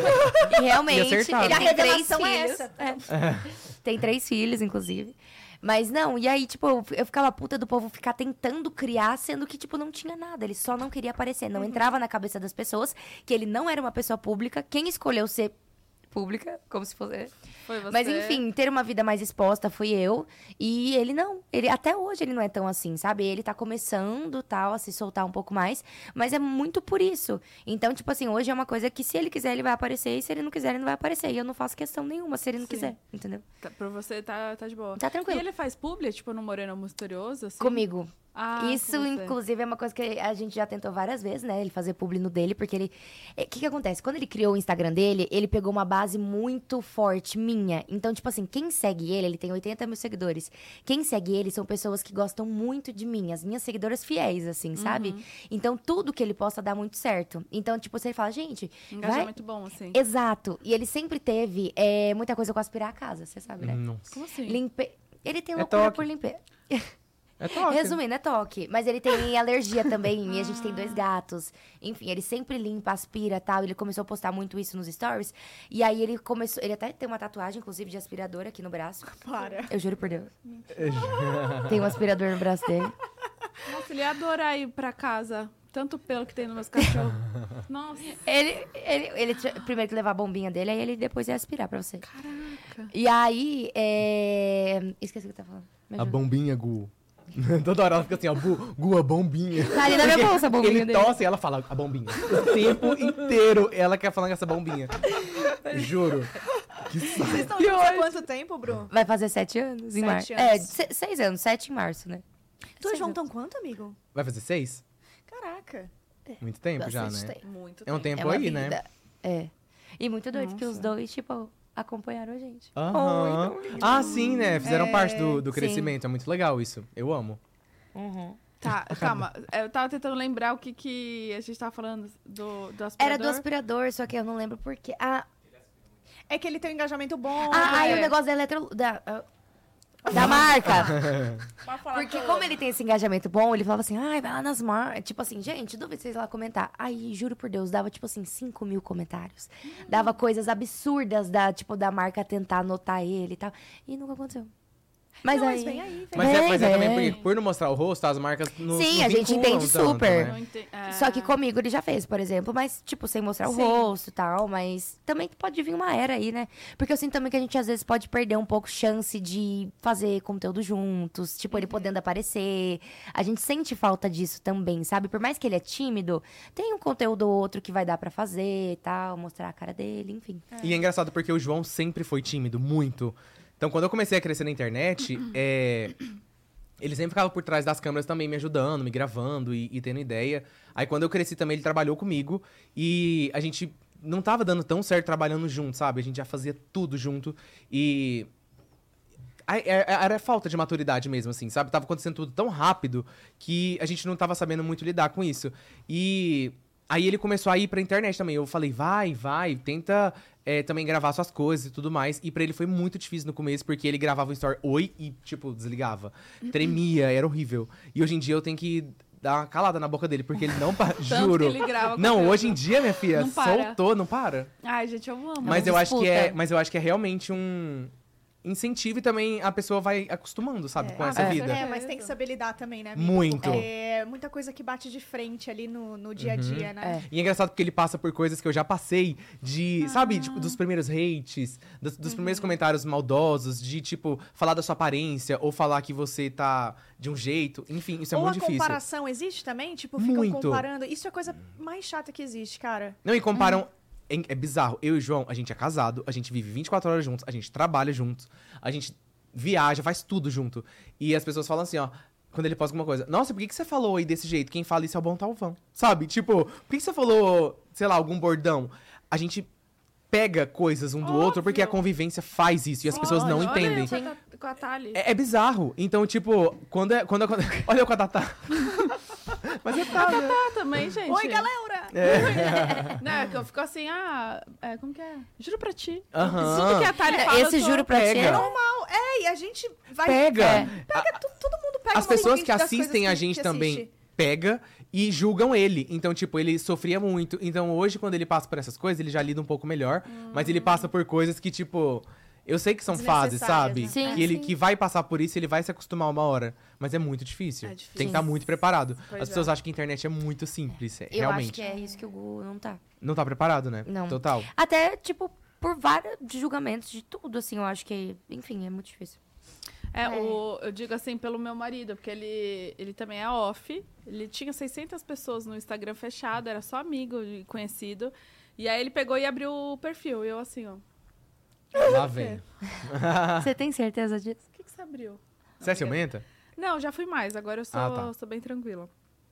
E realmente, E acertado. ele E a tem três revelação é filhos. essa. É. Tem três filhos, inclusive. Mas não, e aí, tipo, eu, eu ficava puta do povo ficar tentando criar, sendo que, tipo, não tinha nada. Ele só não queria aparecer. Não entrava na cabeça das pessoas que ele não era uma pessoa pública. Quem escolheu ser pública, como se fosse... Foi você. Mas enfim, ter uma vida mais exposta fui eu. E ele não. Ele, até hoje ele não é tão assim, sabe? Ele tá começando, tal, a se soltar um pouco mais. Mas é muito por isso. Então, tipo assim, hoje é uma coisa que se ele quiser, ele vai aparecer. E se ele não quiser, ele não vai aparecer. E eu não faço questão nenhuma se ele não Sim. quiser, entendeu? Tá, pra você tá, tá de boa. Tá tranquilo. E ele faz publi, tipo, no Moreno Misterioso, assim? Comigo. Ah, Isso, com você. inclusive, é uma coisa que a gente já tentou várias vezes, né? Ele fazer publi no dele, porque ele... O que que acontece? Quando ele criou o Instagram dele, ele pegou uma base muito forte, minha. Então, tipo assim, quem segue ele, ele tem oitenta mil seguidores. Quem segue ele são pessoas que gostam muito de mim, as minhas seguidoras fiéis, assim, sabe? Então, tudo que ele posta dá muito certo. Então, tipo, você fala, gente, vai... Engajamento bom, assim. Exato. E ele sempre teve é, muita coisa com aspirar a casa, você sabe, né? Nossa. Como assim? Limpe... Ele tem É loucura toque. por limpeza. É toque. Resumindo, é toque. Mas ele tem alergia também, e a gente tem dois gatos. Enfim, ele sempre limpa, aspira e tal. Ele começou a postar muito isso nos stories. E aí ele começou... Ele até tem uma tatuagem, inclusive, de aspirador aqui no braço. Para. Eu juro por Deus. Tem um aspirador no braço dele. Nossa, ele ia adorar ir pra casa. Tanto pelo que tem nos meus cachorros. Nossa. Ele, ele, ele tinha- primeiro que levar a bombinha dele, aí ele depois ia aspirar pra você. Caraca. E aí, é... Esqueci o que eu tava falando. Me A ajuda. bombinha, Gu. Toda hora ela fica assim, ó, Gu, Gu, a bombinha. Tá ali na minha bolsa a bombinha Ele dele. tosse e ela fala, a bombinha. O tempo inteiro ela quer falar com essa bombinha. Juro. Que saco. Vocês estão juntos há quanto tempo, Bru? Vai fazer sete anos em Sete março. anos. É, se- seis anos, sete em março, né? Tu e Seis João anos. estão quanto, amigo? Vai fazer seis? Caraca. Muito tempo já, Bastante né? tempo. Muito É um tempo. tempo uma aí, né? vida. É. E muito doido, que os Nossa. dois, tipo, acompanharam a gente. Aham. Ah, sim, né? Fizeram É, parte do, do sim. crescimento. É muito legal isso. Eu amo. Uhum. Tá, calma. Eu tava tentando lembrar o que, que a gente tava falando do, do aspirador. Era do aspirador, só que eu não lembro por quê. Ah, É que ele tem um engajamento bom. ah, aí é. o negócio da eletro... Da, ah, da marca. Pode falar Porque que eu- como ele tem esse engajamento bom, ele falava assim, ai, vai lá nas marcas. Tipo assim, gente, duvido vocês lá comentar. Aí, juro por Deus, dava, tipo assim, cinco mil comentários. Dava coisas absurdas da, tipo, da marca tentar anotar ele e tal. E nunca aconteceu. Mas Não, aí... mas vem aí, vem Mas, é, mas é Vem, também vem. porque, por não mostrar o rosto, as marcas não Sim, não a gente vinculam entende tanto, super. né? Não ente- é. Só que comigo ele já fez, por exemplo, mas, tipo, sem mostrar o Sim. rosto e tal, mas também pode vir uma era aí, né? Porque eu sinto também que a gente às vezes pode perder um pouco chance de fazer conteúdo juntos, tipo, ele podendo aparecer. A gente sente falta disso também, sabe? Por mais que ele é tímido, tem um conteúdo ou outro que vai dar pra fazer e tal, mostrar a cara dele, enfim. E é engraçado porque o João sempre foi tímido, muito. Então, quando eu comecei a crescer na internet, é, ele sempre ficava por trás das câmeras também, me ajudando, me gravando e, e tendo ideia. Aí, quando eu cresci também, ele trabalhou comigo. E a gente não tava dando tão certo trabalhando junto, sabe? A gente já fazia tudo junto. E Ai, é- é- Era falta de maturidade mesmo, assim, sabe? Tava acontecendo tudo tão rápido que a gente não tava sabendo muito lidar com isso. E aí ele começou a ir pra internet também. Eu falei, vai, vai, tenta é, também gravar suas coisas e tudo mais. E pra ele foi muito difícil no começo, porque ele gravava um story oi e, tipo, desligava. Tremia, era horrível. E hoje em dia eu tenho que dar uma calada na boca dele, porque ele não para. Tanto Juro. que ele grava Não, conteúdo. hoje em dia, minha filha, Não para. soltou, não para. Ai, gente, eu amo. Mas eu acho que disputa. é, mas eu acho que é realmente um incentivo e também a pessoa vai acostumando, sabe, com Ah, essa com vida. É, mas tem que saber lidar também, né, amiga? Muito. É muita coisa que bate de frente ali no, no dia a Uhum. dia, né? E é engraçado porque ele passa por coisas que eu já passei de, Ah. sabe, tipo, dos primeiros hates, dos, dos Uhum. primeiros comentários maldosos, de, tipo, falar da sua aparência ou falar que você tá de um jeito. Enfim, isso é Ou muito a difícil. comparação existe também? Tipo, ficam Muito. comparando. Isso é a coisa mais chata que existe, cara. Não, e comparam. Uhum. É, é bizarro. Eu e o João, a gente é casado, a gente vive vinte e quatro horas juntos, a gente trabalha juntos, a gente viaja, faz tudo junto. E as pessoas falam assim, ó. Quando ele posta alguma coisa, nossa, por que, que você falou aí desse jeito? Quem fala isso é o Bom Talvão. Sabe? Tipo, por que, que você falou, sei lá, algum bordão? A gente pega coisas um do Óbvio. outro porque a convivência faz isso e as pessoas não Olha, entendem. Olha eu com a, Ta- com a Thali. É, é bizarro. Então, tipo, quando é. Quando, quando, olha eu com a Tatá. Mas é tá, né? Ah, também, gente. Oi, galera! Não, é que eu fico assim, ah, é, como que é? Juro pra ti. Aham. Tudo que a Thali fala, Esse eu tô- juro pra ti Pega. é Normal. É, e a gente vai... Pega. É. Pega, tu- todo mundo pega As uma pessoas limite que das assistem coisas a que- gente que também assiste. pega e julgam ele. Então, tipo, ele sofria muito. Então, hoje, quando ele passa por essas coisas, ele já lida um pouco melhor. Mas ele passa por coisas que, tipo... Eu sei que são fases, sabe? Desnecessárias, né? Sim, que ele sim. que vai passar por isso, ele vai se acostumar uma hora. Mas é muito difícil. É difícil. Tem que estar muito preparado. Pois As pessoas acham que a internet é muito simples. é- Eu realmente. acho que é isso que o Gu não tá. Não tá preparado, né? Não. Total. Até, tipo, por vários julgamentos de tudo, assim, eu acho que, enfim, é muito difícil. É, É. O, eu digo assim pelo meu marido, porque ele, ele também é off. Ele tinha seiscentas pessoas no Instagram fechado, era só amigo e conhecido. E aí ele pegou e abriu o perfil. E eu assim, ó, o Lá vem. Você tem certeza disso? que, que você abriu? Você é ciumenta? Não, já fui mais, agora eu sou, Ah, tá. sou bem tranquila.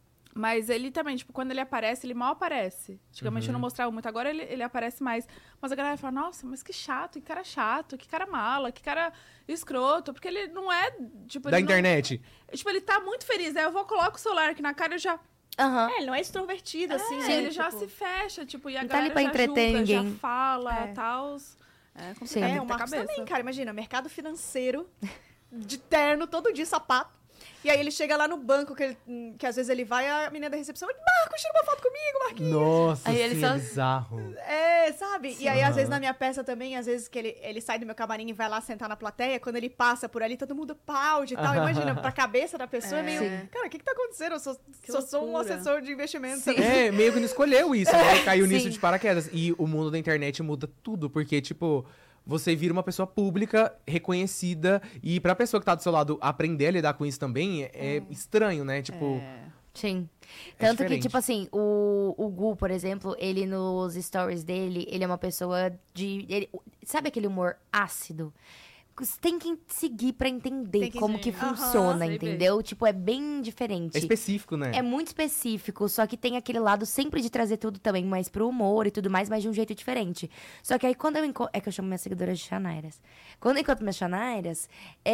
Mas ele também, tipo, quando ele aparece, ele mal aparece. Antigamente eu não mostrava muito, agora ele, ele aparece mais. Mas a galera fala, nossa, mas que chato, que cara chato, que cara mala, que cara escroto. Porque ele não é, tipo... Da ele não- internet. tipo, ele tá muito feliz. Aí eu vou, coloco o celular aqui na cara e eu já... Aham. É, ele não é extrovertido, assim, É, né? ele já Tipo, se fecha, tipo, e a Não tá ali galera pra já entreter julga, ninguém. já fala, É. tal. É complicado, Sim. tem É, que o ter Marcos cabeça. também, cara. Imagina, mercado financeiro, de terno, todo dia, sapato. E aí ele chega lá no banco, que, ele- hum, que às vezes ele vai, a menina da recepção, ele, Marcos, tira uma foto comigo, Marquinhos. Nossa, Aí ele sim, só- é bizarro. É, sabe? E aí, às Aham. vezes, na minha peça também, às vezes que ele, ele sai do meu camarim e vai lá sentar na plateia, quando ele passa por ali, todo mundo aplaude e tal. Imagina, pra cabeça da pessoa é, É. meio, Sim. cara, o que que tá acontecendo? Eu sou, Que só sou um loucura. assessor de investimento. Sim. sabe? É, meio que não escolheu isso, né? Caiu nisso Sim. de paraquedas. E o mundo da internet muda tudo, porque, tipo, você vira uma pessoa pública, reconhecida, e pra pessoa que tá do seu lado aprender a lidar com isso também é, é estranho, né? Tipo, É. Sim. É Tanto que, diferente. tipo assim, o, o Gu, por exemplo, ele nos stories dele, ele é uma pessoa de... ele- sabe aquele humor ácido? Você tem que seguir pra entender Tem que- como que Aham, funciona, sei entendeu? Tipo, é bem diferente. é específico, né? É muito específico, só que tem aquele lado sempre de trazer tudo também mais pro humor e tudo mais, mas de um jeito diferente. Só que aí quando eu encontro... É que eu chamo minhas seguidoras de chanairas. Quando eu encontro minhas chanairas,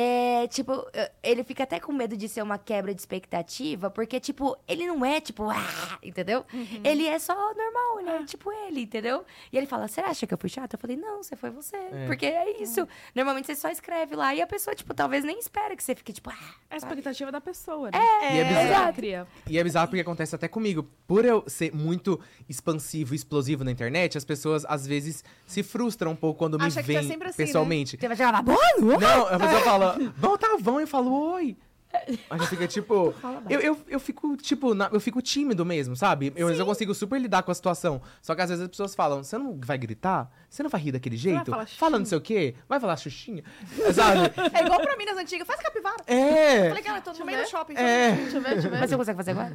é tipo... eu- Ele fica até com medo de ser uma quebra de expectativa, porque, tipo, ele não é, tipo... Ah, entendeu? Ele é só normal, ele é tipo ele, entendeu? E ele fala, você acha que eu fui chata? Eu falei, não, você foi você. É. Porque é isso. Normalmente você só escreve lá e a pessoa, tipo, talvez nem espera que você fique, tipo... Ah, É a expectativa da pessoa, né? E é bizarro. Ela cria. E é bizarro porque acontece até comigo. Por eu ser muito expansivo e explosivo na internet, as pessoas às vezes se frustram um pouco quando me Acha que tu é veem sempre assim, né? pessoalmente. você vai chegar lá, bom? Não, a pessoa fala, bom, tá bom, eu falo, oi. A gente fica tipo. Fala Eu, eu, eu fico, tipo, na- eu fico tímido mesmo, sabe? Eu, eu consigo super lidar com a situação. Só que às vezes as pessoas falam, você não vai gritar? Você não vai rir daquele jeito? falar Fala não sei o quê? Vai falar xuxinha? Sabe? É igual pra mim nas antigas, faz capivara. Eu É. falei, cara, eu tô no meio do shopping. É. Deixa eu ver, deixa eu ver. Mas você consegue fazer agora?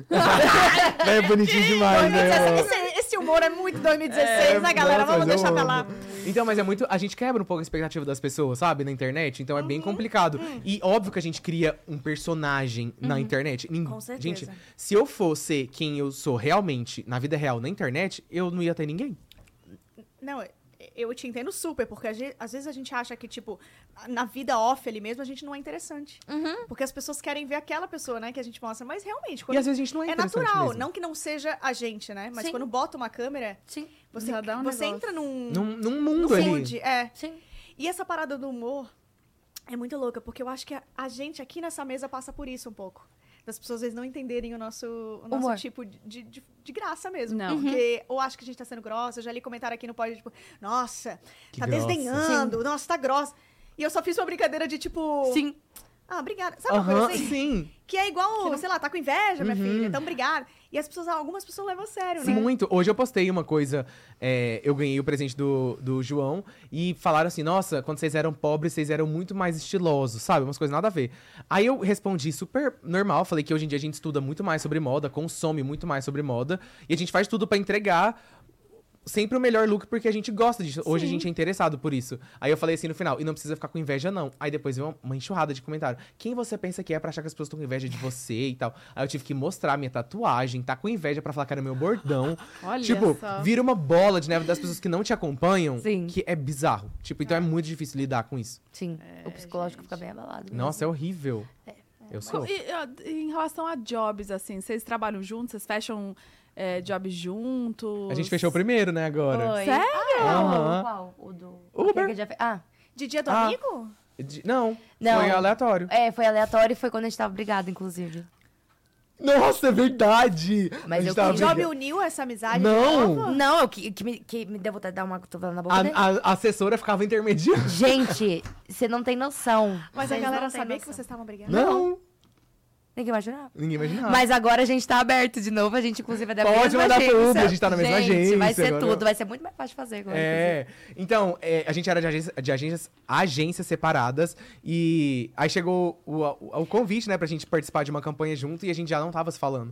É bonitinho demais, né? Esse, esse humor é muito dois mil e dezesseis, É, né, galera? nossa, Vamos mas eu deixar pra amo. lá. Então, mas é muito. A gente quebra um pouco a expectativa das pessoas, sabe? Na internet. Então é Uhum. bem complicado. E óbvio que a gente cria um personagem na internet. Nin- Uhum. Com certeza. Gente, se eu fosse quem eu sou realmente na vida real na internet, eu não ia ter ninguém. Não, eu te entendo super, porque a gente- às vezes a gente acha que, tipo, na vida off ali mesmo, a gente não é interessante. Uhum. Porque as pessoas querem ver aquela pessoa, né, que a gente mostra. Mas realmente, E quando às vezes a gente não é é interessante natural, mesmo. não que não seja a gente, né? Mas Sim. quando bota uma câmera, Sim, você, Já dá um você negócio. entra num, Num, num num mundo ali. mood. É. sim. E essa parada do humor é muito louca, porque eu acho que a, a gente aqui nessa mesa passa por isso um pouco. Das pessoas às vezes não entenderem o nosso, o nosso Humor. tipo de, de, de graça mesmo. Não. Porque ou acho que a gente tá sendo grossa, eu já li comentário aqui no pod, tipo, nossa, Que tá grossa. desdenhando, nossa, tá grossa. E eu só fiz uma brincadeira de tipo. Sim. Ah, obrigada. Sabe uma Aham, coisa assim? sim. Que é igual, sei lá, tá com inveja, minha Uhum. filha, então obrigada. E as pessoas, algumas pessoas levam a sério, Sim, né? muito. Hoje eu postei uma coisa, é, eu ganhei o presente do, do João e falaram assim, nossa, quando vocês eram pobres, vocês eram muito mais estilosos, sabe? Umas coisas nada a ver. Aí eu respondi super normal, falei que hoje em dia a gente estuda muito mais sobre moda, consome muito mais sobre moda, e a gente faz tudo pra entregar sempre o melhor look porque a gente gosta disso. Hoje a Sim. gente é interessado por isso. Aí eu falei assim no final, e não precisa ficar com inveja não. Aí depois veio uma, uma enxurrada de comentário. Quem você pensa que é pra achar que as pessoas estão com inveja de você e tal? Aí eu tive que mostrar minha tatuagem, tá com inveja pra falar que era meu bordão. Olha Tipo, só. vira uma bola de neve das pessoas que não te acompanham, Sim. que é bizarro. Tipo, então é muito difícil lidar com isso. Sim. o psicológico fica bem abalado. mesmo. Nossa, é horrível. Eu sou. E, ó, em relação a jobs, assim, vocês trabalham juntos? Vocês fecham é, jobs juntos? A gente fechou o primeiro, né, agora. Foi. Sério? Ah, Aham. o qual? O do... Uber. aquele que já fe- Ah, De dia do Ah. amigo? De- Não, Não. foi aleatório. é, foi aleatório e foi quando a gente tava brigado, inclusive. Nossa, é verdade! Mas A gente eu tava queria- O job brigando. uniu essa amizade? Não. nova? Não, eu que, que, me, que me deu vontade de dar uma cotovelada na boca dele. A, a- a assessora ficava intermediando. Gente, você não tem noção. Mas a Vocês galera não têm sabia que noção. vocês estavam brigando? Não, Ninguém imaginava. ninguém imaginava. Mas agora a gente tá aberto de novo, a gente inclusive é da Pode mesma mandar pro agência. Uber, a gente tá na mesma Gente, agência vai ser agora. tudo, vai ser muito mais fácil de fazer agora. É, então, é, a gente era de, agência- de agências, agências separadas e aí chegou o, o, o convite, né, pra gente participar de uma campanha junto e a gente já não tava se falando.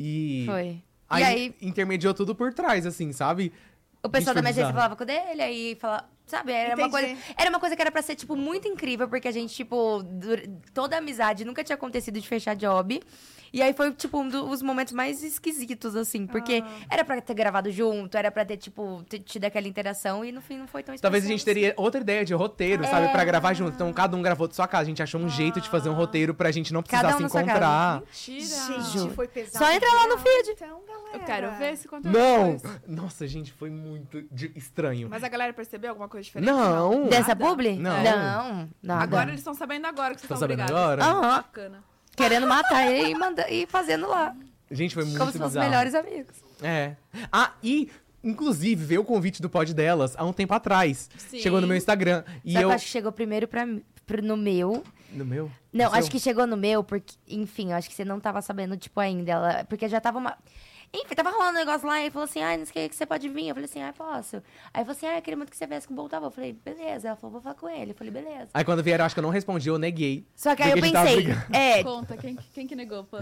E Foi. aí, E aí, intermediou tudo por trás, assim, sabe? o pessoal Gente, da foi minha agência bizarro. falava com o dele, aí falava, sabe, era uma, Entendi. coisa, era uma coisa que era pra ser, tipo, muito incrível, porque a gente, tipo, dur- toda a amizade nunca tinha acontecido de fechar job. E aí foi, tipo, um dos momentos mais esquisitos, assim, porque Ah. era pra ter gravado junto, era pra ter, tipo, ter tido aquela interação e no fim não foi tão especial. Talvez a gente teria outra ideia de roteiro, É. sabe, pra gravar junto. Então cada um gravou de sua casa. A gente achou um jeito de fazer um roteiro pra gente não precisar Cada um se na sua encontrar. Mentira. Gente, Juro. foi pesado. Só entra lá no feed. Então, galera. Eu quero ver esse conteúdo Não! depois. Nossa, gente, foi muito de- estranho. Mas a galera percebeu alguma coisa diferente? Não! Dessa Nada. publi? Não. Não, nada. Agora eles estão sabendo agora que vocês Tô estão sabendo brigados. agora? Aham. Bacana. Querendo matar ele e, manda, e fazendo lá. Gente, foi muito Como se fossem bizarro. melhores amigos. É. Ah, e, inclusive, veio o convite do pod delas há um tempo atrás. Sim. Chegou no meu Instagram. E Só que eu. eu acho que chegou primeiro pra, mim- pro- no meu. No meu? Não, No seu? acho que chegou no meu, porque, enfim, eu acho que você não tava sabendo, tipo, ainda. Ela, porque já tava uma. Enfim, tava rolando um negócio lá e ele falou assim: ai, não sei o que, você pode vir. Eu falei assim: ai, posso. Aí falou assim: ai, eu queria muito que você viesse com o Boltava. Eu falei: beleza. Ela falou: vou falar com ele. Eu falei: beleza. Aí quando vieram, acho que eu não respondi, eu neguei. Só que aí eu Porque a gente tava pensei: brigando. é. Conta, quem, quem que negou, Pan?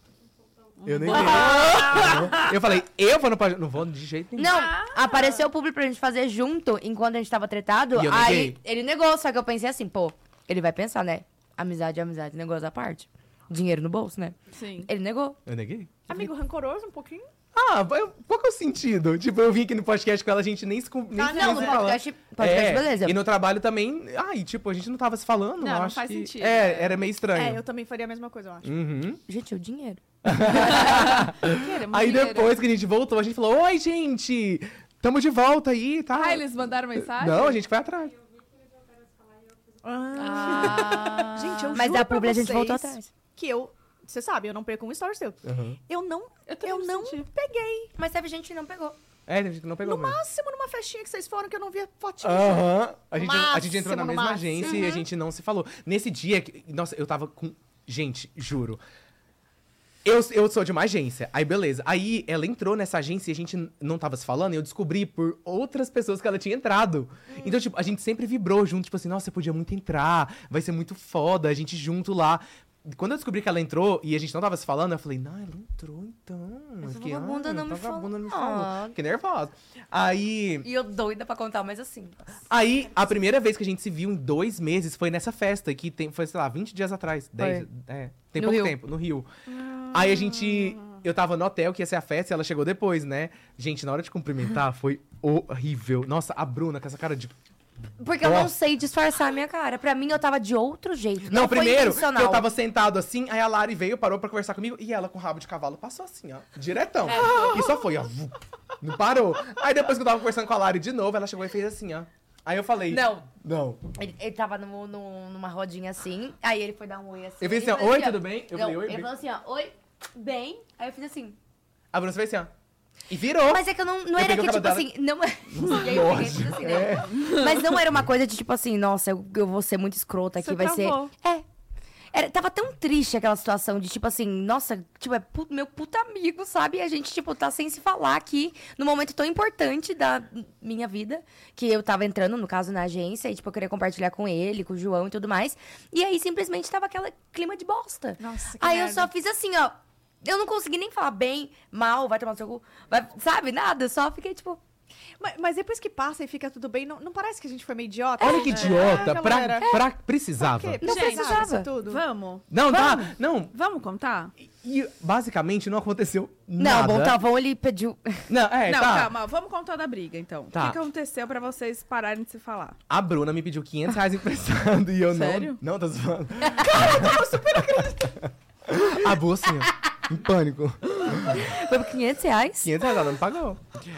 Eu neguei. eu falei, eu vou no pod. Não vou de jeito nenhum. Não, apareceu o público pra gente fazer junto enquanto a gente tava tretado. E eu Aí neguei. ele negou, só que eu pensei assim: pô, ele vai pensar, né? Amizade é amizade, negócio à parte. Dinheiro no bolso, né? Sim. Ele negou. Eu neguei? Amigo rancoroso, um pouquinho? Ah, vai- qual que é o sentido? Tipo, eu vim aqui no podcast com ela, a gente nem se, com- nem Ah, se não, nem Não, se no fala. podcast, podcast É, beleza. E no trabalho também. Ai, tipo, a gente não tava se falando. Não, eu não acho faz que- sentido. É, era meio estranho. É, eu também faria a mesma coisa, eu acho. Uhum. Gente, o dinheiro. Queremos Aí dinheiro. depois que a gente voltou, a gente falou: Oi, gente! Tamo de volta aí, tá? Ah, eles mandaram mensagem? Não, a gente foi atrás. Ah. Gente, eu Mas juro da pra publi a gente vocês voltou atrás. Que eu... Você sabe, eu não perco um story seu. Uhum. Eu não... Eu Eu, também me não senti. peguei. Mas teve gente que não pegou. É, teve gente que não pegou No mesmo. máximo, numa festinha que vocês foram, que eu não via fotinho. Aham. A, gente, a gente entrou na Máximo, no mesma máximo. agência e a gente não se falou. Nesse dia, que- nossa, eu tava com. Gente, juro. Eu, eu sou de uma agência. Aí, beleza. Aí ela entrou nessa agência e a gente n- não tava se falando, e eu descobri por outras pessoas que ela tinha entrado. Então, tipo, a gente sempre vibrou junto, tipo assim, nossa, você podia muito entrar, vai ser muito foda, a gente junto lá. Quando eu descobri que ela entrou e a gente não tava se falando, eu falei, não, ela entrou então. Eu Essa fiquei, vagabunda "Ah, não me essa vagabunda não me falou." falou. Fiquei nervosa. Aí. E eu doida pra contar, mas assim. Aí, a primeira vez que a gente se viu em dois meses foi nessa festa, que tem, foi, sei lá, vinte dias atrás. dez, é, tem No pouco Rio. tempo, no Rio. Aí a gente eu tava no hotel, que ia ser a festa, e ela chegou depois, né? Gente, na hora de cumprimentar, foi horrível. Nossa, a Bruna, com essa cara de... Porque eu Ó. não sei disfarçar a minha cara. Pra mim, eu tava de outro jeito. Não, Não, foi primeiro, que intencional. eu tava sentado assim, aí a Lari veio, parou pra conversar comigo, e ela com o rabo de cavalo passou assim, ó, diretão. E só foi, ó, vu, não parou. Aí depois que eu tava conversando com a Lari de novo, ela chegou e fez assim, ó. Aí eu falei... Não. Não. Ele, ele tava no, no- numa rodinha assim, aí ele foi dar um oi assim. Eu fiz ele assim, ó, fez oi, tudo bem? Eu Não, falei, oi, ele bem. falou assim, ó, oi, bem. Aí eu fiz assim. A Bruna fez assim, ó. E virou. Mas é que eu não, não Eu era peguei que, o cabelo tipo dela. assim, não... E aí eu peguei tudo assim, né? Mas não era uma coisa de, tipo assim, nossa, eu, eu vou ser muito escrota aqui, Você vai travou. ser... É. Era, tava tão triste aquela situação de, tipo assim, nossa, tipo, é pu- meu puta amigo, sabe? E a gente, tipo, tá sem se falar aqui, num momento tão importante da minha vida, que eu tava entrando, no caso, na agência, e, tipo, eu queria compartilhar com ele, com o João e tudo mais. E aí, simplesmente, tava aquele clima de bosta. Nossa, que Aí eu merda. só fiz assim, ó. Eu não consegui nem falar bem, mal, vai tomar no seu cu, vai, sabe? Nada, só fiquei, tipo... Mas, mas depois que passa e fica tudo bem, não, não parece que a gente foi meio idiota? Olha que idiota, É, pra, galera. pra... Precisava. Por quê? Não Gente, precisava. isso tudo. Vamos? Não, tá, Vamos? não. Vamos contar? E basicamente não aconteceu Não, nada. bom, Tavão, ele pediu... Não, é, não, tá. calma, vamos contar da briga, então. Tá. O que aconteceu pra vocês pararem de se falar? A Bruna me pediu quinhentos reais emprestado e eu Sério? não... Não, tô zoando. Cara, eu tava super acreditando. A Bu, assim, ó, em pânico. Foi por quinhentos reais? quinhentos reais, ela não pagou.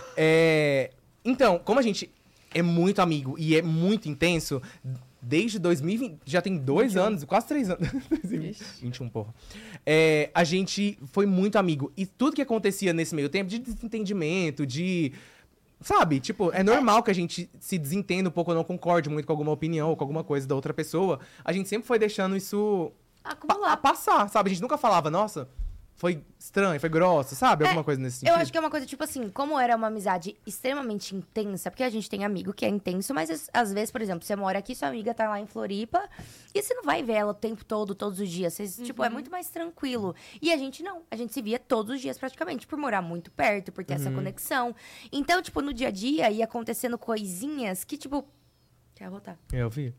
É... Então, como a gente é muito amigo e é muito intenso, desde dois mil e vinte, já tem dois anos, quase três anos. vinte e um, porra. É, a gente foi muito amigo. E tudo que acontecia nesse meio tempo, de desentendimento, de... Sabe? Tipo, é normal que a gente se desentenda um pouco ou não concorde muito com alguma opinião ou com alguma coisa da outra pessoa. A gente sempre foi deixando isso pa- Acumular. passar, sabe? A gente nunca falava, nossa, foi estranho, foi grosso, sabe? Alguma coisa nesse sentido. Eu acho que é uma coisa, tipo assim, como era uma amizade extremamente intensa, porque a gente tem amigo que é intenso, mas às- às vezes, por exemplo, você mora aqui, sua amiga tá lá em Floripa, e você não vai ver ela o tempo todo, todos os dias. Vocês, tipo, é muito mais tranquilo. E a gente não. A gente se via todos os dias praticamente, por morar muito perto, por ter essa conexão. Então, tipo, no dia a dia ia acontecendo coisinhas que, tipo. Quer voltar? Eu vi.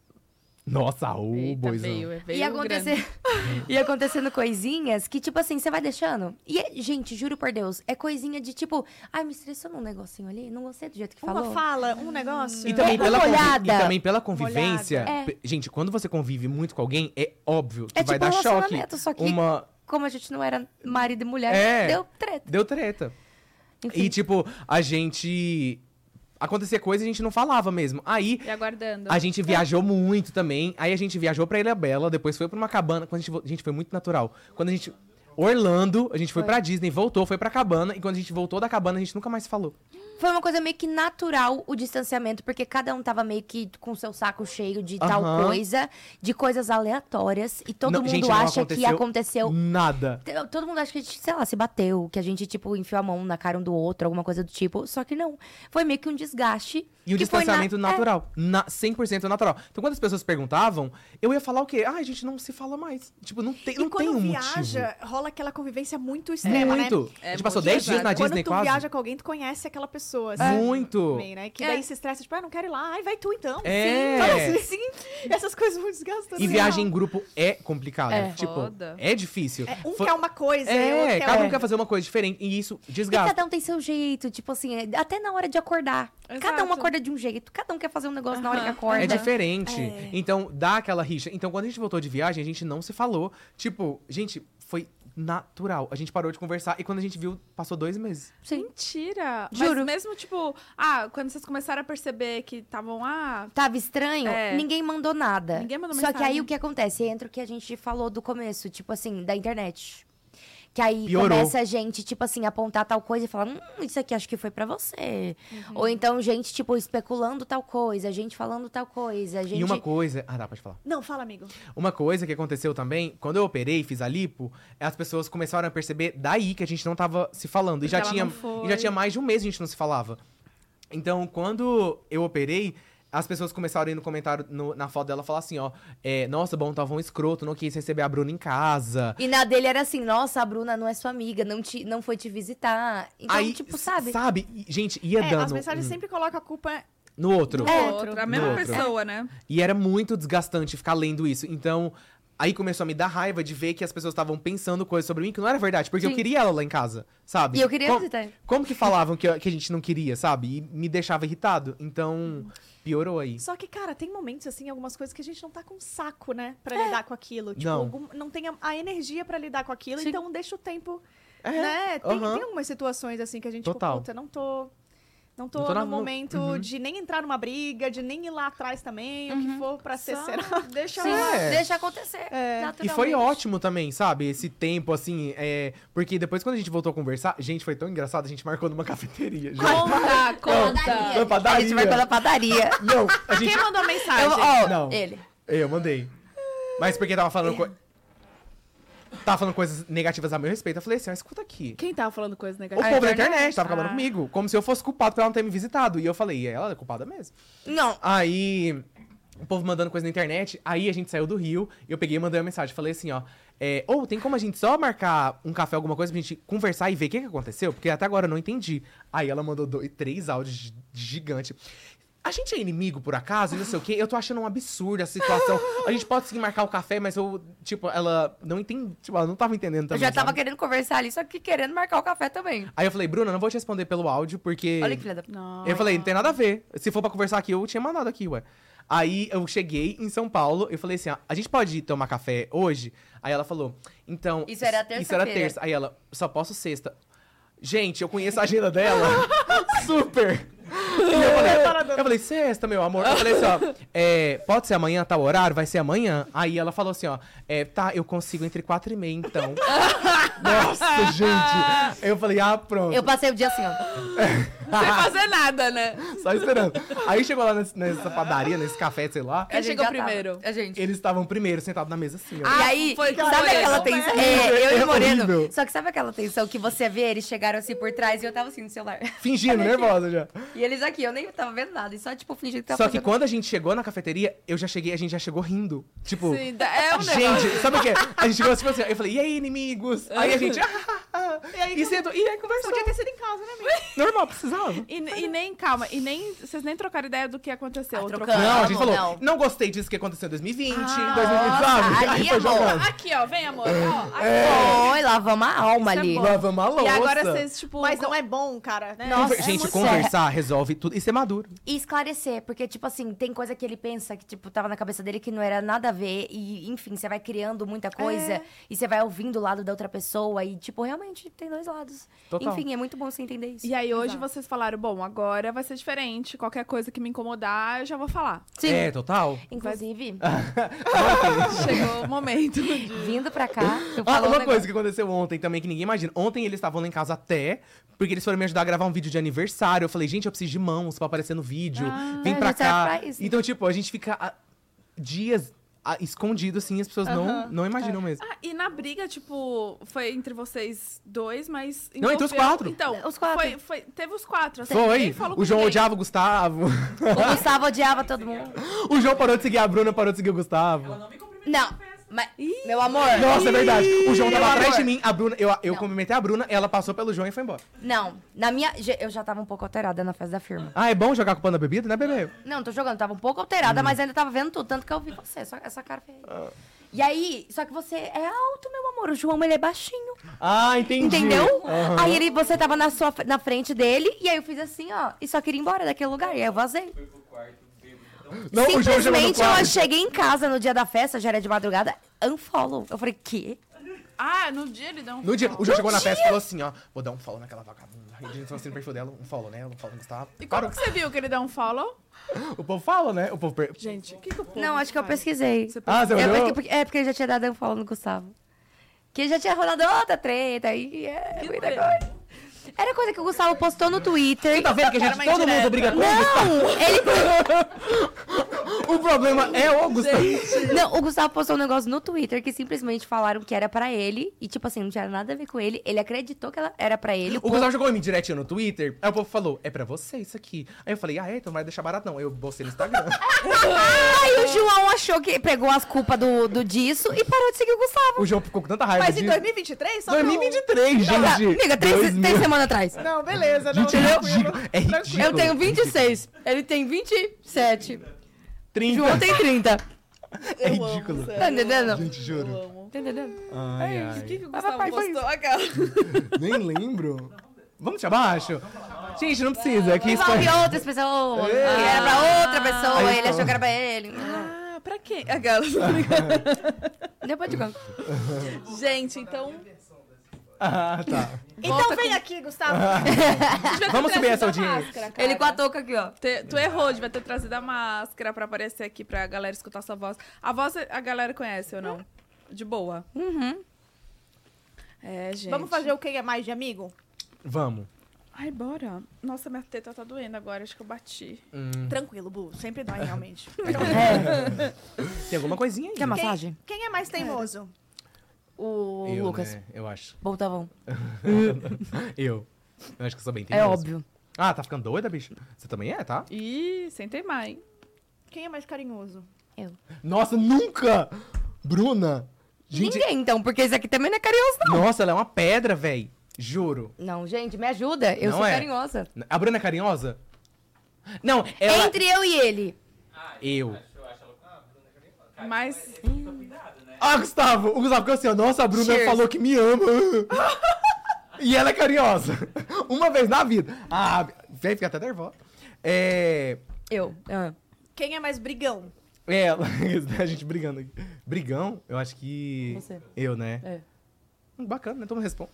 Nossa, o Eita, boizão. veio, veio Ia grande. acontecer... ia acontecendo coisinhas que, tipo assim, você vai deixando. E, é- gente, juro por Deus, é coisinha de tipo, ai, me estressou num negocinho ali, não gostei do jeito que Uma falou. fala, um negócio. E também, É, pela uma convi- olhada. e também pela convivência. olhada. pe- Gente, quando você convive muito com alguém, é óbvio que É vai tipo dar um choque. relacionamento, só que- Uma. Como a gente não era marido e mulher, É. deu treta. Deu treta. Enfim. E, tipo, a gente. Acontecia coisa e a gente não falava mesmo. Aí. E aguardando. A gente viajou muito também. Aí a gente viajou pra Ilha Bela, depois foi pra uma cabana. Quando a gente, vo- gente, foi muito natural. Quando a gente. Orlando, a gente foi, Foi. pra Disney, voltou, foi pra cabana. E quando a gente voltou da cabana, a gente nunca mais falou. Foi uma coisa meio que natural o distanciamento, porque cada um tava meio que com o seu saco cheio de tal Aham. coisa, de coisas aleatórias. E todo Não, mundo gente, não acha que aconteceu. Nada. Te- Todo mundo acha que a gente, sei lá, se bateu, que a gente, tipo, enfiou a mão na cara um do outro, alguma coisa do tipo. Só que não. Foi meio que um desgaste. E o que foi distanciamento na- é. natural. Na, cem por cento natural. Então, quando as pessoas perguntavam, eu ia falar o quê? Ah, a gente não se fala mais. Tipo, não tem, E não tem quando um viaja, motivo. rola aquela convivência muito extrema, né? Muito. É a gente passou muito dez dias pesado. na Quando Disney tu quase. viaja com alguém, tu conhece aquela pessoa. assim, Muito. também, né? Que É. daí se estressa, tipo, ah, não quero ir lá. Ai, vai tu então. É. Sim, fala assim, sim. Essas coisas muito desgastantes. E viagem em grupo é complicado. É. Tipo, Foda. é difícil. É, um Foi- quer uma coisa, e o outro É, quer cada um outra. quer fazer uma coisa diferente. E isso E desgasta. cada um tem seu jeito, tipo assim, é- até na hora de acordar. Cada um Exato. acorda de um jeito, cada um quer fazer um negócio na hora que Aham. acorda. É diferente. É. Então, dá aquela rixa. Então, quando a gente voltou de viagem, a gente não se falou. Tipo, gente, foi natural. A gente parou de conversar e quando a gente viu, passou dois meses. Sim. Mentira. Juro. Mas mesmo, tipo, ah, quando vocês começaram a perceber que estavam, ah, Tava estranho, É. ninguém mandou nada. Ninguém mandou Só que mensagem. aí o que acontece? Entra o que a gente falou do começo, tipo assim, da internet. Que aí Piorou. começa a gente, tipo assim, apontar tal coisa e falar, hum, isso aqui acho que foi pra você. Ou então gente, tipo, especulando tal coisa, gente falando tal coisa, gente... E uma coisa. Ah, dá, pode falar. Não, fala, amigo. Uma coisa que aconteceu também, quando eu operei, fiz a lipo, as pessoas começaram a perceber daí que a gente não tava se falando. E Porque já, ela tinha, não foi. e já tinha mais de um mês que a gente não se falava. Então, quando eu operei, as pessoas começaram a ir no comentário, no- na foto dela, falar assim, ó... é, Nossa, bom, tava um escroto, não quis receber a Bruna em casa. E na dele era assim, nossa, a Bruna não é sua amiga, não, te, não foi te visitar. Então, Aí, tipo, sabe? Sabe? E, gente, ia É, dando as mensagens um- sempre colocam a culpa... no outro. no É. outro. A mesma No outro. pessoa, né? E era muito desgastante ficar lendo isso. Então, Aí começou a me dar raiva de ver que as pessoas estavam pensando coisas sobre mim que não era verdade. Porque Sim. eu queria ela lá em casa, sabe? E eu queria Com- visitar. Como que falavam que, que a gente não queria, sabe? E me deixava irritado. Então, piorou aí. Só que, cara, tem momentos, assim, algumas coisas que a gente não tá com saco, né? Pra lidar com aquilo. Tipo, Não. algum- não tem a, a energia pra lidar com aquilo, Sim. então deixa o tempo, É, né? Tem, aham. tem algumas situações, assim, que a gente, Total. tipo, puta, não tô... Não tô, Não tô na- no no- momento uhum. de nem entrar numa briga, de nem ir lá atrás também, o que for pra ser, Só será. Deixa Sim, lá. É. deixa acontecer. É. E foi ótimo também, sabe? Esse tempo, assim, é... Porque depois, quando a gente voltou a conversar, gente, foi tão engraçado, a gente marcou numa cafeteria. Gente. Conta, conta. Na padaria. A gente vai pela padaria. Não, a gente... Quem mandou mensagem? Eu, ó, Não. ele. Eu mandei. Mas porque tava falando... Co... Tava falando coisas negativas a meu respeito. Eu falei assim, ó, escuta aqui. Quem tava falando coisas O negativas? povo da internet tava falando Ah. comigo. Como se eu fosse culpado por ela não ter me visitado. E eu falei, ela é culpada mesmo. Não. Aí, o povo mandando coisa na internet. Aí a gente saiu do Rio. E eu peguei e mandei uma mensagem. Falei assim, ó. É, ou tem como a gente só marcar um café, alguma coisa, pra gente conversar e ver o que, que aconteceu? Porque até agora eu não entendi. Aí ela mandou dois, três áudios gi- gigantes. A gente é inimigo, por acaso? E não sei o quê. Eu tô achando um absurdo a situação. A gente pode sim marcar o café, mas eu... Tipo, ela não entende... Tipo, ela não tava entendendo Eu também, já tava sabe? querendo conversar ali, só que querendo marcar o café também. Aí eu falei, Bruna, não vou te responder pelo áudio, porque... Olha que filha da... Não. Eu falei, não tem nada a ver. Se for pra conversar aqui, eu tinha mandado aqui, ué. Aí eu cheguei em São Paulo, eu falei assim, ó, a gente pode ir tomar café hoje? Aí ela falou, então... Isso era Isso era terça-feira. terça. Aí ela, só posso sexta. Gente, eu conheço a agenda dela. Super! E eu falei, eu falei, sexta, meu amor. Eu falei assim, ó, é, pode ser amanhã, tal horário? Vai ser amanhã? Aí ela falou assim, ó, é, tá, eu consigo entre quatro e meia, então. Nossa, gente! Eu falei, ah, pronto. Eu passei o dia assim, ó. Sem fazer nada, né? Só esperando. Aí chegou lá nesse- nessa padaria, nesse café, sei lá. Quem A gente chegou já tava. primeiro? A gente. Eles estavam primeiro, sentados na mesa assim, ó. Ah, E aí, foi- sabe foi aquela legal, tensão? né? É, eu e É o Moreno. horrível. Só que sabe aquela tensão que você vê, eles chegaram assim por trás e eu tava assim no celular. Fingindo, nervosa já. E eles aqui, eu nem tava vendo nada. E só, tipo, fingindo que tava Só que fazendo- quando a gente chegou na cafeteria, eu já cheguei, a gente já chegou rindo. Tipo, Sim, é um negócio. gente, sabe o quê? A gente chegou tipo assim, eu falei, e aí, inimigos? Aí a gente, ah, ah, ah. E aí, E, sentou, e aí conversou. podia ter sido em casa, né, amigo? Normal, precisava. E, e nem, calma, e nem, vocês nem trocaram ideia do que aconteceu. Ah, Ou trocamos. trocaram? Não, a gente falou, não. não. gostei disso que aconteceu em dois mil e vinte, Ah, dois mil e vinte, sabe? nossa, Aí aí, foi amor. jogando. Aqui, ó, vem, amor. Ó, aqui. Oi, lavamos a alma Isso é ali. bom. Lavamos a louça. E agora vocês, tipo... Mas não é bom, cara, né? Nossa, Conver- gente, muito conversar resolve tudo. Isso é maduro. E esclarecer, porque, tipo assim, tem coisa que ele pensa que, tipo, tava na cabeça dele que não era nada a ver. E, enfim, você vai criando muita coisa. É. E você vai ouvindo o lado da outra pessoa. E, tipo, realmente tem dois lados. Total. Enfim, é muito bom você entender isso. E aí hoje Exato. vocês falaram, bom, agora vai ser diferente. Qualquer coisa que me incomodar, eu já vou falar. Sim. É, total. Inclusive, Chegou o momento de... vindo pra cá, eu Ah, falo uma um coisa que aconteceu ontem também, que ninguém imagina. Ontem eles estavam lá em casa até, porque eles foram me ajudar a gravar um vídeo de aniversário. Eu falei, gente, eu preciso de mãos pra aparecer no vídeo. Ah, Vem a pra gente serve cá. pra isso. Então, tipo, a gente fica ah, dias ah, escondido, assim, as pessoas não, Aham. não imaginam mesmo. Ah, e na briga, tipo, foi entre vocês dois, mas... Não, entre os envolveu- quatro. Então, Os quatro. Foi, foi, teve os quatro. Assim, Foi. ninguém falou com O João ninguém. odiava o Gustavo. O Gustavo odiava todo mundo. O João parou de seguir a Bruna, parou de seguir o Gustavo. Ela não me cumprimentou Não, na festa. mas, meu amor, Nossa, é verdade. O João tava Meu atrás amor. de mim, a Bruna, eu, eu Não. cumprimentei a Bruna, ela passou pelo João e foi embora. não. Na minha, eu já tava um pouco alterada na festa da firma. Ah, é bom jogar com o pano da bebida, né, bebê? Não, não tô jogando, tava um pouco alterada, mas ainda tava vendo tudo, tanto que eu vi você, só essa cara feia. E aí, só que você é alto, meu amor, o João, ele é baixinho, Ah, entendi. entendeu? Aham. Aí ele, você tava na, sua, na frente dele, e aí eu fiz assim, ó, e só queria ir embora daquele lugar, e aí eu vazei. Foi pro quarto, bêbado, tão Não, o João chegou no Simplesmente eu quarto. cheguei em casa no dia da festa, já era de madrugada, unfollow. Eu falei, quê? Ah, no dia ele deu um... No dia, o João chegou na festa e falou assim, ó, vou dar um follow naquela vagabunda. Aí a gente falou assim no perfil dela, um follow nela, um follow no Gustavo. E como Parou. que você viu que ele deu um follow? O povo fala, né? O povo per... Gente, o que, que o povo Não, acho que eu faz? pesquisei. Você Ah, você É olhou? porque, porque- é porque ele já tinha dado unfollow no Gustavo. Que já tinha rolado outra treta, aí é Que muita treta? coisa. Era coisa que o Gustavo postou no Twitter. Você tá vendo que a gente, Era uma todo indireta. mundo briga com o Gustavo? Não, ele... O problema é o Gustavo. Não, o Gustavo postou um negócio no Twitter que simplesmente falaram que era pra ele. E, tipo assim, não tinha nada a ver com ele. Ele acreditou que ela era pra ele. O Gustavo jogou em mim direitinho no Twitter, aí o povo falou, é pra você isso aqui. Aí eu falei, ah, é? Então não vai deixar barato não. Eu postei no Instagram. Aí o João achou que pegou as culpas do, do disso e parou de seguir o Gustavo. O João ficou com tanta raiva Mas em disso. dois mil e vinte e três, só dois mil e vinte e três, Tá, gente. amiga, três, dois mil. três semanas atrás. pra... Não, beleza. Não, Gente, é tranquilo, ridículo. É tranquilo. ridículo. Eu tenho vinte e seis. Ele tem vinte e sete. trinta. João tem trinta. É Eu ridículo. amo, sério. Tá entendendo? Gente, Eu juro. amo. Tá entendendo? Ai, O ai. que, que o Vai, Gustavo vai, vai. postou? Aquela. Nem lembro. Vamos te abaixo? Gente, não precisa. Aqui Envolve escolhe. outras pessoas. É. Que era pra outra pessoa, Aí, ele pô. achou que era pra ele. Ah, pra quê? Aquela. Depois de conta. Gente, então. Ah, tá. Então Volta vem com- aqui, Gustavo. Vamos subir essa Trazido a audiência. máscara, cara. Ele com a touca aqui, ó. Te- tu errou, devia ter trazido a máscara pra aparecer aqui pra galera escutar sua voz. A voz a galera conhece ou não? De boa. Uhum. É, gente. Vamos fazer o que é mais de amigo? Vamos. Ai, bora. Nossa, minha teta tá doendo agora, acho que eu bati. Hum, Tranquilo, Bu. Sempre dói, realmente. tem alguma coisinha aí? Quer massagem? Quem é mais teimoso? O Eu, Lucas. né? Eu acho. Boltavão. Eu. Eu acho que eu sou bem É teimoso. óbvio. Ah, tá ficando doida, bicho? Você também é, tá? Ih, sem teimar, hein? Quem é mais carinhoso? Nossa, nunca! Bruna! Gente, Ninguém, então, porque esse aqui também não é carinhoso, não. nossa, ela é uma pedra, véi. Juro. Não, gente, me ajuda. Eu Não sou é? carinhosa. A Bruna é carinhosa? Não, ela... Entre eu e ele. Eu. Eu acho ela. Ah, Bruna é carinhosa. Mas. Fica cuidado, né? Ah, Gustavo! O Gustavo ficou assim, ó. Nossa, a Bruna Cheers. falou que me ama. E ela é carinhosa. Uma vez na vida. Ah, véi, fica até nervosa. É... Eu. Ah. Quem é mais brigão? Ela... A gente brigando aqui. Brigão? Eu acho que... Você. Eu, né? É. Hum, Bacana, né? Todo mundo responde.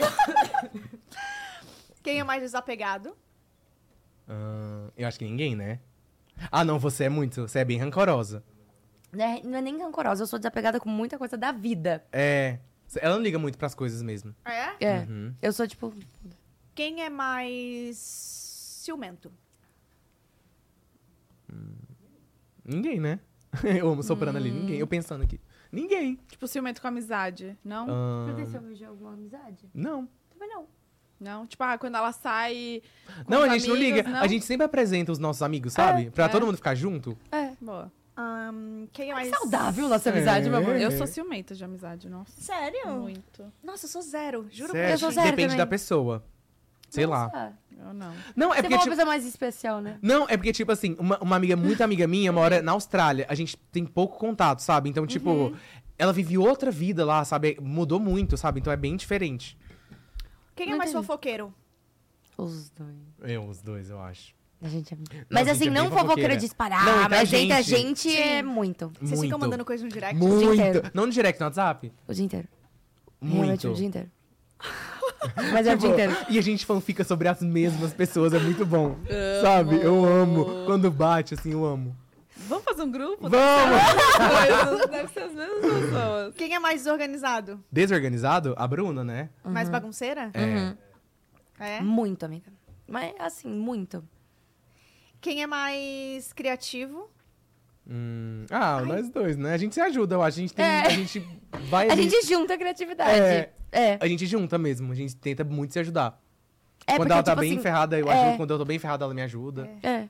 Quem é mais desapegado? Ah, eu acho que ninguém, né? Ah, não, você é muito. Você é bem rancorosa. Não é, não é nem rancorosa, eu sou desapegada com muita coisa da vida. É. Ela não liga muito pras coisas mesmo. É? É. Uhum. Eu sou, tipo... Quem é mais ciumento? Ninguém, né? Eu amo soprando ali. Ninguém. Eu pensando aqui. Ninguém. Tipo, ciumento com amizade. Não? Ah, eu de alguma amizade? não. Também não. Não? Tipo, ah, quando ela sai. com Não, os a gente não amigos, liga. não? A gente sempre apresenta os nossos amigos, sabe? Pra é. todo mundo ficar junto. É. Boa. Ahn, quem é É mais... saudável nossa amizade, É. meu amor. Eu sou ciumenta de amizade, nossa. Sério? Muito. Nossa, eu sou zero. Juro Certo? Eu sou zero Depende também. da pessoa. Sei lá. Nossa. Eu não. Não, é Você porque, foi uma tipo... pessoa mais especial, né? Não, é porque, tipo assim, uma, uma amiga, muito amiga minha, mora na Austrália. A gente tem pouco contato, sabe? Então, tipo, Uhum. ela vive outra vida lá, sabe? Mudou muito, sabe? Então é bem diferente. Quem é Não mais entendi. fofoqueiro? Os dois. Eu, os dois, eu acho. A gente é... Não, Mas a assim, gente é não bem fofoqueira fofoqueira. disparar, Não, entre a mas entre a gente. gente é muito. Vocês muito. ficam mandando coisa no direct? Muito. inteiro. Não no direct, no WhatsApp? O dia inteiro. Realmente Muito. o dia inteiro. Mas é o dia Tipo, inteiro. e a gente fanfica sobre as mesmas pessoas, é muito bom. Sabe? Eu amo. Quando bate, assim, eu amo. Vamos fazer um grupo? Vamos! Coisas, deve ser as mesmas pessoas. Quem é mais desorganizado? Desorganizado? A Bruna, né? Mais bagunceira? É. É. Muito, amiga. Mas assim, muito. Quem é mais criativo? Hum, Ah, nós dois, né? A gente se ajuda, eu acho. A gente, tem, É. a gente vai A ali- gente junta a criatividade. É. É. A gente junta mesmo. A gente tenta muito se ajudar. É Quando porque, ela tá tipo bem assim, ferrada, eu é. ajudo. Quando eu tô bem ferrada, ela me ajuda. É.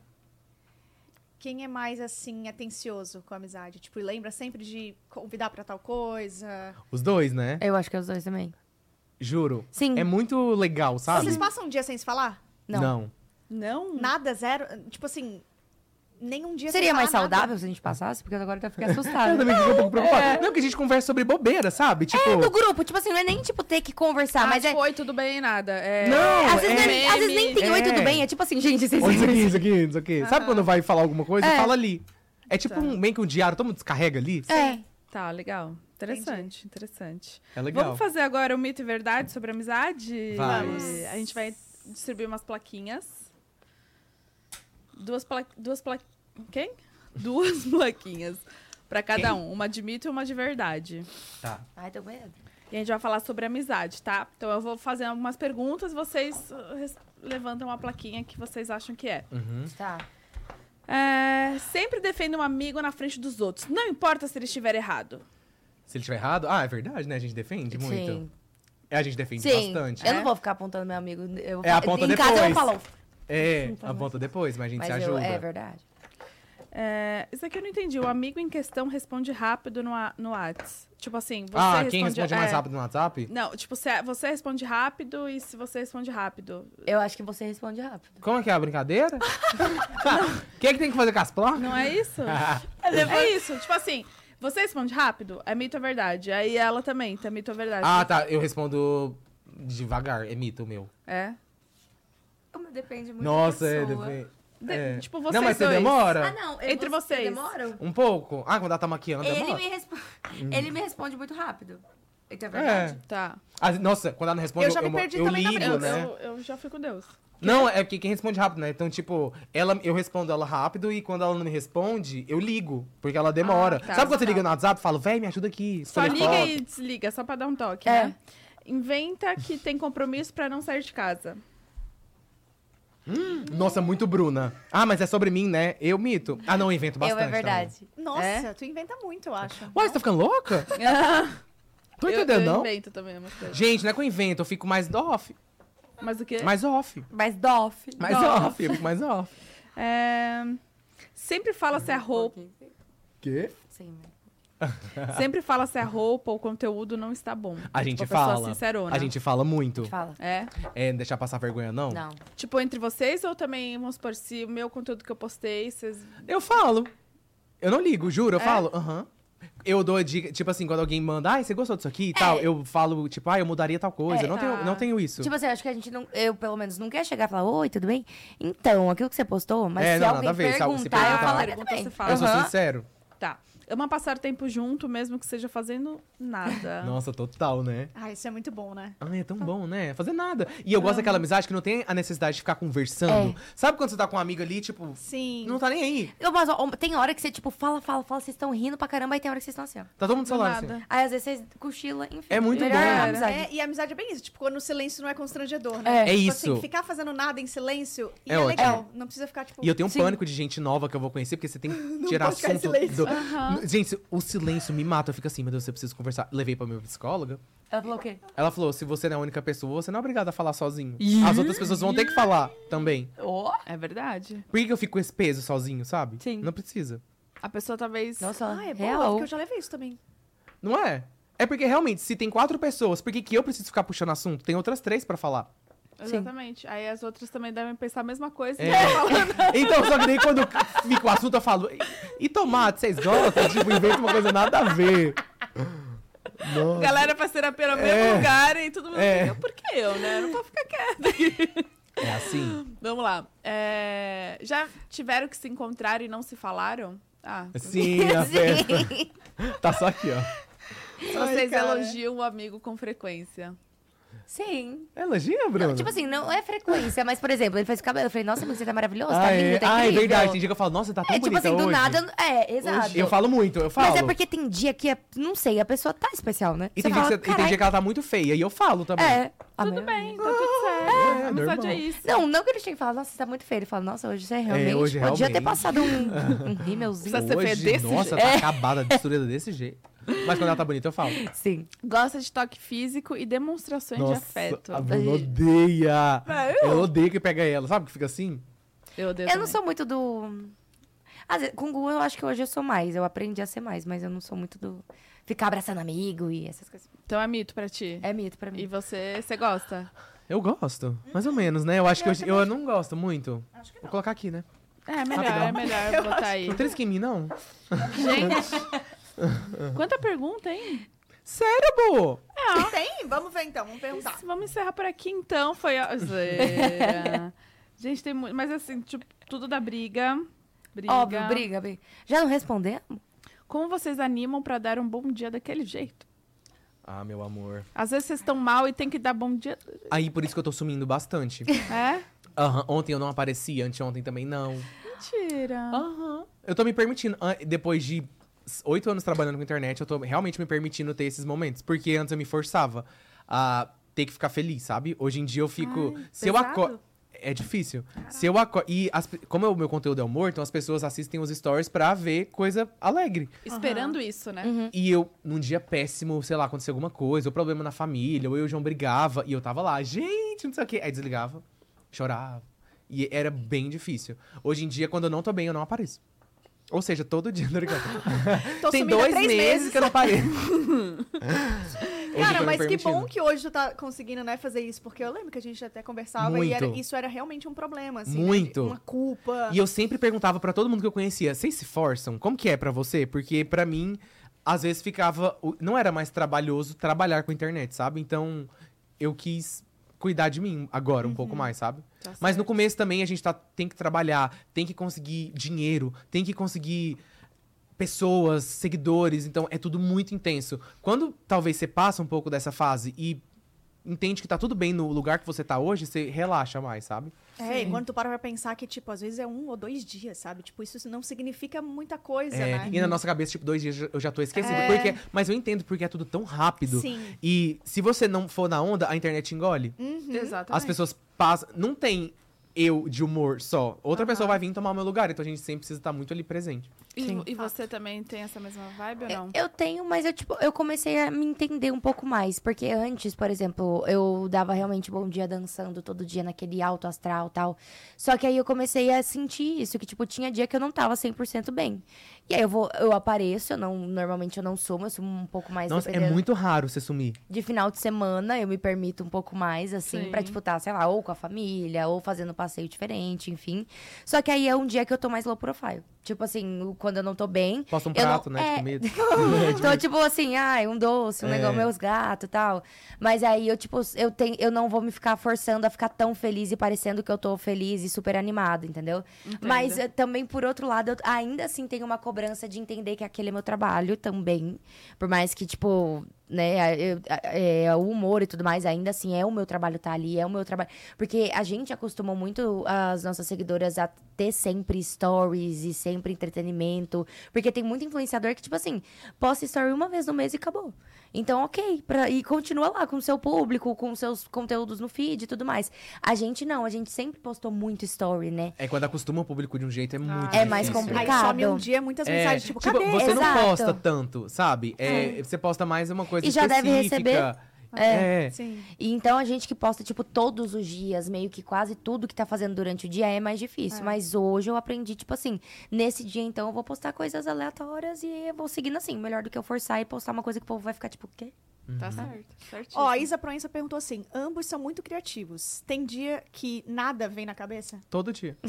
Quem é mais, assim, atencioso com a amizade? Tipo, lembra sempre de convidar pra tal coisa? Os dois, né? Eu acho que é os dois também. Juro. Sim. É muito legal, sabe? Vocês passam um dia sem se falar? Não. Não. Não? Nada, zero? Tipo assim, nenhum dia Seria sem mais falar nada? saudável se a gente passasse? Porque agora eu fiquei Eu assustada. também fico um pouco preocupada. Não, porque a gente conversa sobre bobeira, sabe? Tipo. É, no grupo, tipo assim, não é nem tipo ter que conversar, Ah, mas é. tipo, oi, tudo bem, nada. É... Não, Às vezes, é- não é- às vezes nem tem oi, É. tudo bem. É tipo assim, gente, vocês Olha isso aqui, isso aqui, isso aqui. Sabe Aham. quando vai falar alguma coisa? É. Fala ali. É tipo Tá. um, bem que um diário, todo mundo descarrega ali. É. Tá, legal. Interessante, interessante. É legal. Vamos fazer agora o mito e verdade sobre amizade? Vamos. A gente vai distribuir umas plaquinhas. Duas pla... Duas pla... Quem? Duas plaquinhas pra cada um. Uma de mito e uma de verdade. Tá. Ai, tô com medo. E a gente vai falar sobre amizade, tá? Então eu vou fazer algumas perguntas, vocês uh, res- levantam uma plaquinha que vocês acham que é. Uhum. Tá. É, sempre defenda um amigo na frente dos outros. Não importa se ele estiver errado. Se ele estiver errado. Ah, é verdade, né? A gente defende muito. Sim. É, a gente defende Sim. bastante. Eu É? não vou ficar apontando meu amigo. Eu vou É, fa- aponta em casa eu depois. falo. É, Então, aponta depois, mas a gente Mas se eu, ajuda. é verdade. É, isso aqui eu não entendi. O amigo em questão responde rápido no, a- no Whats. Tipo assim, você Ah, responde... quem responde mais é, rápido no WhatsApp? Não, tipo, se você responde rápido e se você responde rápido. Eu acho que você responde rápido. Como é que é a brincadeira? Quem é que tem que fazer com as placas? Não é isso? É isso. Tipo assim, você responde rápido, é mito ou verdade. Aí ela também, tá mito ou verdade. Ah, tá. Eu respondo devagar. É mito o meu. É. Depende muito Nossa, da é, pessoa. depende. De- É. Tipo, vocês Não, mas você dois. demora? Ah, não. eu- Entre você vocês. Demora? Um pouco. Ah, quando ela tá maquiando, Ele demora. me, respo... Ele me responde muito rápido. Então é É. verdade. Tá. Ah, nossa, quando ela não responde, Eu já me perdi também na ligo, Eu, né? eu, eu já fui com Deus. Não, é porque quem responde rápido, né? Então, tipo, ela, eu respondo ela rápido e quando ela não me responde, eu ligo. Porque ela demora. Ah, tá, Sabe quando você tá. liga no WhatsApp e fala, véi, me ajuda aqui. Só escolher liga foto. e desliga, só pra dar um toque, É. né? Inventa que tem compromisso pra não sair de casa. Nossa, muito Bruna. Ah, mas é sobre mim, né? Eu mito. Ah, não, eu invento bastante. Eu é verdade. Nossa, É? tu inventa muito, eu acho. Também. Uai, você tá ficando louca? Tô eu, entendendo, eu não? invento também umas coisas. Gente, não é que eu invento, eu fico mais off. Mas o quê? Mais off. Mas doff. Mais Off. off, eu fico mais off. É, Sempre fala se a roupa... Quê? Sim, né? Sempre fala se a roupa ou o conteúdo não está bom. A gente tipo, pessoa fala. sincerona. A gente fala muito. Fala. É? É, deixar passar vergonha, não? Não. Tipo, entre vocês ou também, vamos supor, se o meu conteúdo que eu postei, vocês... Eu falo. Eu não ligo, juro, eu É? falo. Aham. Eu dou a dica, tipo assim, quando alguém manda, ai, você gostou disso aqui e tal, eu falo, tipo, ah, eu mudaria tal coisa. É, eu não, tá. tenho, não tenho isso. Tipo assim, eu acho que a gente não. Eu, pelo menos, não quer chegar e falar, oi, tudo bem? Então, aquilo que você postou, mas É, se não, alguém nada a ver, se alguém- se perguntar, eu perguntar. falaria Pergunta, também. você fala. eu sou Aham. sincero. Tá. Ama passar tempo junto, mesmo que seja fazendo nada. Nossa, total, né? Ah, isso é muito bom, né? Ai, é tão bom, né? Fazer nada. E eu gosto daquela amizade que não tem a necessidade de ficar conversando. É. Sabe quando você tá com uma amiga ali, tipo, Sim. não tá nem aí. Eu, mas, ó, tem hora que você, tipo, fala, fala, fala, vocês estão rindo pra caramba, aí tem hora que vocês estão assim, ó. Tá todo mundo Do celular nada. assim. Aí, às vezes, vocês cochilam, enfim. É muito melhor bom. a amizade. É, e a amizade é bem isso, tipo, quando o silêncio não é constrangedor, né? É. É Tipo isso. assim, ficar fazendo nada em silêncio e É é, ótimo. legal. Não precisa ficar, tipo... E eu tenho um Sim. pânico de gente nova que eu vou conhecer, porque você tem que tirar pode ficar em assunto. silêncio. do- Aham. Gente, o silêncio me mata. Eu fico assim, meu Deus, eu preciso conversar. Levei pra minha psicóloga. Ela falou o quê? Ela falou: se você não é a única pessoa, você não é obrigado a falar sozinho. As outras pessoas vão ter que falar também. Ó. É verdade. Por que que eu fico com esse peso sozinho, sabe? Sim. Não precisa. A pessoa talvez... Nossa, Ah, é boa, real. porque eu já levei isso também. Não é? É porque realmente, se tem quatro pessoas, por que, que eu preciso ficar puxando assunto? Tem outras três pra falar. Exatamente. Aí as outras também devem pensar a mesma coisa. É. E tá falando. Então, só que daí quando fica o assunto, eu falo: "E- e tomate, vocês gostam? Tipo, inventa uma coisa nada a ver. Nossa. Galera faz terapia no É. mesmo lugar e todo mundo É. fica, por que eu, né? Não vou ficar quieta aqui. É assim? Vamos lá. É, Já tiveram que se encontrar e não se falaram? Ah, Sim, a festa. Tá só aqui, ó. vocês Ai, cara. elogiam o amigo com frequência. Sim. Elogia, Bruno? Não, tipo assim, não é frequência, mas, por exemplo, ele fez o cabelo. Eu falei, nossa, amigo, você tá maravilhoso, ah, tá é. lindo, tá ah, é incrível. verdade. Tem dia que eu falo: nossa, tá tão É, tipo bonita assim, do hoje. nada. É, exato. Eu falo muito, eu falo. Mas é porque tem dia que, é, não sei, a pessoa tá especial, né? E Você tem, dia fala, que, você- e tem "Carai, dia que ela tá muito feia, e eu falo também. É. a Tudo minha- bem, tá tudo certo. É, Amizade normal. é isso. Não, não que ele tinha que falar, nossa, você tá muito feio. Ele fala, nossa, hoje você realmente hoje podia ter realmente. passado um, um rímelzinho. Precisa ser feia Hoje, desse nossa, jeito. tá acabada, destruída desse jeito. Mas quando ela tá bonita, eu falo. Sim. Gosta de toque físico e demonstrações de afeto. a Bruna odeia. Ah, Eu odeio que pega ela, sabe? Que fica assim. Eu, odeio Eu não também. sou muito do... Às vezes, com o Gu, eu acho que hoje eu sou mais. Eu aprendi a ser mais, mas eu não sou muito do... Ficar abraçando amigo e essas coisas. Então é mito pra ti. É mito pra mim. E você, você gosta? Eu gosto, mais ou menos, né? Eu acho que eu, eu não gosto muito. Vou colocar aqui, né? É melhor, Rapidão. é melhor botar aí. Não tem isso em mim, não? Gente, quanta pergunta, hein? Sério, Bo? Tem? Vamos ver então, vamos perguntar. Vamos encerrar por aqui então. Foi a. Zoeira. Gente, tem muito. Mas assim, tipo, tudo da briga. Briga. Óbvio, briga, briga. Já não respondemos? Como vocês animam pra dar um bom dia daquele jeito? Ah, meu amor. Às vezes vocês estão mal e tem que dar bom dia. Aí, por isso que eu tô sumindo bastante. É? Aham, ontem eu não apareci, anteontem também não. Mentira. Aham. Eu tô me permitindo. an- Depois de s- oito anos trabalhando com internet, eu tô realmente me permitindo ter esses momentos. Porque antes eu me forçava a ter que ficar feliz, sabe? Hoje em dia eu fico. Ai, se eu pesado? acordo. É difícil. Se eu acordo. E as pe- como o meu conteúdo é humor, então as pessoas assistem os stories pra ver coisa alegre. Esperando isso, né? Uhum. E eu, num dia péssimo, sei lá, aconteceu alguma coisa, ou problema na família, ou eu e o João brigava, e eu tava lá, gente, não sei o quê. Aí desligava, chorava. E era bem difícil. Hoje em dia, quando eu não tô bem, eu não apareço. Ou seja, todo dia, tô brincando. Tô Tem sumida há dois três meses, meses. que eu não parei. Cara, mas que permitindo. bom que hoje tu tá conseguindo, né, fazer isso. Porque eu lembro que a gente até conversava e Muito. era- isso era realmente um problema, assim, né, Muito. de uma culpa. E eu sempre perguntava pra todo mundo que eu conhecia, vocês se forçam? Como que é pra você? Porque pra mim, às vezes ficava... o- Não era mais trabalhoso trabalhar com a internet, sabe? Então, eu quis cuidar de mim agora um pouco mais, sabe? Tá Mas no certo. começo também a gente tá, tem que trabalhar, tem que conseguir dinheiro, tem que conseguir pessoas, seguidores, então é tudo muito intenso. Quando talvez você passa um pouco dessa fase e entende que tá tudo bem no lugar que você tá hoje, você relaxa mais, sabe? É, e quando tu para pra pensar que, tipo, às vezes é um ou dois dias, sabe? Tipo, isso não significa muita coisa, É, né? e na nossa cabeça, tipo, dois dias eu já tô esquecido. É. Porque, mas eu entendo porque é tudo tão rápido. Sim. E se você não for na onda, a internet engole. Uhum. Exatamente. As pessoas passam. Não tem eu de humor só. Outra Aham. pessoa vai vir tomar o meu lugar. Então a gente sempre precisa estar muito ali presente. E, Sim. e você também tem essa mesma vibe ou não? Eu tenho, mas eu, tipo, eu comecei a me entender um pouco mais. Porque antes, por exemplo, eu dava realmente bom dia dançando todo dia naquele alto astral e tal. Só que aí eu comecei a sentir isso, que, tipo, tinha dia que eu não tava cem por cento bem. E aí eu vou, eu apareço, eu não, normalmente eu não sumo, eu sumo um pouco mais Nossa, é dependendo. muito raro você sumir. De final de semana, eu me permito um pouco mais, assim, Sim. pra, tipo, tá, sei lá, ou com a família, ou fazendo um passeio diferente, enfim. Só que aí é um dia que eu tô mais low profile. Tipo assim, quando eu não tô bem. Posta um eu não- prato, né, é, de comida. Então, tipo assim, ai, um doce, um É. negócio, meus gatos e tal. Mas aí eu, tipo, eu, tenho, eu não vou me ficar forçando a ficar tão feliz e parecendo que eu tô feliz e super animada, entendeu? Entendo. Mas eh, também, por outro lado, eu ainda assim tenho uma cobrança de entender que aquele é meu trabalho também. Por mais que, tipo, né, eu- é, o humor e tudo mais, ainda assim, é o meu trabalho tá ali, é o meu trabalho. Porque a gente acostumou muito as nossas seguidoras a ter sempre stories e sempre entretenimento. Porque tem muito influenciador que, tipo assim, posta story uma vez no mês e acabou. Então, ok. Pra, e continua lá com o seu público, com seus conteúdos no feed e tudo mais. A gente não, a gente sempre postou muito story, né? É quando acostuma o público de um jeito, é muito É mais difícil. complicado. Aí some um dia muitas É, mensagens, tipo, tipo, cadê? você não Exato. posta tanto, sabe? É, Você posta mais uma coisa E já deve específica. receber. É. Sim. E então a gente que posta, tipo, todos os dias, meio que quase tudo que tá fazendo durante o dia é mais difícil. Mas hoje eu aprendi, tipo assim, nesse dia, então, eu vou postar coisas aleatórias e eu vou seguindo assim. Melhor do que eu forçar e postar uma coisa que o povo vai ficar, tipo, o quê? Tá certo. Certíssimo. Ó, a Isa Proença perguntou assim, ambos são muito criativos. Tem dia que nada vem na cabeça? Todo dia.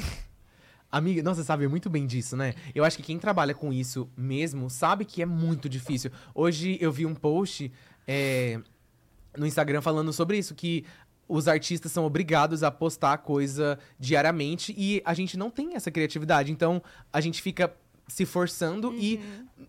Amiga, nossa, sabe muito bem disso, né? Eu acho que quem trabalha com isso mesmo sabe que é muito difícil. Hoje eu vi um post é, no Instagram falando sobre isso, que os artistas são obrigados a postar coisa diariamente e a gente não tem essa criatividade. Então, a gente fica se forçando e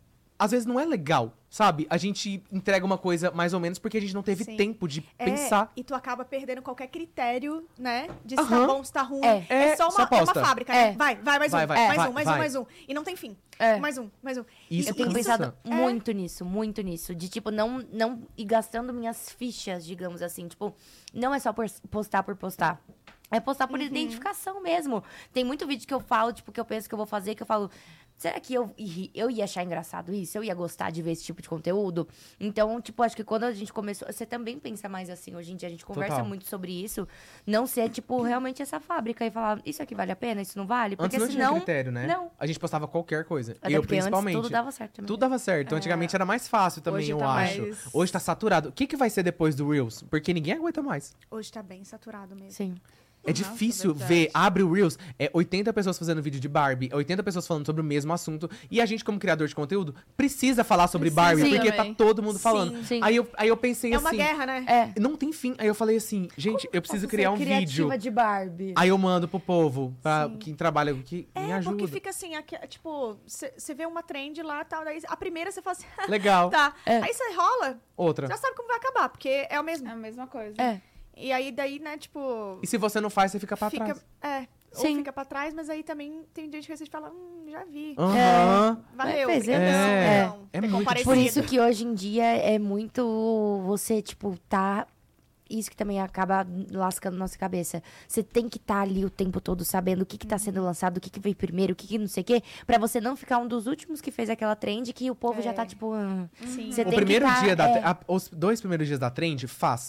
às vezes não é legal, sabe? A gente entrega uma coisa mais ou menos porque a gente não teve Sim. tempo de É, pensar. e tu acaba perdendo qualquer critério, né? De se tá Aham. bom, se tá ruim. É. É, É, só, só uma, é uma posta. fábrica, É. né? Vai, vai, mais Vai, um. vai, mais vai, um, mais vai. um, mais um. E não tem fim. É. Mais um, mais um. Isso Eu tenho cansa. pensado muito nisso, muito nisso. De, tipo, não, não ir gastando minhas fichas, digamos assim. Tipo, não é só por- postar por postar. É postar por identificação mesmo. Tem muito vídeo que eu falo, tipo, que eu penso que eu vou fazer, que eu falo... Será que eu, i- eu ia achar engraçado isso? Eu ia gostar de ver esse tipo de conteúdo? Então, tipo, acho que quando a gente começou... Você também pensa mais assim hoje em dia. A gente conversa Total. muito sobre isso. Não ser, tipo, realmente essa fábrica e falar... Isso aqui vale a pena? Isso não vale? Porque Antes não senão... tinha critério, né? Não. A gente postava qualquer coisa. Até eu, porque antes principalmente. tudo dava certo também. Tudo dava certo. Antigamente era mais fácil também, Hoje eu tá acho. mais- Hoje tá saturado. O que, que vai ser depois do Reels? Porque ninguém aguenta mais. Hoje tá bem saturado mesmo. Sim. É Nossa, difícil verdade. ver, abre o Reels, é oitenta pessoas fazendo vídeo de Barbie, é oitenta pessoas falando sobre o mesmo assunto. E a gente, como criador de conteúdo, precisa falar sobre Precisa Barbie, porque também. tá todo mundo Sim. falando. Sim. Aí, eu, aí eu pensei É assim. uma guerra, né? É. Não tem fim. Aí eu falei assim, gente, eu preciso Posso criar ser um criativa vídeo. de Barbie. Aí eu mando pro povo, pra Sim. quem trabalha, que me É, ajuda. porque fica assim, aqui, tipo, você vê uma trend lá, tal, daí a primeira você fala assim, Legal. tá. É. Aí você rola, Outra. já sabe como vai acabar, porque é o mesmo. É a mesma coisa. É. E aí, daí, né, tipo... E se você não faz, você fica pra fica, trás. É, Sim. ou fica pra trás, mas aí também tem gente que assiste e fala, hum, já vi. Aham. Valeu, É, obrigadão, é, não, é ter muito comparecido. Por isso que hoje em dia é muito você, tipo, tá. Isso que também acaba lascando nossa cabeça. Você tem que estar ali o tempo todo sabendo o que, que tá sendo lançado, o que, que veio primeiro, o que, que não sei o quê, pra você não ficar um dos últimos que fez aquela trend que o povo É. já tá, tipo. ah, Sim. Você O tem primeiro que tá, dia da é. tre- a- os dois primeiros dias da trend, faça.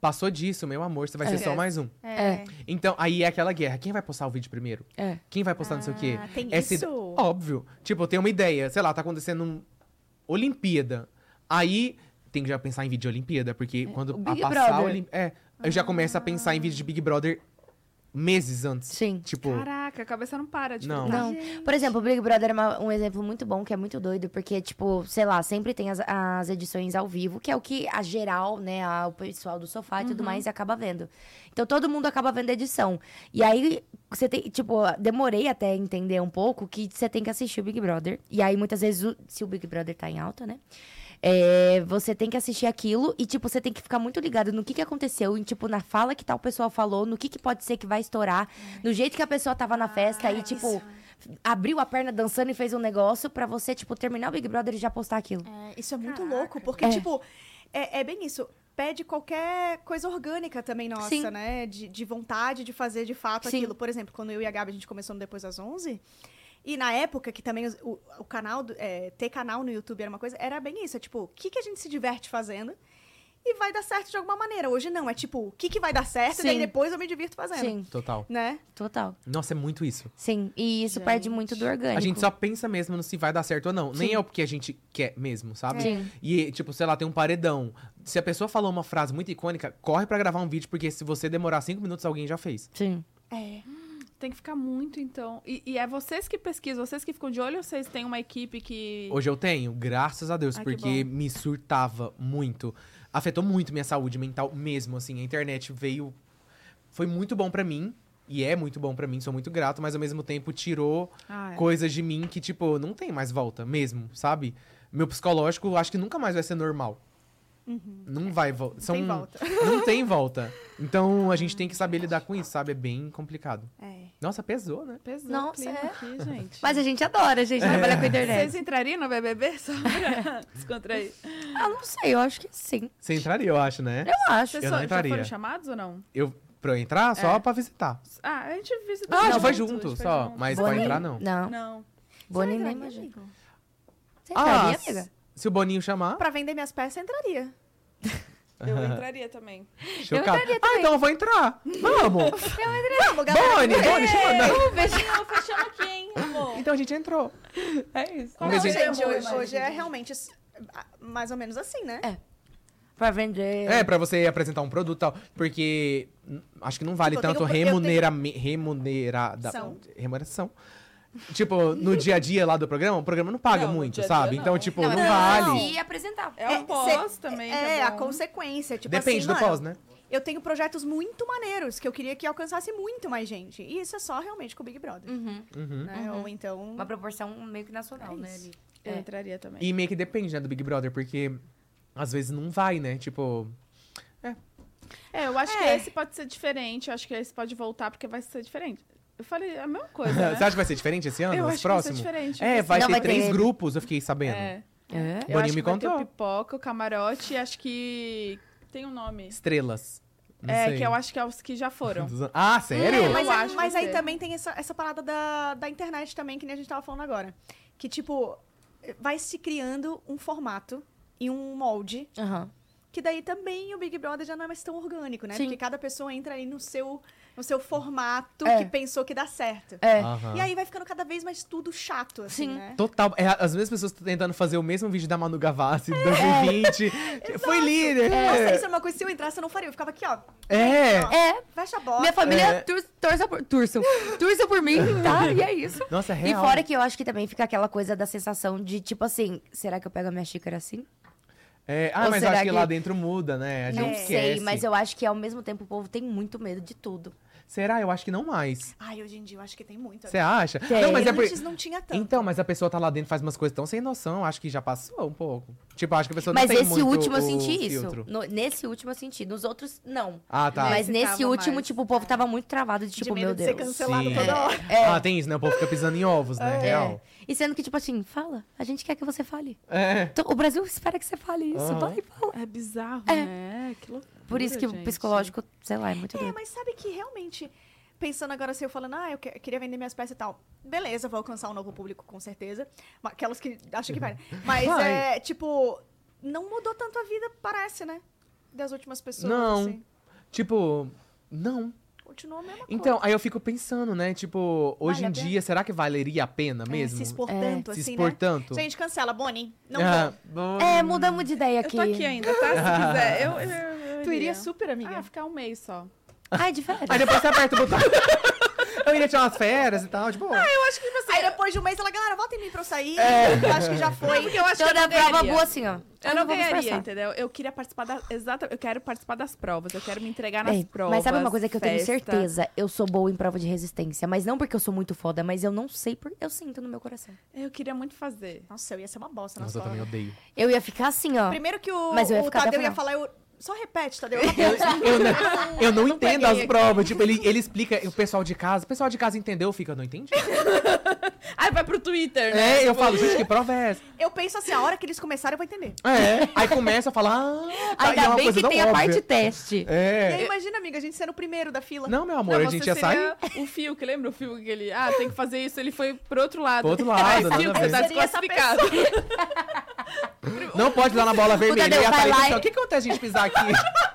Passou disso, meu amor, você vai ser só Esquece. mais um. É. Então, aí é aquela guerra. Quem vai postar o vídeo primeiro? É. Quem vai postar não sei o quê? Ah, tem Essa isso? ide- Óbvio. Tipo, eu tenho uma ideia. Sei lá, tá acontecendo um... Olimpíada. Aí, tem que já pensar em vídeo de Olimpíada. Porque quando o a Big passar a Brother. Olim... É, eu já começo a pensar em vídeo de Big Brother meses antes. Sim. Tipo, Caraca, a cabeça não para de Não. fritar. Não. Por exemplo, o Big Brother é uma- um exemplo muito bom, que é muito doido, porque, tipo, sei lá, sempre tem as, as edições ao vivo, que é o que a geral, né, a- o pessoal do sofá e tudo mais acaba vendo. Então todo mundo acaba vendo a edição. E aí, você tem, tipo, demorei até a entender um pouco que você tem que assistir o Big Brother. E aí, muitas vezes, o- se o Big Brother tá em alta, né? É, você tem que assistir aquilo e, tipo, você tem que ficar muito ligado no que, que aconteceu, em, tipo, na fala que tal pessoa falou, no que, que pode ser que vai estourar, no jeito que a pessoa tava na festa e, tipo, abriu a perna dançando e fez um negócio pra você, tipo, terminar o Big Brother e já postar aquilo. É, isso é muito Caraca. louco, porque, É. tipo, é, é bem isso. Pede qualquer coisa orgânica também nossa, Sim. né? De, de vontade de fazer de fato Sim. aquilo. Por exemplo, quando eu e a Gabi, a gente começou no Depois das onze... E na época, que também os- o, o canal, do- é, ter canal no YouTube era uma coisa, era bem isso. É tipo, o que, que a gente se diverte fazendo e vai dar certo de alguma maneira. Hoje não, é tipo, o que, que vai dar certo Sim. e daí depois eu me divirto fazendo. Sim, total. Né? total. Nossa, é muito isso. Sim, e isso Gente. perde muito do orgânico. A gente só pensa mesmo no se vai dar certo ou não. Nem Sim. é o que a gente quer mesmo, sabe? Sim. E, tipo, sei lá, tem um paredão. Se a pessoa falou uma frase muito icônica, corre pra gravar um vídeo, porque se você demorar cinco minutos, alguém já fez. Sim. É. Tem que ficar muito, então. E, e é vocês que pesquisam, vocês que ficam de olho ou vocês têm uma equipe que... Hoje eu tenho, graças a Deus, Ai, que porque me surtava muito. Afetou muito minha saúde mental mesmo, assim. A internet veio... Foi muito bom pra mim. E é muito bom pra mim, sou muito grato. Mas, ao mesmo tempo, tirou Ah, é. coisas de mim que, tipo, não tem mais volta mesmo, sabe? Meu psicológico, acho que nunca mais vai ser normal. Não vai voltar. Tem volta. Não tem volta. Então, a gente tem que saber lidar com isso, sabe? É bem complicado. É. Nossa, pesou, né? Pesou Nossa, o clima é. aqui, gente. Mas a gente adora, a gente trabalha com internet. Vocês entrariam no B B B só pra descontrair? Ah, não sei, eu acho que sim. Você entraria, eu acho, né? Eu acho. Vocês Eu só- não já entraria. foram chamados ou não? Eu, pra eu entrar, só É. pra visitar. Ah, a gente visitou. Ah, a gente foi junto, junto, a gente foi só. junto. Mas pra Boninho- entrar, não. Não. Não. Boninho Você nem entraria, imagina. amigo? Você Ah, entraria, s- amiga? se o Boninho chamar, Pra vender minhas peças, eu entraria. Eu entraria também. chocado. entraria Ah, então eu vou entrar. Vamos. Vamos, galera. Boni, Boni, chama. Vamos ver se não fechamos aqui, hein, amor? Então a gente entrou. É isso. Vamos Não, ver se- gente, hoje, hoje é realmente s- ah, mais ou menos assim, né? É. Pra vender. É, pra você apresentar um produto e tal. Porque hum, acho que não vale Tipo, eu tanto tenho- eu tenho- remunera, remunerada. São. Remuneração. Tipo, no dia a dia lá do programa, o programa não paga Não, no muito, dia a dia sabe? não. Então, tipo, não, mas vale. E apresentar. É o É, pós cê- também, É, que é a bom. consequência. Tipo Depende assim, do mano, pós, né? Eu tenho projetos muito maneiros que eu queria que alcançasse muito mais gente. E isso é só realmente com o Big Brother. Uhum. Uhum. Né? Ou então. Uma proporção meio que nacional, É né? isso. ali. Eu É. entraria também. E meio que depende, né, do Big Brother, porque às vezes não vai, né? Tipo, É, eu acho que É. esse pode ser diferente. Eu acho que esse pode voltar porque vai ser diferente. Eu falei a mesma coisa, né? você acha que vai ser diferente esse ano? Eu Os acho que vai ser próximos? diferente. É, vai Não, ter vai ter três ele. grupos, eu fiquei sabendo. É. É? Eu Boninho acho me que vai ter contou. o pipoca, o camarote e acho que tem um nome. Estrelas. Não é, sei. que eu acho que é os que já foram. Ah, sério? É, mas, Eu é- acho que mas vai aí ser. também tem essa, essa parada da, da internet também, que nem a gente tava falando agora. Que, tipo, vai se criando um formato e um molde, Aham. que daí também o Big Brother já não é mais tão orgânico, né? Sim. Porque cada pessoa entra aí no seu, no seu formato É. que pensou que dá certo. É. Aham. E aí vai ficando cada vez mais tudo chato, assim, Sim. né? Total. É, as mesmas pessoas tentando fazer o mesmo vídeo da Manu Gavassi de dois mil e vinte. Foi líder. Nossa, É. isso é uma coisa que se eu entrasse eu não faria. Eu ficava aqui, ó. É. Ó, É. Fecha a bola. Minha família É. tor- torça por, torçam. Torçam por mim, tá? E é isso. Nossa, é E real. fora que eu acho que também fica aquela coisa da sensação de, tipo assim, será que eu pego a minha xícara assim? É, ah, Ou mas eu será acho que, que- lá dentro muda, né? A gente Não É. sei, esquece. mas eu acho que ao mesmo tempo o povo tem muito medo de tudo. Será? Eu acho que não mais. Ai, hoje em dia eu acho que tem muito. Você acha? Tem. Não, mas é por... Antes não tinha tanto. Então, mas a pessoa tá lá dentro faz umas coisas tão sem noção. Acho que já passou um pouco. Tipo, acho que a pessoa Mas não tem esse muito último eu o senti isso. filtro. No- nesse último eu senti. Nos outros, não. Ah, tá. Mas Nesse nesse tava último, mais. tipo, o povo tava muito travado de de tipo, medo meu de ser Deus. cancelado Sim. toda hora. É. Ah, tem isso, né? O povo fica pisando em ovos, né? É. Real. E sendo que, tipo assim, fala. A gente quer que você fale. É. Então, o Brasil espera que você fale isso. Aham. Vai, fala. É bizarro, É. né? Que loucura, Por isso que o gente. psicológico, sei lá, é muito É, doido. mas sabe que realmente, pensando agora assim, eu falando, ah, eu que- queria vender minhas peças e tal. Beleza, vou alcançar um novo público, com certeza. Mas aquelas que acham que vai. Mas Vai. é, tipo, não mudou tanto a vida, parece, né? Das últimas pessoas, Não. assim. Tipo, não. Continua a mesma coisa. Então, aí eu fico pensando, né? Tipo, hoje Vale em a pena? dia, será que valeria a pena É, mesmo? se expor É. tanto, Se assim, expor né? tanto? Gente, cancela, Bonnie. Não Ah, vou. bom. É, mudamos de ideia Eu aqui. tô aqui ainda, tá? Se quiser. Eu, eu, eu Tu iria super, amiga? Ah, ficar um mês só. Ai, de férias. Aí depois você aperta o botão. Eu iria tirar umas férias e tal, tipo... Eu acho que você... Aí depois de um mês, ela, galera, volta em mim pra eu sair. É. Eu acho que já foi. Porque eu acho que eu Toda não prova ganharia. boa assim, ó. Eu Ai, não vou me ganharia, esforçar. entendeu? Eu queria participar da... Exato, eu quero participar das provas. Eu quero me entregar nas Bem, provas. mas sabe uma coisa que eu tenho festa. certeza? Eu sou boa em prova de resistência. Mas não porque eu sou muito foda, mas eu não sei porque eu sinto no meu coração. Eu queria muito fazer. Nossa, eu ia ser uma bosta na Nossa, eu escola. também odeio. Eu ia ficar assim, ó. Primeiro que o, Mas eu ia o ficar até Tadeu o ia final. falar, eu... Só repete, Tadeu. Eu não, eu não entendo peguei as aqui. provas. Tipo, ele, ele explica, o pessoal de casa... O pessoal de casa entendeu, fica, eu não entendi. Aí vai pro Twitter, né? É, eu falo, gente, que prova é essa? Eu penso assim, a hora que eles começarem, eu vou entender. É, aí começa a falar... Ah, tá, e é Ainda uma bem coisa que tão tem a óbvia. parte teste. E aí, É. imagina, amiga, a gente sendo o primeiro da fila. Não, meu amor, Não, a gente você ia sair seria o Fio, que lembra o Fio que ele... Ah, tem que fazer isso. Ele foi pro outro lado. pro outro Ai, lado, Fio, nada que a você tá ver. Seria essa desclassificado. Não pode dar na bola vermelha. Tadeu, E a vai Thalita lá assim, e- ó, o que que acontece se a gente pisar aqui?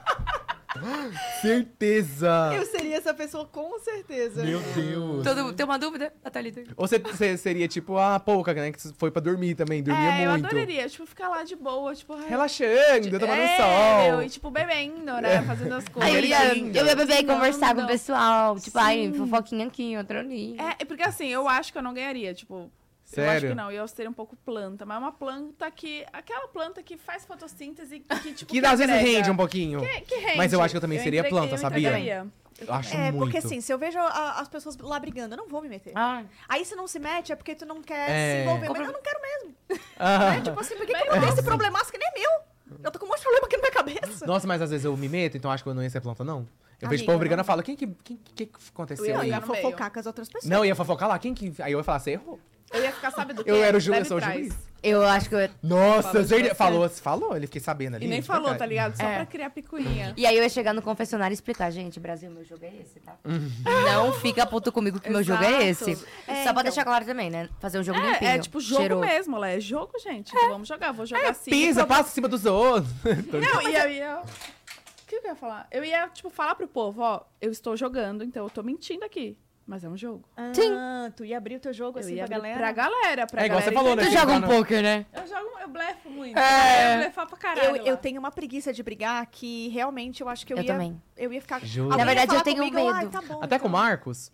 Certeza. Eu seria essa pessoa, com certeza. Meu Deus. Todo, tem uma dúvida? A Thalita. Ou você, você seria tipo a pouca, né? Que foi pra dormir também, dormia É, eu muito. adoraria. Tipo, ficar lá de boa. Tipo, ai, Relaxando, tomando é, sol. meu, e tipo, bebendo, né? Fazendo as coisas. Aí eu ia, Linda. eu ia beber e Não, conversar com não. o pessoal. Tipo, ai, Sim. fofoquinha aqui, outra ali. É, é porque assim, eu acho que eu não ganharia, tipo... Eu acho Sério? que não, eu seria um pouco planta, mas é uma planta que... Aquela planta que faz fotossíntese que, tipo, Que às vezes agrega. rende um pouquinho. Que, que rende. Mas eu acho que eu também seria entre- planta, eu sabia? entregaria. Eu acho É, muito. porque assim, se eu vejo a- as pessoas lá brigando, eu não vou me meter. Ai. Aí se não se mete, é porque tu não quer É. se envolver. Mas eu não quero mesmo. Ah. Né? Tipo assim, por que, que eu vou ter esse problemaço que nem é meu? Eu tô com um monte de problema aqui na minha cabeça. Nossa, mas às vezes eu me meto, então acho que eu não ia ser planta, não. Eu vejo o Amiga, povo brigando não. e falo, quem que, quem, que que aconteceu Eu Eu aí? ia no meio. fofocar com as outras pessoas. Não, ia fofocar lá, quem que... Aí eu ia falar, você errou. Eu ia ficar, sabe do quê? Eu era o ju- eu Leve sou o trás. juiz. Eu acho que eu... Nossa, Falou de Zerda- você. falou, falou, ele fiquei sabendo ali. E nem de falou, tá verdade. ligado? Só É. pra criar picuinha. E aí eu ia chegar no confessionário e explicar, gente, Brasil, meu jogo é esse, tá? Não fica puto comigo que meu jogo é esse. Exato. É, Só então. pra deixar claro também, né? Fazer um jogo limpinho. É, é tipo jogo cheiroso. mesmo, Lé. É jogo, gente. Então vamos jogar. Vou jogar assim. Pisa, Pro- passa em cima dos outros. Não, e eu ia... O que eu ia falar? Eu ia, tipo, falar pro povo, ó, eu estou jogando, então eu tô mentindo aqui. Mas é um jogo. Ah, Sim. tu ia abrir o teu jogo Eu assim ia pra abrir galera? pra galera, pra É igual galera você falou, né? Tu entender. joga um Não. poker, né? Eu jogo, eu blefo muito. É. Eu blefar pra caralho. Eu, eu lá. tenho uma preguiça de brigar que realmente eu acho que eu, Eu ia... também. Eu ia ficar... Juro. Alguém Na ia verdade, falar eu tenho comigo, medo. Ai, tá bom, Até com o então. Marcos?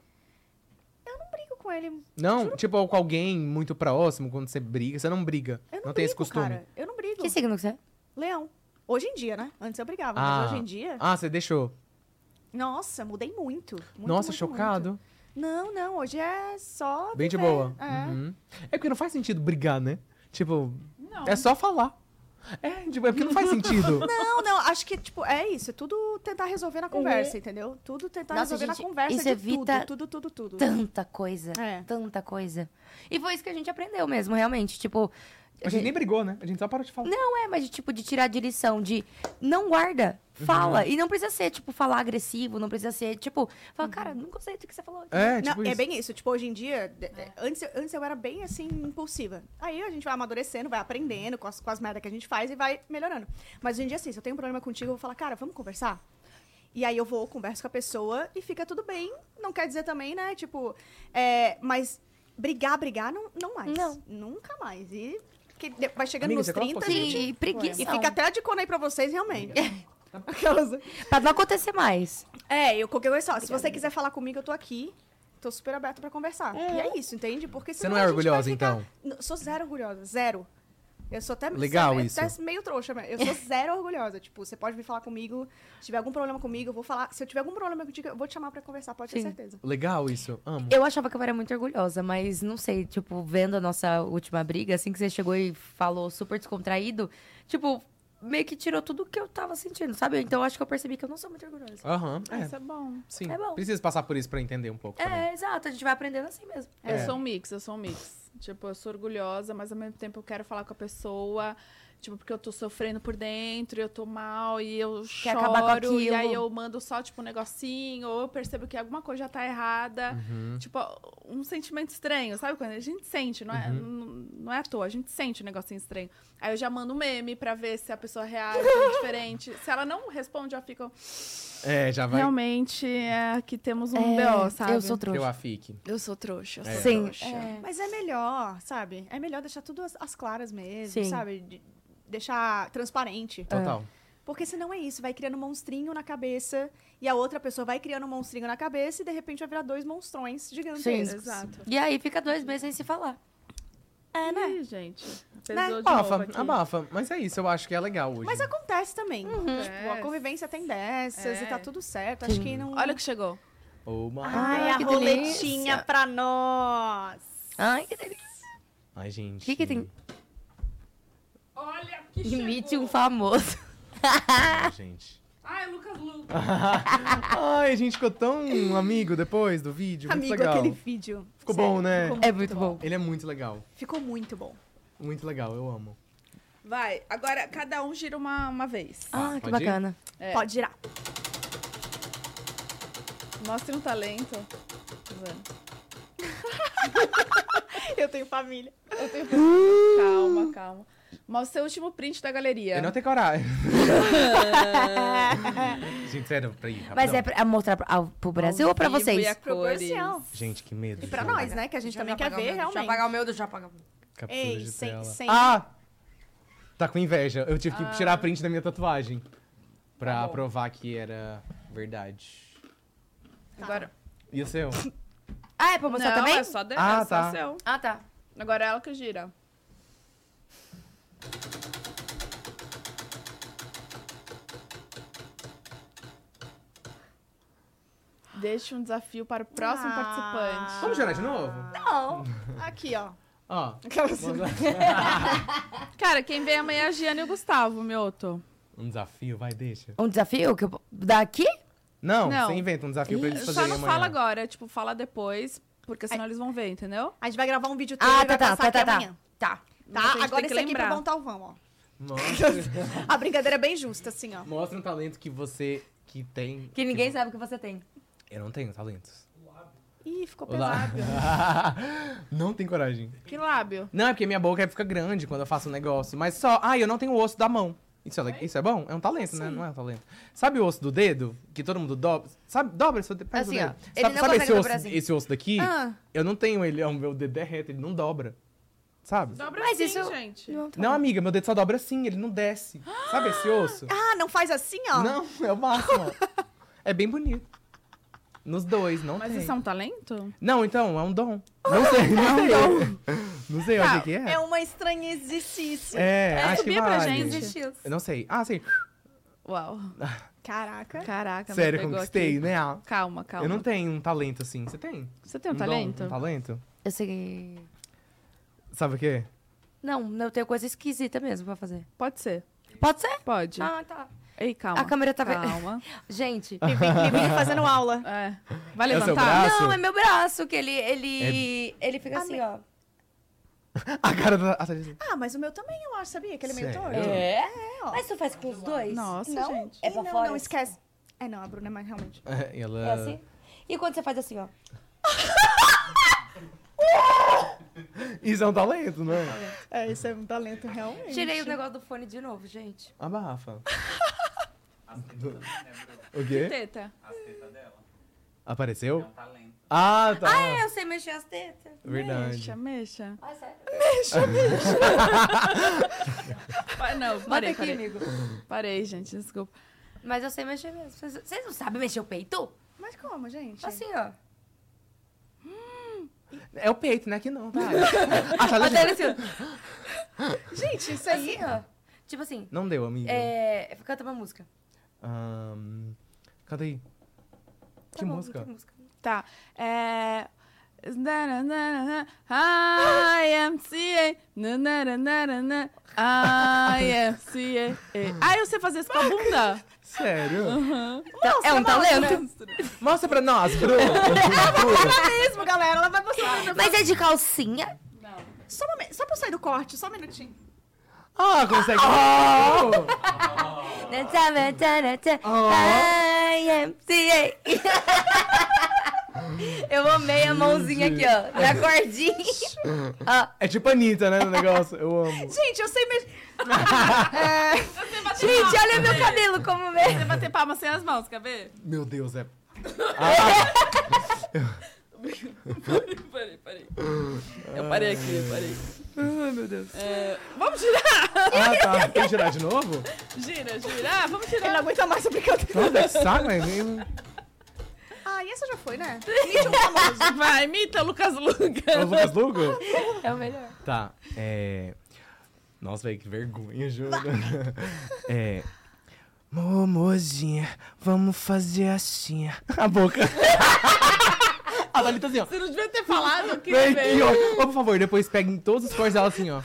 Eu não brigo com ele. Não, tipo, com alguém muito próximo, quando você briga, você não briga. Eu não, tem brigo, esse costume. cara. Eu não brigo. Que signo que você é? Leão. Hoje em dia, né? Antes eu brigava, Ah. mas hoje em dia... Ah, você deixou. Nossa, mudei muito. muito Nossa, muito, chocado. muito. Não, não, hoje é só Bem de viver. boa. É. Uhum. É porque não faz sentido brigar, né? Tipo, Não. é só falar. É, tipo, é porque não faz sentido. Não, não, acho que, tipo, é isso. É tudo tentar resolver na conversa, entendeu? Tudo tentar Nossa, resolver gente, na conversa isso de evita tudo, tudo, tudo, tudo. Tanta coisa. É. Tanta coisa. E foi isso que a gente aprendeu mesmo, realmente. Tipo. A gente nem brigou, né? A gente só parou de falar. Não é, mas de, tipo, de tirar de lição, de não guarda, fala. Uhum. E não precisa ser, tipo, falar agressivo, não precisa ser, tipo, fala, cara, não gostei do que você falou. É, Não, tipo é isso. bem isso. Tipo, hoje em dia, de- de- antes, eu- antes eu era bem, assim, impulsiva. Aí a gente vai amadurecendo, vai aprendendo com as, com as merdas que a gente faz e vai melhorando. Mas hoje em dia, assim, se eu tenho um problema contigo, eu vou falar, cara, vamos conversar? E aí eu vou, converso com a pessoa e fica tudo bem. Não quer dizer também, né, tipo... É, mas brigar, brigar, não, não mais. Não. Nunca mais. E que de- vai chegando Amiga, nos você coloca um trinta, a pouquinho? gente... E preguiça. E fica até a de cona aí pra vocês, realmente. Aquelas... Pra não acontecer mais. É, eu qualquer coisa só. Se você quiser falar comigo, eu tô aqui. Tô super aberta pra conversar. E é isso, entende? Porque Você senão não é a gente vai orgulhosa, ficar- então? N- Sou zero orgulhosa. Zero. Eu sou até... Legal sou isso. até meio trouxa, mas eu sou zero orgulhosa. Tipo, você pode vir falar comigo. Se tiver algum problema comigo, eu vou falar. Se eu tiver algum problema contigo, eu vou te chamar pra conversar, pode ter Sim. certeza. Legal isso. Amo. Eu achava que eu era muito orgulhosa, mas não sei, tipo, vendo a nossa última briga, assim que você chegou e falou super descontraído, tipo, meio que tirou tudo que eu tava sentindo, sabe? Então eu acho que eu percebi que eu não sou muito orgulhosa. Aham, Ah, é. isso é bom. Sim. É bom. Precisa passar por isso pra entender um pouco também. É, exato, a gente vai aprendendo assim mesmo. Eu É. sou um mix, eu sou um mix. Tipo, eu sou orgulhosa, mas ao mesmo tempo eu quero falar com a pessoa. Tipo, porque eu tô sofrendo por dentro, eu tô mal e eu Quer choro. acabar com aquilo. E aí eu mando só, tipo, um negocinho, ou eu percebo que alguma coisa já tá errada. Uhum. Tipo, um sentimento estranho, sabe? Quando a gente sente, não é, Uhum. não, não é à toa, a gente sente um negocinho estranho. Aí eu já mando um meme pra ver se a pessoa reage diferente. Se ela não responde, eu fico... É, já vai. Realmente, é, aqui temos um É, B O, sabe? eu sou Que eu trouxa. a fique. Eu sou trouxa, eu sou É. Sim. trouxa. É. Mas é melhor, sabe? É melhor deixar tudo às, às claras mesmo, Sim. sabe? De- deixar transparente. Total. Porque senão é isso, vai criando um monstrinho na cabeça e a outra pessoa vai criando um monstrinho na cabeça e de repente vai virar dois monstrões gigantescos. Exato. E aí fica dois meses sem se falar. É, né? Ih, gente, pesou Né? de novo Abafa, aqui. abafa. Mas é isso, eu acho que é legal hoje. Mas acontece também. Tipo, a É. convivência tem dessas É. e tá tudo certo. Acho Sim. que não. Olha o que chegou. Oh, my... Ai, a que roletinha delícia. pra nós. Ai, que delícia. Ai, gente. O que que tem? Olha que Imite chegou. um famoso. Ai, gente. Ai, Lucas Lucas. Ai, a gente ficou tão amigo depois do vídeo. Muito Amigo, legal. aquele vídeo. Ficou Sério, bom, né? Ficou, É muito bom. Ele é muito legal. ficou muito bom. Muito legal, eu amo. Vai, agora cada um gira uma, uma vez. Ah, que pode ir? bacana. É. Pode girar. Mostre um talento. Tô vendo. Eu tenho família. Eu tenho... Calma, calma. Mostre seu último print da galeria. Eu não tenho coragem. Gente, sério, pra ir. Mas é rapidão. pra mostrar pra- ao- pro Brasil ou pra Vivo vocês? e a cores. Proporção. Gente, que medo. E pra de nós, né? Que a gente também quer ver, realmente. Deixa eu apagar o meu, deixa eu apagar o meu. Captura Ei, de sem- tela. sem- Ah! Tá com inveja. Eu tive que Ah. tirar a print da minha tatuagem. Pra Tá bom. provar que era verdade. Agora... E o seu? Ah, é pra mostrar não, também? é só, de... Ah, é só tá. seu. Ah, tá. Agora é ela que gira. Deixe um desafio para o próximo Ah. participante. Vamos girar de novo? Não. Aqui, ó. Ó. Aquelas- Cara, quem vem amanhã é a Giana e o Gustavo, Mioto. Um desafio, vai, deixa. Um desafio que eu... daqui? Não, Não. você inventa um desafio pra eles Só fazerem não amanhã. fala agora, tipo, fala depois, porque senão eles vão ver, entendeu? A gente vai gravar um vídeo teu e Ah, vai tá, tá, passar tá, aqui tá, tá. amanhã. Tá. Mas a Tá? gente Agora tem que esse aqui lembrar. pro Bom Talvão, ó. Mostra, A brincadeira é bem justa, assim, ó. mostra um talento que você que tem. Que ninguém sabe o que você tem. Eu não tenho talentos. Ih, ficou Olá. pesado. Não tem coragem. Que lábio. Não, é porque minha boca fica grande quando eu faço um negócio. Mas só. Ah, eu não tenho o osso da mão. Isso é, le- isso é bom? É um talento, né? Não é um talento. Sabe o osso do dedo? Que todo mundo dobra? Sabe? Dobra esse dedo. pega Assim, o ó. dedo. Ele Sabe, não sabe consegue esse, osso, dobrar assim. esse osso daqui? Ah, Eu não tenho ele. O meu dedo é reto, ele não dobra. Sabe? Dobra Mas assim, isso- gente. Não, tá Não, bom. amiga, meu dedo só dobra assim, ele não desce. Sabe esse osso? ah, não faz assim, ó? Não, é o máximo. ó. É bem bonito. Nos dois, não Mas tem. isso é um talento? Não, então, é um dom. Não sei, não sei. Não sei, eu Tá, achei que é. É uma estranhecice. É, acho que subir pra vale. gente. Eu não sei. Ah, sim. Uau. Caraca. Caraca, me Sério, pegou conquistei, aqui. né? Calma, calma. Eu não tenho um talento assim. Você tem? Você tem um, dom, talento? Um talento? Eu sei... Sabe o quê? Não, eu tenho coisa esquisita mesmo pra fazer. Pode ser. Pode ser? Pode. Ah, tá. Ei, calma. A câmera tá vendo. Calma. Gente... Me vi fazendo aula. É. Vai É o seu levantar? braço? Não, é meu braço, que ele... Ele, ele fica Ah, assim, me- ó. A cara da. Ah, tá dizendo. Ah, mas o meu também, eu acho, sabia? Que ele é meio Sério? torto. É? ó. Mas tu faz com os dois? Nossa, Não, gente. É pra não, fora? não, esquece. É, não, a Bruna é mais realmente. É, e ela. É assim? E quando você faz assim, ó? Isso é um talento, né? É, isso é um talento realmente. Tirei o negócio do fone de novo, gente. Abafa. As tetas, né, Bruno? O quê? Teta. As tetas dela. É Apareceu? um talento. Ah, tá. Ah, é, eu sei mexer as tetas. Verdade. Mexa, mexa. Ah, sério? Pa- Não, Bota parei, aqui, parei. amigo. Parei, gente, desculpa. Mas eu sei mexer mesmo. Vocês vocês não sabem mexer o peito? Mas como, gente? Assim, ó. É o peito, né? Que não, tá? Ah, tá Até legítimo. ele assim, ó. Gente, isso aí... Assim, ó. Tipo assim, Não deu, amigo. é... Canta uma música. Ahn, Canta aí. Tá Que bom, música? Que música? Tá. É. I M C A. I M C A. Ah, eu sei fazer isso com a bunda? Sério? Tá- é um talento. Mostra pra nós, Bruno. É mesmo, galera. Ela vai mostrar. Mas é de calcinha? Não. Só, um momento, só pra eu sair do corte, só um minutinho. Ah, consegue. Oh. I M C A. Eu amei a mãozinha aqui, ó. Na cordinha. Ó. É tipo a Anitta, né, no negócio. Eu amo. Gente, eu sei mesmo. Gente, olha meu cabelo como Você vê. bater palma sem as mãos, quer ver? Meu Deus, é... Parei, parei. Eu parei aqui, eu parei. Ai, meu Deus. É, vamos girar! Ah, tá. Tem que girar de novo? Gira, gira. Ah, vamos Ele não girar. aguenta mais a brincadeira. Nossa, que saco, é meio... Ah, e essa já foi, né? Imite um famoso. Vai, imita o Lucas É o Luca. Lucas Lugo? É o melhor. Tá, é... Nossa, velho, que vergonha, juro. É... Momozinha, vamos fazer assim. A boca. A Thalita assim, ó. Você não devia ter falado o que Vem veio. aqui, ó. Ô, por favor, depois peguem todos os cortes dela assim, ó.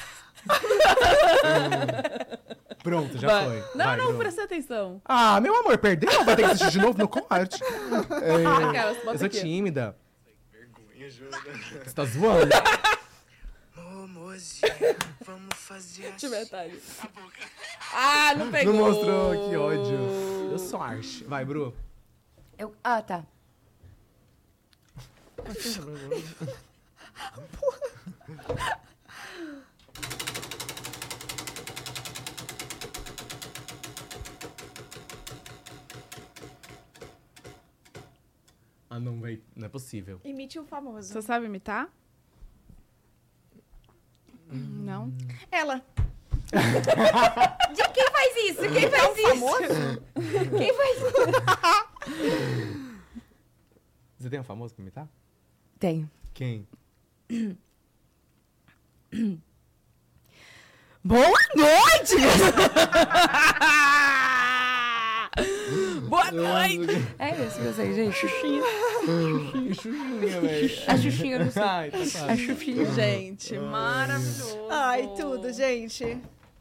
Pronto, já Vai. foi. Não, Vai, não, Bruno. presta atenção. Ah, meu amor, perdeu? Vai ter que assistir de novo no corte. É, Aquelas, bota eu sou aqui. tímida. Vergonha, juro. Você tá zoando? Momozinha, vamos fazer Deixa eu ver, Thalita. Ah, não pegou. Não mostrou, que ódio. Eu sou arte. Vai, Bru. Eu... Ah, tá. Ah, não, véi. Não é possível. Imite um famoso. Você sabe imitar? Não? Ela. De quem faz isso? Quem faz isso? Famoso? Quem faz isso? Você tem um famoso pra imitar? Tenho. Quem? Boa noite! Boa noite! É isso que eu sei, gente. Xuxinha. Que chuchinha, velho. A Xuxinha, eu não sei. Ai, tá A fácil. Xuxinha. Gente, maravilhoso. Ai, tudo, gente.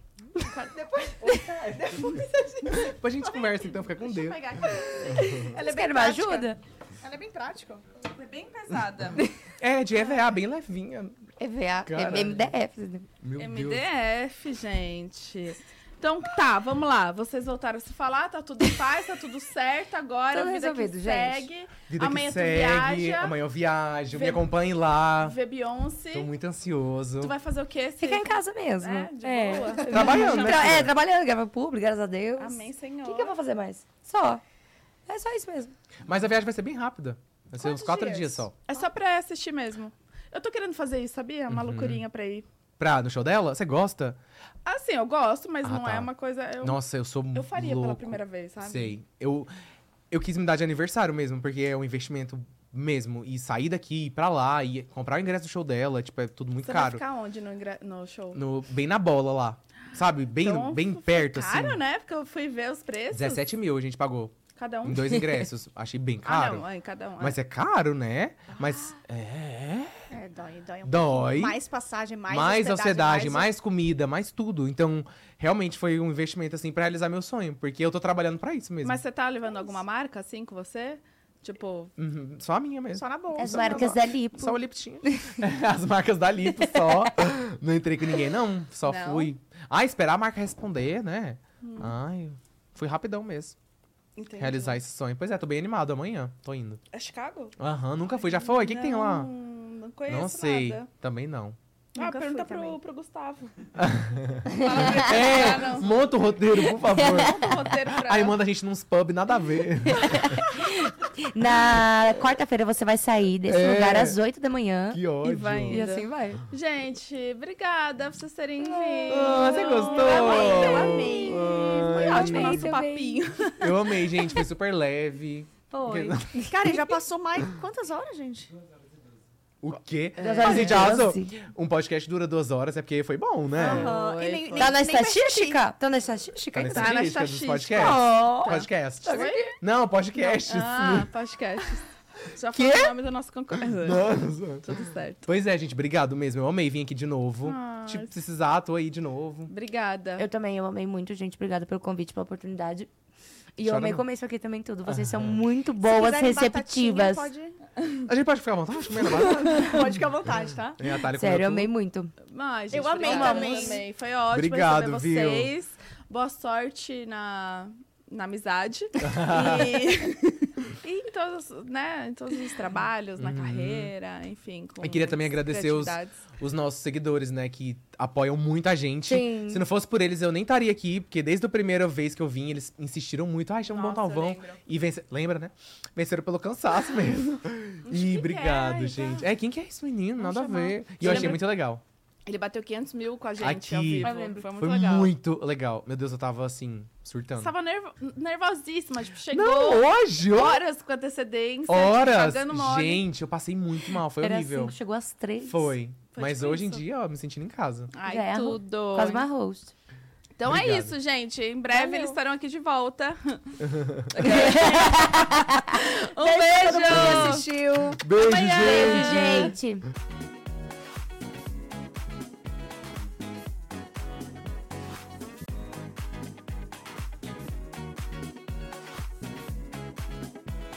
Depois, depois a gente... Depois a gente conversa, então. Fica com Deixa eu Deus. pegar aqui. Ela é Vocês bem querem uma prática. ajuda? Ela é bem prática. É bem pesada. É, de E V A, bem levinha. É V A, Caralho. é M D F. Meu M D Deus. F, gente. Então, tá, vamos lá. Vocês voltaram a se falar, tá tudo em paz, tá tudo certo agora. Tudo vida resolvido, que gente. segue. Vida Amanhã que tu segue. viaja. Amanhã eu viajo. Vê- Me acompanhe lá. Vê Beyoncé. Tô muito ansioso. Tu vai fazer o quê? Ficar em casa mesmo. É, de É. boa. Trabalhando, né? Tra- filha? é, trabalhando, grava público, graças a Deus. Amém, Senhor. O que, que eu vou fazer mais? Só. É só isso mesmo. Mas a viagem vai ser bem rápida. Vai ser Quantos uns quatro dias? dias só. É só pra assistir mesmo. Eu tô querendo fazer isso, sabia? Uma loucurinha pra ir. Pra, no show dela? Você gosta? Assim, eu gosto, mas Ah, não tá. é uma coisa... Eu, Nossa, eu sou eu faria louco. pela primeira vez, sabe? Sei. Eu, eu quis me dar de aniversário mesmo, porque é um investimento mesmo. E sair daqui, ir pra lá, e comprar o ingresso do show dela, tipo, é tudo muito Você caro. vai ficar onde no, ingre- no show? No, bem na bola lá. Sabe? Bem, Então, bem foi perto, caro, assim. né? Porque eu fui ver os preços. dezessete mil a gente pagou. Cada um. Em dois ingressos. Achei bem Ah, caro. não, aí cada um. Mas é caro, né? Mas é. É, dói, dói um Dói. pouquinho. Mais passagem, mais, Mais hospedagem, mais... mais comida, mais tudo. Então, realmente foi um investimento, assim, pra realizar meu sonho. Porque eu tô trabalhando pra isso mesmo. Mas você tá levando alguma marca, assim, com você? Tipo, Uhum, só a minha mesmo. Só na bolsa. As marcas da Lipo. Só o Liptinho. As marcas da Lipo só. Não entrei com ninguém, não. Só Não? fui. Ah, esperar a marca responder, né? Ai, fui rapidão mesmo. entendi. Realizar esse sonho. Pois é, tô bem animado amanhã. Tô indo. É Chicago? Aham, nunca fui. Já foi? O que, que tem lá? Não, não conheço Não sei. nada. Também não. Ah, Nunca pergunta fui pro, também. pro Gustavo. Fala pra ele. É, Ah, não. monta o roteiro, por favor. Monta o roteiro pra... Aí manda a gente nos pub, nada a ver. Na quarta-feira você vai sair desse É. lugar às oito da manhã. Que ódio. E vai E assim vai. Gente, obrigada por vocês terem vindo. Ah, você gostou? Eu amei, eu amei. Foi Ai, ótimo o amei nosso também. papinho. Eu amei, gente. Foi super leve. Foi. Cara, e já passou mais... Quantas horas, gente? O quê? Duas Mas horas a e gente arrasou. doze. Um podcast dura duas horas é porque foi bom, né? Aham. Foi, E nem- foi. nem- Tá na nem percebi. estatística? Tá na estatística? Tá na Tá na estatística dos estatística. podcasts. Oh. Podcasts. Oi? Não, podcasts. Ah, podcast. Já Quê? falou o nome do nosso concorrente. Nossa. Tudo certo. Pois é, gente, obrigado mesmo. Eu amei vir aqui de novo. Ah, Tipo, se precisar, tô aí de novo. Obrigada. Eu também, eu amei muito, gente. Obrigada pelo convite, pela oportunidade. E eu Chora amei não. comer isso aqui também tudo. Vocês são muito boas, quiserem receptivas. batatinha, A gente pode ficar à vontade comendo batata? Pode, pode ficar à vontade, tá? E a Natália Sério, eu comeu amei muito. Ai, gente, Eu amei obrigada, também. amei. Foi ótimo Obrigado, receber viu? vocês. Boa sorte na, na amizade. e, e em, todos, né, em todos os trabalhos, na carreira, enfim. Com Eu queria também as agradecer os, criatividades. os nossos seguidores, né, que apoiam muito a gente. Sim. Se não fosse por eles, eu nem estaria aqui, porque desde a primeira vez que eu vim, eles insistiram muito. Ai, chama um bom Nossa, eu Talvão. lembro. E vence... Lembra, né? Venceram pelo cansaço mesmo. que E é, obrigado, então. gente. É, quem que é esse menino? Vamos Nada a chamar. ver. E Você eu achei lembra- muito legal. Ele bateu quinhentos mil com a gente Aqui. ao vivo. Eu lembro. Foi muito Foi legal. muito legal. Meu Deus, eu tava assim, surtando. Você tava nervo- nervosíssima, tipo, chegou Não, hoje, hoje. horas com antecedência. Horas. Pagando mole. Gente, eu passei muito mal. Foi Era horrível. cinco, chegou às três. Foi. Foi Mas tipo hoje em isso. dia, ó, me sentindo em casa. Ai, Já é arro- tudo. Quase uma host. Então é Obrigado. isso, gente. Em breve Valeu. eles estarão aqui de volta. um Beijo pra todo mundo que beijo! assistiu. Beijo, Amanhã. gente. Gente.